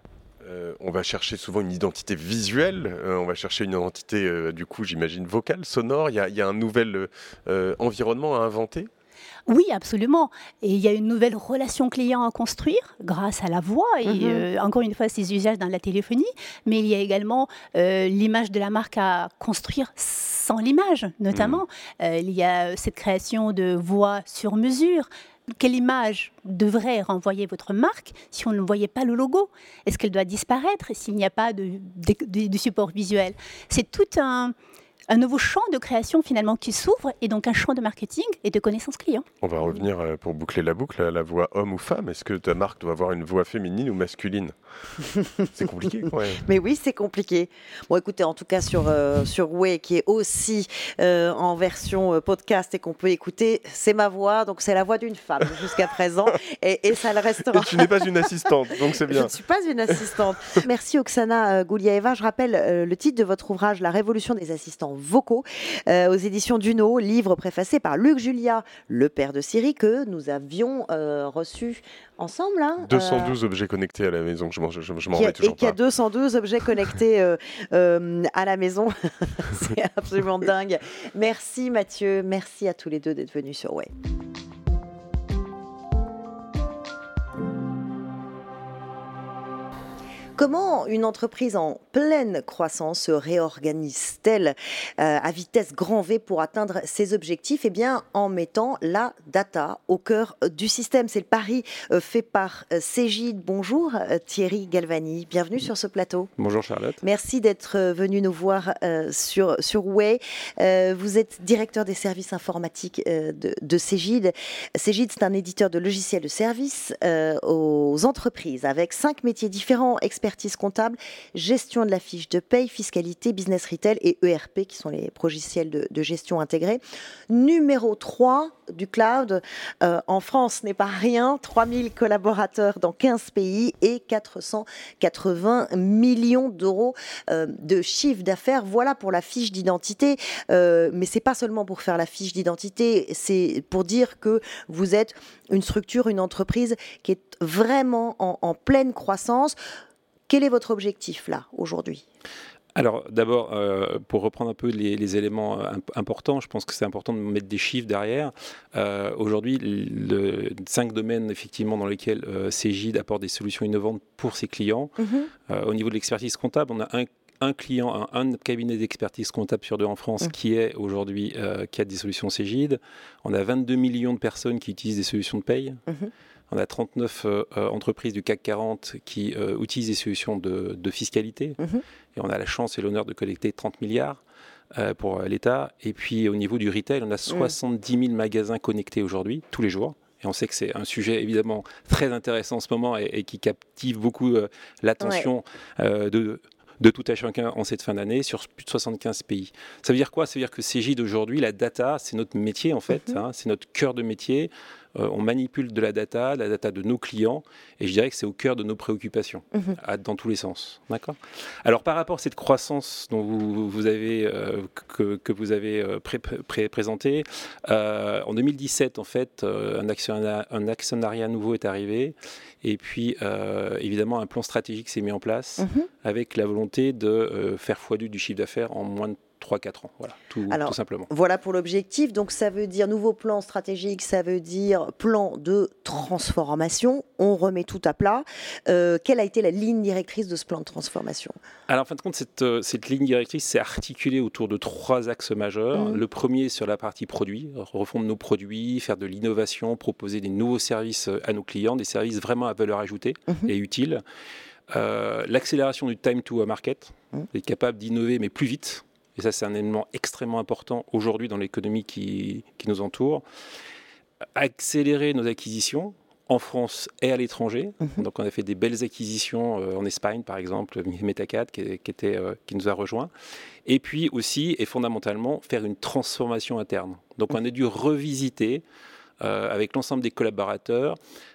on va chercher souvent une identité visuelle, on va chercher une identité, du coup, j'imagine, vocale, sonore. Il y a un nouvel environnement à inventer. Oui, absolument. Et il y a une nouvelle relation client à construire grâce à la voix et encore une fois, ces usages dans la téléphonie. Mais il y a également l'image de la marque à construire sans l'image, notamment. Il y a cette création de voix sur mesure. Quelle image devrait renvoyer votre marque si on ne voyait pas le logo ? Est-ce qu'elle doit disparaître s'il n'y a pas de support visuel ? C'est tout un nouveau champ de création finalement qui s'ouvre et donc un champ de marketing et de connaissances clients. On va revenir pour boucler la boucle à la voix homme ou femme. Est-ce que ta marque doit avoir une voix féminine ou masculine ? C'est compliqué quand même. Mais oui, c'est compliqué. Bon, écoutez, en tout cas sur Way, qui est aussi en version podcast et qu'on peut écouter, c'est ma voix, donc c'est la voix d'une femme jusqu'à présent et ça le restera. Et tu n'es pas une assistante, donc c'est bien. Je ne suis pas une assistante. Merci Oksana Gouliaeva. Je rappelle le titre de votre ouvrage, La révolution des assistants vocaux, aux éditions Duno, livre préfacé par Luc Julia, le père de Siri, que nous avions reçu ensemble. 212 objets connectés à la maison, je m'en remets toujours pas. Et qu'il y a 212 objets connectés à la maison. C'est absolument dingue. Merci Mathieu, merci à tous les deux d'être venus sur Way. Comment une entreprise en pleine croissance se réorganise-t-elle à vitesse grand V pour atteindre ses objectifs ? Eh bien, en mettant la data au cœur du système. C'est le pari fait par Cegid. Bonjour Thierry Galvani, bienvenue sur ce plateau. Bonjour Charlotte. Merci d'être venu nous voir sur Way. Vous êtes directeur des services informatiques de Cegid. Cegid, c'est un éditeur de logiciels de services aux entreprises avec 5 métiers différents, experts expertise comptable, gestion de la fiche de paye, fiscalité, business retail et ERP, qui sont les logiciels de gestion intégrés. Numéro 3 du cloud en France n'est pas rien, 3000 collaborateurs dans 15 pays et 480 millions d'euros de chiffre d'affaires. Voilà pour la fiche d'identité, mais c'est pas seulement pour faire la fiche d'identité, c'est pour dire que vous êtes une structure, une entreprise qui est vraiment en pleine croissance. Quel est votre objectif là aujourd'hui ? Alors d'abord, pour reprendre un peu les éléments importants, je pense que c'est important de mettre des chiffres derrière. Aujourd'hui, 5 domaines effectivement dans lesquels Cegid apporte des solutions innovantes pour ses clients. Au niveau de l'expertise comptable, on a un client, un cabinet d'expertise comptable sur 2 en France qui est aujourd'hui qui a des solutions Cegid. On a 22 millions de personnes qui utilisent des solutions de paye. On a 39 entreprises du CAC 40 qui utilisent des solutions de fiscalité. Et on a la chance et l'honneur de collecter 30 milliards pour l'État. Et puis au niveau du retail, on a 70 000 magasins connectés aujourd'hui, tous les jours. Et on sait que c'est un sujet évidemment très intéressant en ce moment et qui captive beaucoup l'attention de tout à chacun en cette fin d'année sur plus de 75 pays. Ça veut dire quoi ? Ça veut dire que Cegid aujourd'hui, la data, c'est notre métier en fait, c'est notre cœur de métier. On manipule de la data de nos clients, et je dirais que c'est au cœur de nos préoccupations, dans tous les sens. D'accord ? Alors par rapport à cette croissance dont vous avez que vous avez présentée, en 2017 en fait, un actionnariat nouveau est arrivé, et puis évidemment un plan stratégique s'est mis en place avec la volonté de faire x2 du chiffre d'affaires en moins de 3-4 ans, voilà, tout simplement. Voilà pour l'objectif. Donc ça veut dire nouveau plan stratégique, ça veut dire plan de transformation. On remet tout à plat. Quelle a été la ligne directrice de ce plan de transformation ? Alors en fin de compte, cette ligne directrice s'est articulée autour de 3 axes majeurs. Le premier sur la partie produit, refondre nos produits, faire de l'innovation, proposer des nouveaux services à nos clients, des services vraiment à valeur ajoutée et utiles. L'accélération du time to market, être capable d'innover mais plus vite. Et ça, c'est un élément extrêmement important aujourd'hui dans l'économie qui nous entoure. Accélérer nos acquisitions en France et à l'étranger. Donc, on a fait des belles acquisitions en Espagne, par exemple, Metacad, qui nous a rejoints. Et puis aussi, et fondamentalement, faire une transformation interne. Donc, on a dû revisiter avec l'ensemble des collaborateurs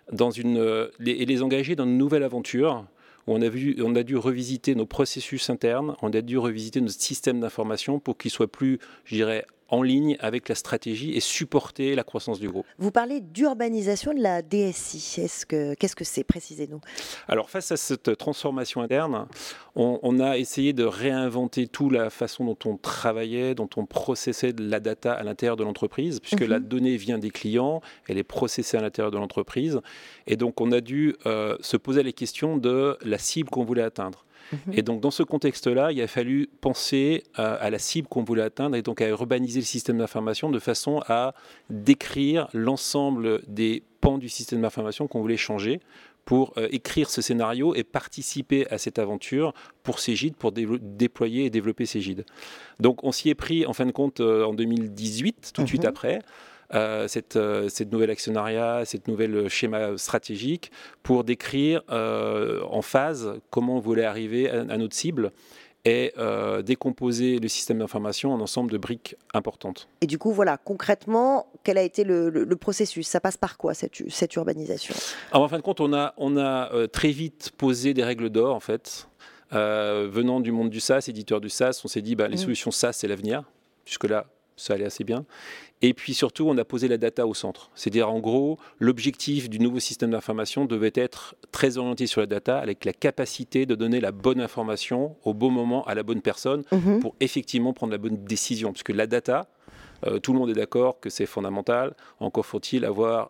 et les engager dans une nouvelle aventure où on a dû revisiter nos processus internes, on a dû revisiter notre système d'information pour qu'il soit plus, je dirais, en ligne avec la stratégie et supporter la croissance du groupe. Vous parlez d'urbanisation de la DSI. Qu'est-ce que c'est ? Précisez-nous. Alors, face à cette transformation interne, on a essayé de réinventer toute la façon dont on travaillait, dont on processait de la data à l'intérieur de l'entreprise, puisque la donnée vient des clients, elle est processée à l'intérieur de l'entreprise. Et donc, on a dû se poser les questions de la cible qu'on voulait atteindre. Et donc, dans ce contexte-là, il a fallu penser à la cible qu'on voulait atteindre et donc à urbaniser le système d'information de façon à décrire l'ensemble des pans du système d'information qu'on voulait changer pour écrire ce scénario et participer à cette aventure pour Cegid, pour déployer et développer Cegid. Donc, on s'y est pris, en fin de compte, en 2018, tout de suite après. Cette nouvelle actionnariat, cette nouvelle schéma stratégique pour décrire en phase comment on voulait arriver à notre cible et décomposer le système d'information en ensemble de briques importantes. Et du coup, voilà, concrètement, quel a été le processus ? Ça passe par quoi, cette urbanisation ? Alors, en fin de compte, on a très vite posé des règles d'or, en fait. Venant du monde du SaaS, éditeur du SaaS, on s'est dit les solutions SaaS, c'est l'avenir. Jusque-là, ça allait assez bien. Et puis surtout, on a posé la data au centre. C'est-à-dire, en gros, l'objectif du nouveau système d'information devait être très orienté sur la data, avec la capacité de donner la bonne information au bon moment à la bonne personne pour effectivement prendre la bonne décision. Parce que la data, tout le monde est d'accord que c'est fondamental. Encore faut-il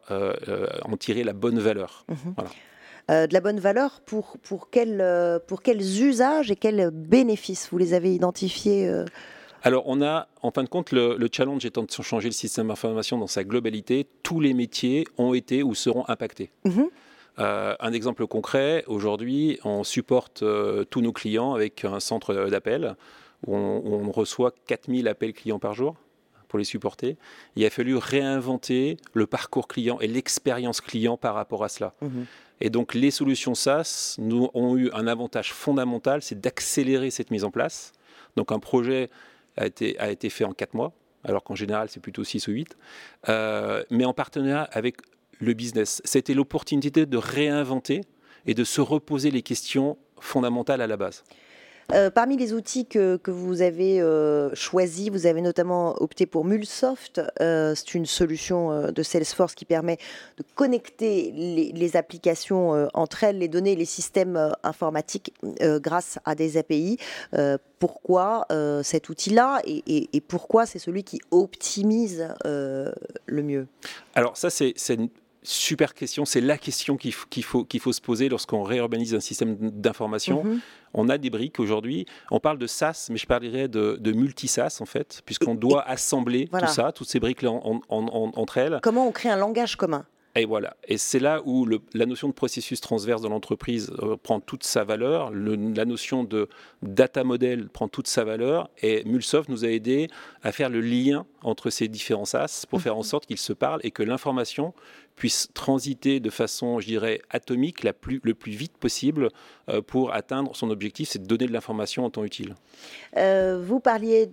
en tirer la bonne valeur. Voilà. De la bonne valeur pour quels usages et quels bénéfices vous les avez identifiés Alors, on a, en fin de compte, le challenge étant de changer le système d'information dans sa globalité, tous les métiers ont été ou seront impactés. Un exemple concret, aujourd'hui, on supporte tous nos clients avec un centre d'appel où on reçoit 4000 appels clients par jour, pour les supporter. Il a fallu réinventer le parcours client et l'expérience client par rapport à cela. Et donc les solutions SaaS nous ont eu un avantage fondamental, c'est d'accélérer cette mise en place. Donc un projet a été fait en 4 mois, alors qu'en général c'est plutôt 6 ou 8, mais en partenariat avec le business. C'était l'opportunité de réinventer et de se reposer les questions fondamentales à la base. Parmi les outils que vous avez choisis, vous avez notamment opté pour Mulsoft. C'est une solution de Salesforce qui permet de connecter les applications entre elles, les données, les systèmes informatiques grâce à des API. Pourquoi cet outil-là et pourquoi c'est celui qui optimise le mieux? Alors ça, c'est une super question. C'est la question qu'il faut se poser lorsqu'on réurbanise un système d'information. On a des briques aujourd'hui. On parle de SaaS, mais je parlerais de multi-SaaS en fait, puisqu'on doit assembler tout ça, toutes ces briques-là entre elles. Comment on crée un langage commun? Et voilà. Et c'est là où la notion de processus transverse dans l'entreprise prend toute sa valeur. La notion de data model prend toute sa valeur. Et Mulsoft nous a aidé à faire le lien entre ces différents SaaS pour faire en sorte qu'ils se parlent et que l'information puisse transiter de façon, je dirais, atomique le plus vite possible pour atteindre son objectif, c'est de donner de l'information en temps utile. Vous parliez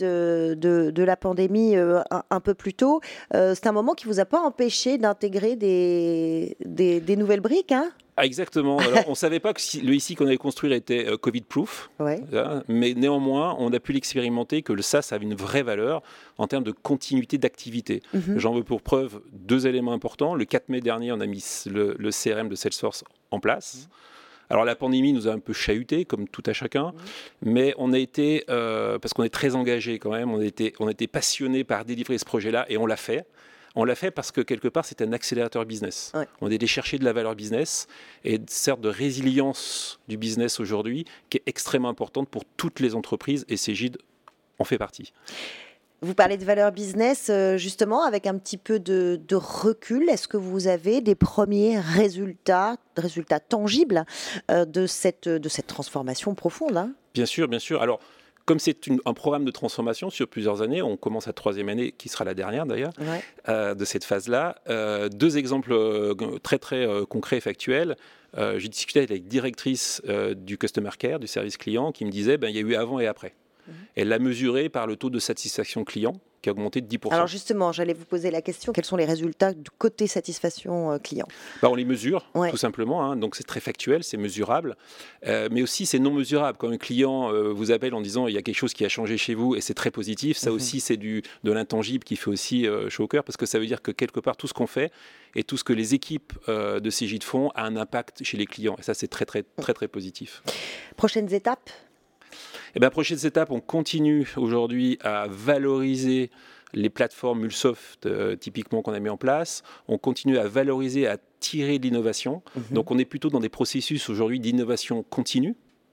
de la pandémie un peu plus tôt. C'est un moment qui ne vous a pas empêché d'intégrer des nouvelles briques, hein? Ah, exactement. Alors, on ne savait pas que le ICI qu'on allait construire était Covid-proof, mais néanmoins, on a pu l'expérimenter que le SaaS avait une vraie valeur en termes de continuité d'activité. J'en veux pour preuve 2 éléments importants. Le 4 mai dernier, on a mis le CRM de Salesforce en place. Alors la pandémie nous a un peu chahuté, comme tout à chacun, mais on a été, parce qu'on est très engagé quand même, on a été passionné par délivrer ce projet-là et on l'a fait. On l'a fait parce que quelque part c'est un accélérateur business. On est allé chercher de la valeur business et certes de résilience du business aujourd'hui qui est extrêmement importante pour toutes les entreprises et Cegid en fait partie. Vous parlez de valeur business, justement, avec un petit peu de recul. Est-ce que vous avez des premiers résultats tangibles de cette transformation profonde, hein? Bien sûr, bien sûr. Alors, comme c'est un programme de transformation sur plusieurs années, on commence la 3e année, qui sera la dernière d'ailleurs, de cette phase-là. 2 exemples très très concrets et factuels. J'ai discuté avec la directrice du Customer Care, du service client, qui me disait il y a eu avant et après. Elle l'a mesuré par le taux de satisfaction client qui a augmenté de 10%. Alors justement, j'allais vous poser la question, quels sont les résultats du côté satisfaction client? On les mesure, tout simplement, hein, donc c'est très factuel, c'est mesurable, mais aussi c'est non mesurable. Quand un client vous appelle en disant il y a quelque chose qui a changé chez vous et c'est très positif, ça aussi c'est de l'intangible qui fait aussi chaud au cœur, parce que ça veut dire que quelque part tout ce qu'on fait et tout ce que les équipes de Cegid font a un impact chez les clients, et ça c'est très très très très positif. Prochaines étapes? Prochaines étapes, on continue aujourd'hui à valoriser les plateformes Mulsoft typiquement qu'on a mis en place. On continue à valoriser, à tirer de l'innovation. Donc on est plutôt dans des processus aujourd'hui d'innovation continue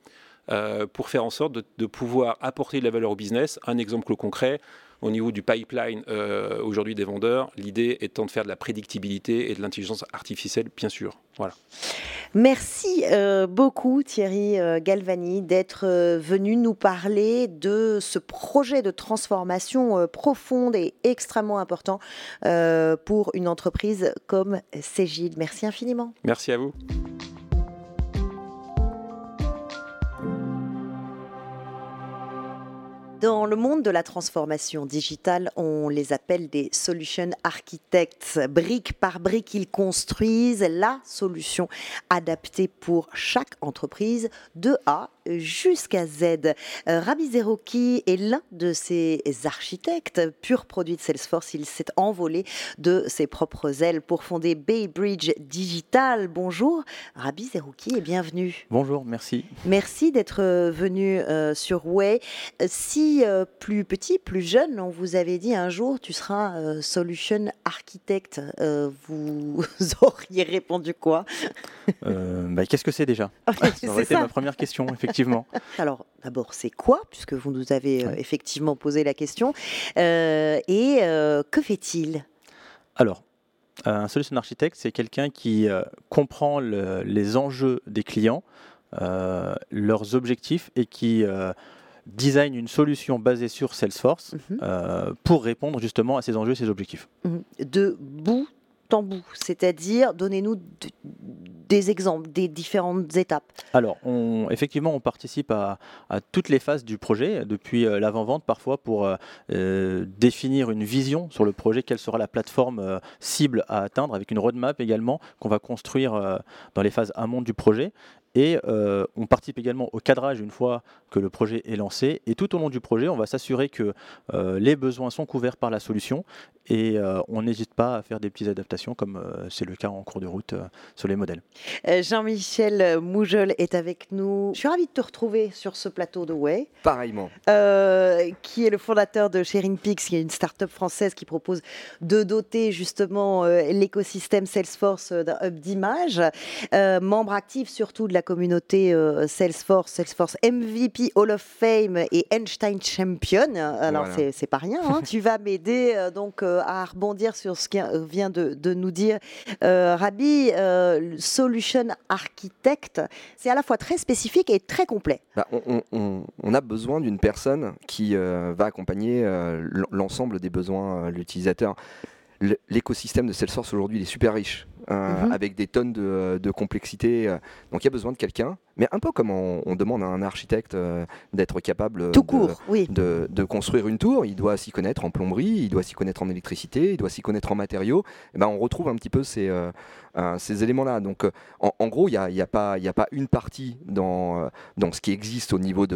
pour faire en sorte de pouvoir apporter de la valeur au business. Un exemple concret, au niveau du pipeline aujourd'hui des vendeurs, l'idée étant de faire de la prédictibilité et de l'intelligence artificielle, bien sûr. Voilà. Merci beaucoup Thierry Galvani d'être venu nous parler de ce projet de transformation profonde et extrêmement important pour une entreprise comme Cegid. Merci infiniment. Merci à vous. Dans le monde de la transformation digitale, on les appelle des solution architects. Brique par brique, ils construisent la solution adaptée pour chaque entreprise de A jusqu'à Z. Rami Zerouki est l'un de ces architectes, pur produit de Salesforce. Il s'est envolé de ses propres ailes pour fonder Baybridge Digital. Bonjour Rami Zerouki et bienvenue. Bonjour, merci. Merci d'être venu sur Way. Si plus petit, plus jeune, on vous avait dit un jour tu seras solution architect, vous auriez répondu quoi? Qu'est-ce que c'est déjà? Ça aurait été ma première question, effectivement. Alors d'abord c'est quoi, puisque vous nous avez effectivement posé la question, et que fait-il? Alors un solution architect, c'est quelqu'un qui comprend les enjeux des clients, leurs objectifs et qui design une solution basée sur Salesforce pour répondre justement à ces enjeux et ces objectifs. De bout en bout, c'est-à-dire donnez-nous des exemples, des différentes étapes. Alors, effectivement, on participe à toutes les phases du projet, depuis l'avant-vente parfois pour définir une vision sur le projet, quelle sera la plateforme cible à atteindre, avec une roadmap également qu'on va construire dans les phases amont du projet. Et on participe également au cadrage une fois que le projet est lancé. Et tout au long du projet, on va s'assurer que les besoins sont couverts par la solution. Et on n'hésite pas à faire des petites adaptations, comme c'est le cas en cours de route sur les modèles. Jean-Michel Moujol est avec nous. Je suis ravie de te retrouver sur ce plateau de Way. Pareillement. Qui est le fondateur de SharingPix, qui est une start-up française qui propose de doter justement l'écosystème Salesforce d'un hub d'image. Membre actif surtout de la communauté Salesforce MVP Hall of Fame et Einstein Champion. Alors voilà. c'est pas rien. Hein. Tu vas m'aider donc à rebondir sur ce que vient de nous dire Rabi. Solution Architect, c'est à la fois très spécifique et très complet. On a besoin d'une personne qui va accompagner l'ensemble des besoins de l'utilisateur. L'écosystème de Salesforce aujourd'hui il est super riche. Avec des tonnes de complexité. Donc il y a besoin de quelqu'un, mais un peu comme on demande à un architecte d'être capable de construire une tour, il doit s'y connaître en plomberie, il doit s'y connaître en électricité, il doit s'y connaître en matériaux. Et on retrouve un petit peu ces éléments-là. Donc en gros, il n'y a pas une partie dans ce qui existe au niveau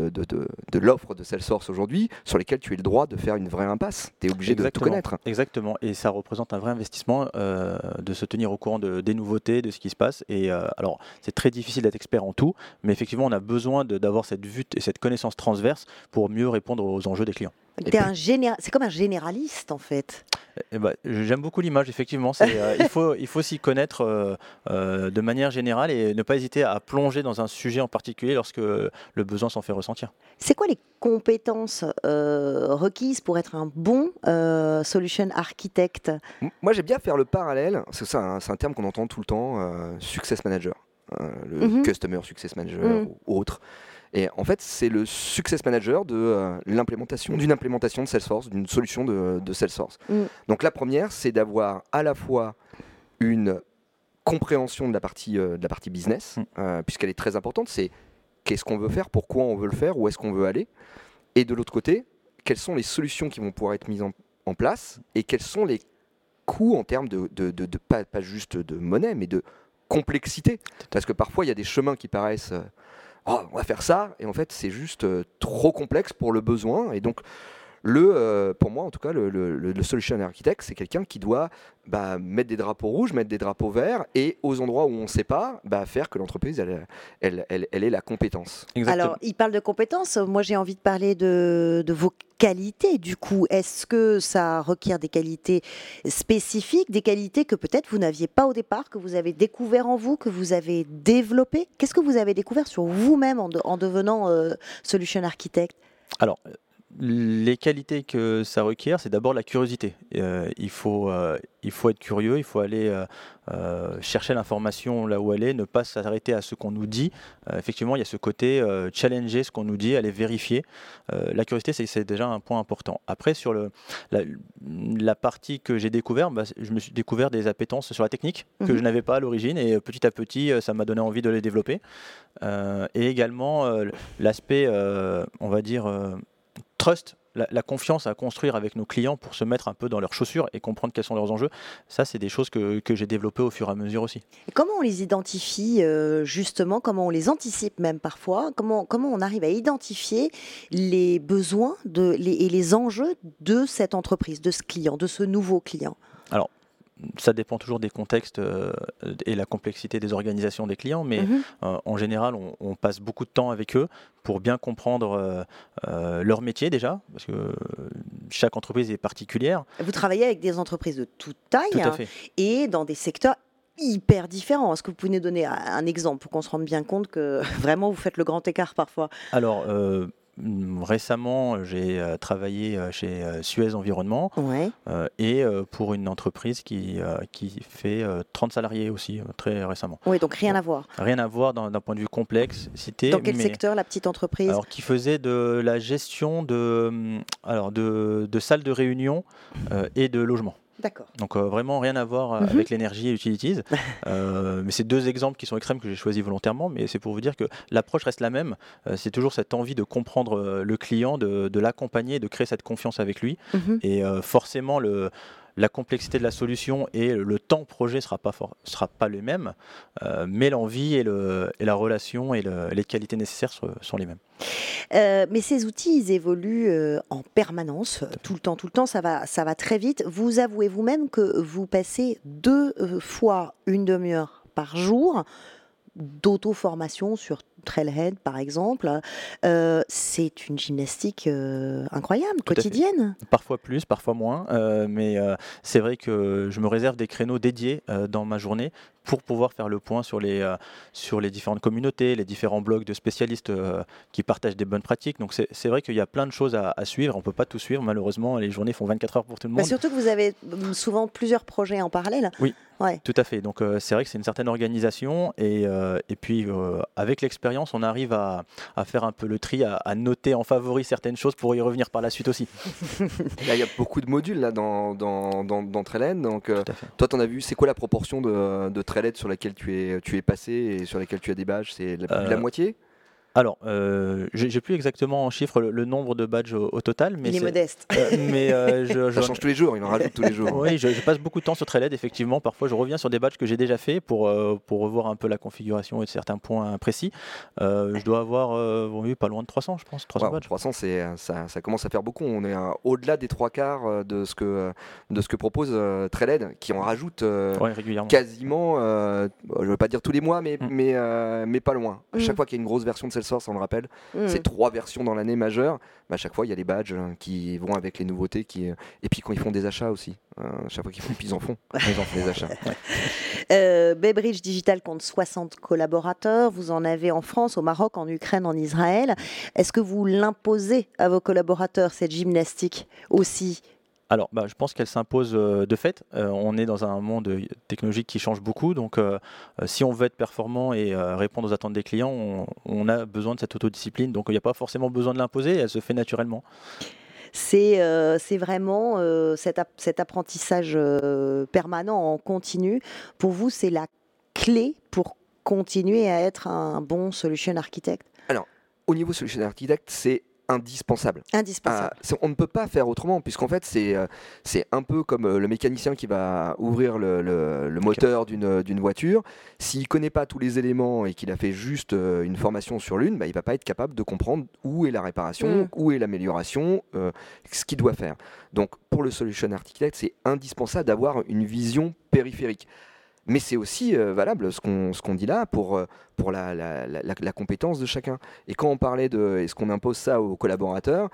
de l'offre de Salesforce aujourd'hui sur lesquelles tu as le droit de faire une vraie impasse. Tu es obligé de tout connaître. Exactement, et ça représente un vrai investissement de se tenir au courant des nouveautés, de ce qui se passe. Et alors, c'est très difficile d'être expert en tout, mais effectivement, on a besoin d'avoir cette vue et cette connaissance transverse pour mieux répondre aux enjeux des clients. C'est comme un généraliste en fait. J'aime beaucoup l'image, effectivement. Il faut s'y connaître de manière générale et ne pas hésiter à plonger dans un sujet en particulier lorsque le besoin s'en fait ressentir. C'est quoi les compétences requises pour être un bon solution architect? Moi, j'aime bien faire le parallèle, c'est ça, c'est un terme qu'on entend tout le temps, success manager, le customer success manager ou autre. Et en fait, c'est le success manager de d'une implémentation de Salesforce, d'une solution de Salesforce. Donc la première, c'est d'avoir à la fois une compréhension de la partie business, puisqu'elle est très importante. C'est qu'est-ce qu'on veut faire, pourquoi on veut le faire, où est-ce qu'on veut aller. Et de l'autre côté, quelles sont les solutions qui vont pouvoir être mises en place et quels sont les coûts en termes de pas juste de monnaie, mais de complexité. Parce que parfois, il y a des chemins qui paraissent... on va faire ça, et en fait c'est juste trop complexe pour le besoin. Et donc pour moi en tout cas, le solution architect, c'est quelqu'un qui doit mettre des drapeaux rouges, mettre des drapeaux verts, et aux endroits où on ne sait pas, faire que l'entreprise elle ait la compétence. Exactement. Alors il parle de compétences, moi j'ai envie de parler de vos qualités du coup. Est-ce que ça requiert des qualités spécifiques, des qualités que peut-être vous n'aviez pas au départ, que vous avez découvert en vous, que vous avez développé? Qu'est-ce que vous avez découvert sur vous-même en devenant solution architect? Alors, les qualités que ça requiert, c'est d'abord la curiosité. Il faut être curieux, il faut aller chercher l'information là où elle est, ne pas s'arrêter à ce qu'on nous dit. Effectivement, il y a ce côté challenger ce qu'on nous dit, aller vérifier. La curiosité, c'est déjà un point important. Après, sur la partie que j'ai découvert, je me suis découvert des appétences sur la technique que je n'avais pas à l'origine, et petit à petit, ça m'a donné envie de les développer. Et également, l'aspect, on va dire... trust, la confiance à construire avec nos clients pour se mettre un peu dans leurs chaussures et comprendre quels sont leurs enjeux, ça c'est des choses que j'ai développées au fur et à mesure aussi. Et comment on les identifie justement, comment on les anticipe même parfois, comment on arrive à identifier les besoins et les enjeux de cette entreprise, de ce client, de ce nouveau client? Alors, ça dépend toujours des contextes et la complexité des organisations des clients, mais en général, on passe beaucoup de temps avec eux pour bien comprendre leur métier déjà, parce que chaque entreprise est particulière. Vous travaillez avec des entreprises de toute taille Tout à fait. Et dans des secteurs hyper différents. Est-ce que vous pouvez nous donner un exemple pour qu'on se rende bien compte que vraiment vous faites le grand écart parfois? Alors, récemment, j'ai travaillé chez Suez Environnement et pour une entreprise qui fait 30 salariés aussi, très récemment. Oui, donc rien à voir. Rien à voir d'un point de vue complexité. Dans quel secteur, la petite entreprise? Alors, qui faisait de la gestion de salles de réunion et de logements. D'accord. Donc vraiment rien à voir avec l'énergie et utilities. Mais c'est deux exemples qui sont extrêmes que j'ai choisis volontairement, mais c'est pour vous dire que l'approche reste la même. C'est toujours cette envie de comprendre le client, de l'accompagner, de créer cette confiance avec lui. Et forcément, la complexité de la solution et le temps projet sera pas le même, mais l'envie et la relation et les qualités nécessaires sont les mêmes. Mais ces outils, ils évoluent en permanence, tout le temps, ça va très vite. Vous avouez vous-même que vous passez 2 fois une demi-heure par jour d'auto-formation sur Trailhead, par exemple. C'est une gymnastique incroyable, quotidienne. Parfois plus, parfois moins, mais c'est vrai que je me réserve des créneaux dédiés dans ma journée pour pouvoir faire le point sur les différentes communautés, les différents blogs de spécialistes qui partagent des bonnes pratiques. Donc c'est vrai qu'il y a plein de choses à suivre. On ne peut pas tout suivre, malheureusement. Les journées font 24 heures pour tout le monde. Surtout que vous avez souvent plusieurs projets en parallèle. Oui, tout à fait. Donc c'est vrai que c'est une certaine organisation. Et puis, avec l'expérience, on arrive à faire un peu le tri, à noter en favori certaines choses pour y revenir par la suite aussi. Là, il y a beaucoup de modules là, dans Trailhead. Donc, toi, tu en as vu, c'est quoi la proportion de Trailhead sur laquelle tu es passé et sur laquelle tu as des badges? C'est la moitié? Alors, j'ai plus exactement en chiffre le nombre de badges au total, mais il est modeste. Ça change tous les jours, il en rajoute tous les jours. Oui, je passe beaucoup de temps sur Trailhead, effectivement. Parfois, je reviens sur des badges que j'ai déjà fait pour revoir un peu la configuration et certains points précis. Je dois avoir pas loin de 300, je pense. 300 badges. 300, ça commence à faire beaucoup. On est au-delà des 3/4 de ce que propose Trailhead, qui en rajoute régulièrement. Quasiment, je ne veux pas dire tous les mois, mais pas loin. À chaque fois qu'il y a une grosse version de Salesforce, on le rappelle, c'est 3 versions dans l'année majeure. À chaque fois, il y a les badges qui vont avec les nouveautés. Et puis quand ils font des achats aussi. Chaque fois qu'ils font, ils en font des achats. Baybridge Digital compte 60 collaborateurs. Vous en avez en France, au Maroc, en Ukraine, en Israël. Est-ce que vous l'imposez à vos collaborateurs, cette gymnastique aussi ? Alors, je pense qu'elle s'impose de fait. On est dans un monde technologique qui change beaucoup. Donc, si on veut être performant et répondre aux attentes des clients, on a besoin de cette autodiscipline. Donc, il n'y a pas forcément besoin de l'imposer. Elle se fait naturellement. C'est vraiment cet apprentissage permanent en continu. Pour vous, c'est la clé pour continuer à être un bon solution architect? Alors, au niveau solution architect, c'est indispensable. On ne peut pas faire autrement, puisqu'en fait, c'est un peu comme le mécanicien qui va ouvrir le moteur d'une voiture. S'il ne connaît pas tous les éléments et qu'il a fait juste une formation sur l'une, il ne va pas être capable de comprendre où est la réparation, où est l'amélioration, ce qu'il doit faire. Donc, pour le solution architect, c'est indispensable d'avoir une vision périphérique. Mais c'est aussi valable ce qu'on dit là pour la compétence de chacun. Et quand on parlait est-ce qu'on impose ça aux collaborateurs,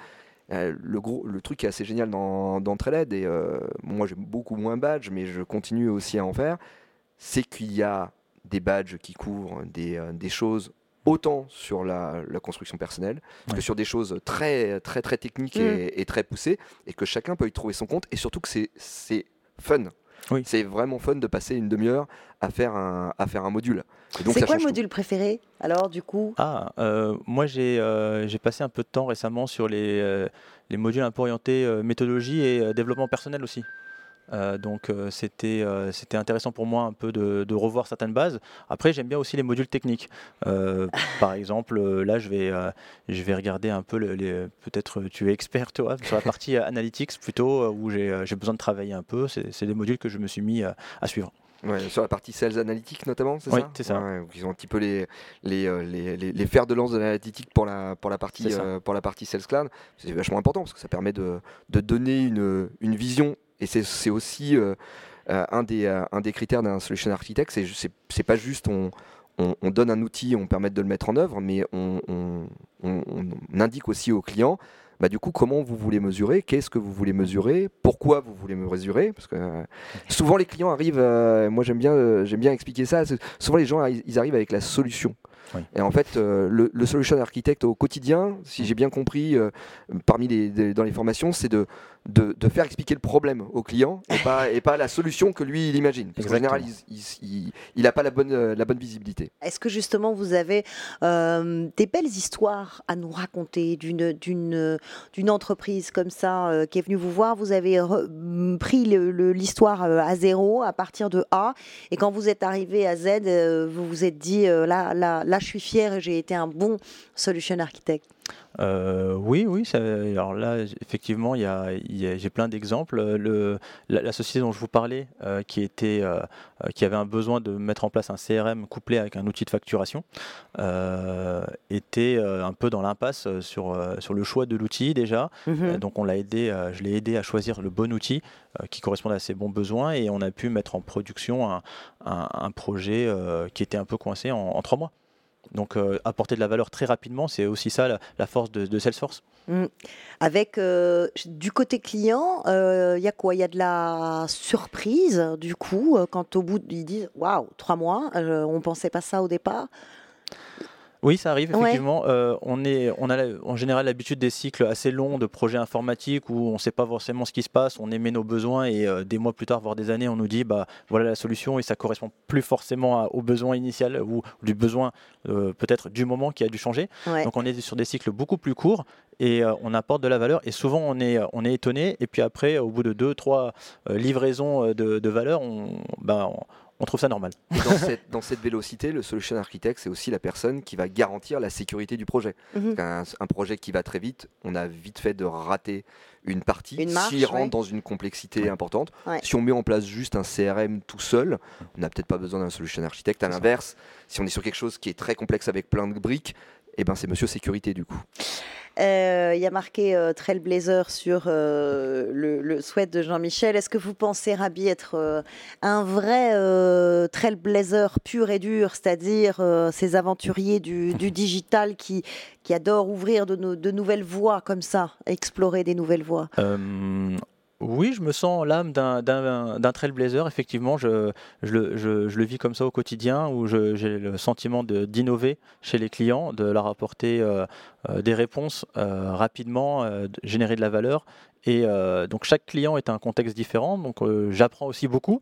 le truc qui est assez génial dans Trailhead, et moi j'ai beaucoup moins de badges, mais je continue aussi à en faire, c'est qu'il y a des badges qui couvrent des choses autant sur la construction personnelle que sur des choses très, très, très techniques et très poussées, et que chacun peut y trouver son compte, et surtout que c'est fun. Oui. C'est vraiment fun de passer une demi-heure à faire un module. C'est quoi le module préféré, alors, du coup? Moi, j'ai passé un peu de temps récemment sur les modules un peu orientés méthodologie et développement personnel aussi. Donc c'était intéressant pour moi un peu de revoir certaines bases. Après, j'aime bien aussi les modules techniques. Par exemple, là je vais regarder un peu peut-être tu es expert toi sur la partie analytics plutôt, où j'ai besoin de travailler un peu. C'est des modules que je me suis mis à suivre. Ouais, sur la partie sales analytics notamment, c'est ça? Oui, c'est ça. Ils ont un petit peu les fers de lance de l'analytique pour la partie sales cloud. C'est vachement important parce que ça permet de donner une vision. Et c'est aussi un des critères d'un solution architect. C'est pas juste on donne un outil, on permet de le mettre en œuvre, mais on indique aussi au client du coup comment vous voulez mesurer, qu'est-ce que vous voulez mesurer, pourquoi vous voulez mesurer, parce que souvent les clients arrivent, moi j'aime bien expliquer ça, souvent les gens ils arrivent avec la solution. Oui. Et en fait, le solution architect au quotidien, si j'ai bien compris, dans les formations, c'est de faire expliquer le problème au client et pas la solution que lui il imagine. Parce qu'en général, il n'a pas la bonne visibilité. Est-ce que justement vous avez des belles histoires à nous raconter d'une entreprise comme ça qui est venue vous voir, vous avez pris l'histoire à zéro, à partir de A, et quand vous êtes arrivé à Z, vous vous êtes dit là je suis fier et j'ai été un bon solution architect. Oui. Alors là, effectivement, j'ai plein d'exemples. La société dont je vous parlais, qui avait un besoin de mettre en place un CRM couplé avec un outil de facturation, était un peu dans l'impasse sur le choix de l'outil déjà. Donc je l'ai aidé à choisir le bon outil qui correspondait à ses bons besoins, et on a pu mettre en production un projet qui était un peu coincé en 3 mois. Donc apporter de la valeur très rapidement, c'est aussi ça la force de Salesforce. Avec du côté client, il y a quoi ? Il y a de la surprise du coup quand au bout ils disent waouh, 3 mois, on pensait pas ça au départ. Oui, ça arrive, effectivement. On a en général l'habitude des cycles assez longs de projets informatiques où on ne sait pas forcément ce qui se passe, on émet nos besoins et des mois plus tard, voire des années, on nous dit voilà la solution, et ça ne correspond plus forcément au besoin initial ou du besoin peut-être du moment qui a dû changer. Donc on est sur des cycles beaucoup plus courts et on apporte de la valeur, et souvent on est étonné, et puis après, au bout de 2-3 livraisons de valeur, on trouve ça normal. Et dans cette vélocité, le solution architect, c'est aussi la personne qui va garantir la sécurité du projet. Un projet qui va très vite, on a vite fait de rater une partie s'il rentre dans une complexité importante. Si on met en place juste un CRM tout seul, on n'a peut-être pas besoin d'un solution architect. À l'inverse, si on est sur quelque chose qui est très complexe avec plein de briques, c'est monsieur sécurité du coup. Il y a marqué Trailblazer sur le sweat de Jean-Michel. Est-ce que vous pensez, Rabi, être un vrai Trailblazer pur et dur, c'est-à-dire ces aventuriers du digital qui adorent ouvrir de nouvelles voies comme ça, explorer des nouvelles voies? Oui, je me sens l'âme d'un trailblazer, effectivement, je le vis comme ça au quotidien, où j'ai le sentiment d'innover chez les clients, de leur apporter des réponses rapidement, générer de la valeur. Et donc chaque client est un contexte différent, donc j'apprends aussi beaucoup.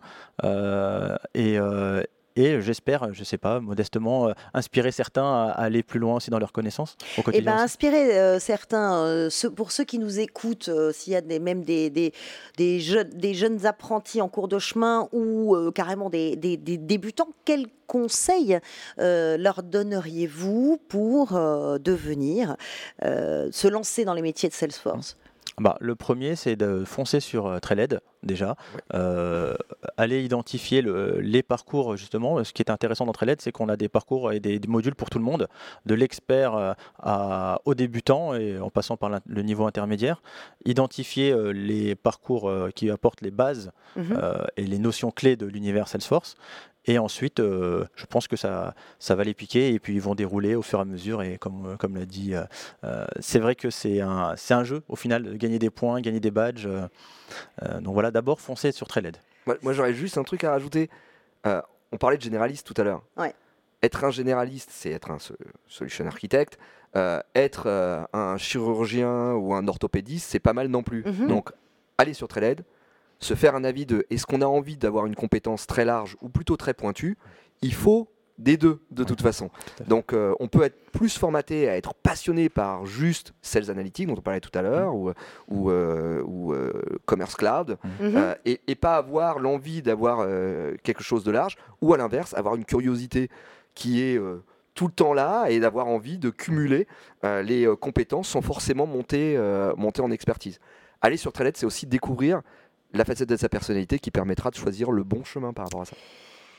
Et j'espère, je ne sais pas, modestement, inspirer certains à aller plus loin aussi dans leurs connaissances au quotidien. Inspirer certains, pour ceux qui nous écoutent, s'il y a même des jeunes apprentis en cours de chemin ou carrément des débutants, quels conseils leur donneriez-vous pour devenir, se lancer dans les métiers de Salesforce ? Le premier, c'est de foncer sur Trailhead, déjà. Aller identifier les parcours, justement. Ce qui est intéressant dans Trailhead, c'est qu'on a des parcours et des modules pour tout le monde, de l'expert au débutant, et en passant par le niveau intermédiaire. Identifier les parcours qui apportent les bases et les notions clés de l'univers Salesforce. Et ensuite, je pense que ça va les piquer, et puis ils vont dérouler au fur et à mesure. Et comme l'a dit, c'est vrai que c'est un jeu, au final, de gagner des points, gagner des badges. Donc voilà, d'abord, foncez sur Trailhead. Moi, j'aurais juste un truc à rajouter. On parlait de généraliste tout à l'heure. Être un généraliste, c'est être un solution architect. Être un chirurgien ou un orthopédiste, c'est pas mal non plus. Donc, allez sur Trailhead. Se faire un avis de est-ce qu'on a envie d'avoir une compétence très large ou plutôt très pointue, il faut des deux de toute façon. Donc on peut être plus formaté à être passionné par juste Sales Analytics dont on parlait tout à l'heure ou Commerce Cloud et pas avoir l'envie d'avoir quelque chose de large, ou à l'inverse avoir une curiosité qui est tout le temps là et d'avoir envie de cumuler les compétences sans forcément monter en expertise. Aller sur Trailhead, c'est aussi découvrir la facette de sa personnalité qui permettra de choisir le bon chemin par rapport à ça.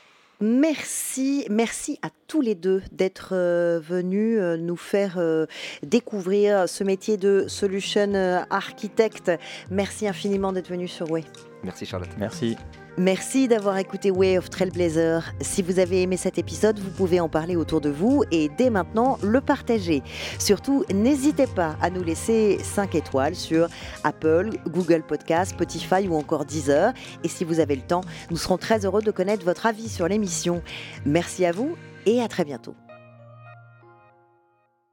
Merci à tous les deux d'être venus nous faire découvrir ce métier de solution architect. Merci infiniment d'être venus sur Way. Merci Charlotte. Merci. Merci d'avoir écouté Way of Trailblazer. Si vous avez aimé cet épisode, vous pouvez en parler autour de vous et dès maintenant le partager. Surtout, n'hésitez pas à nous laisser 5 étoiles sur Apple, Google Podcast, Spotify ou encore Deezer. Et si vous avez le temps, nous serons très heureux de connaître votre avis sur l'émission. Merci à vous et à très bientôt.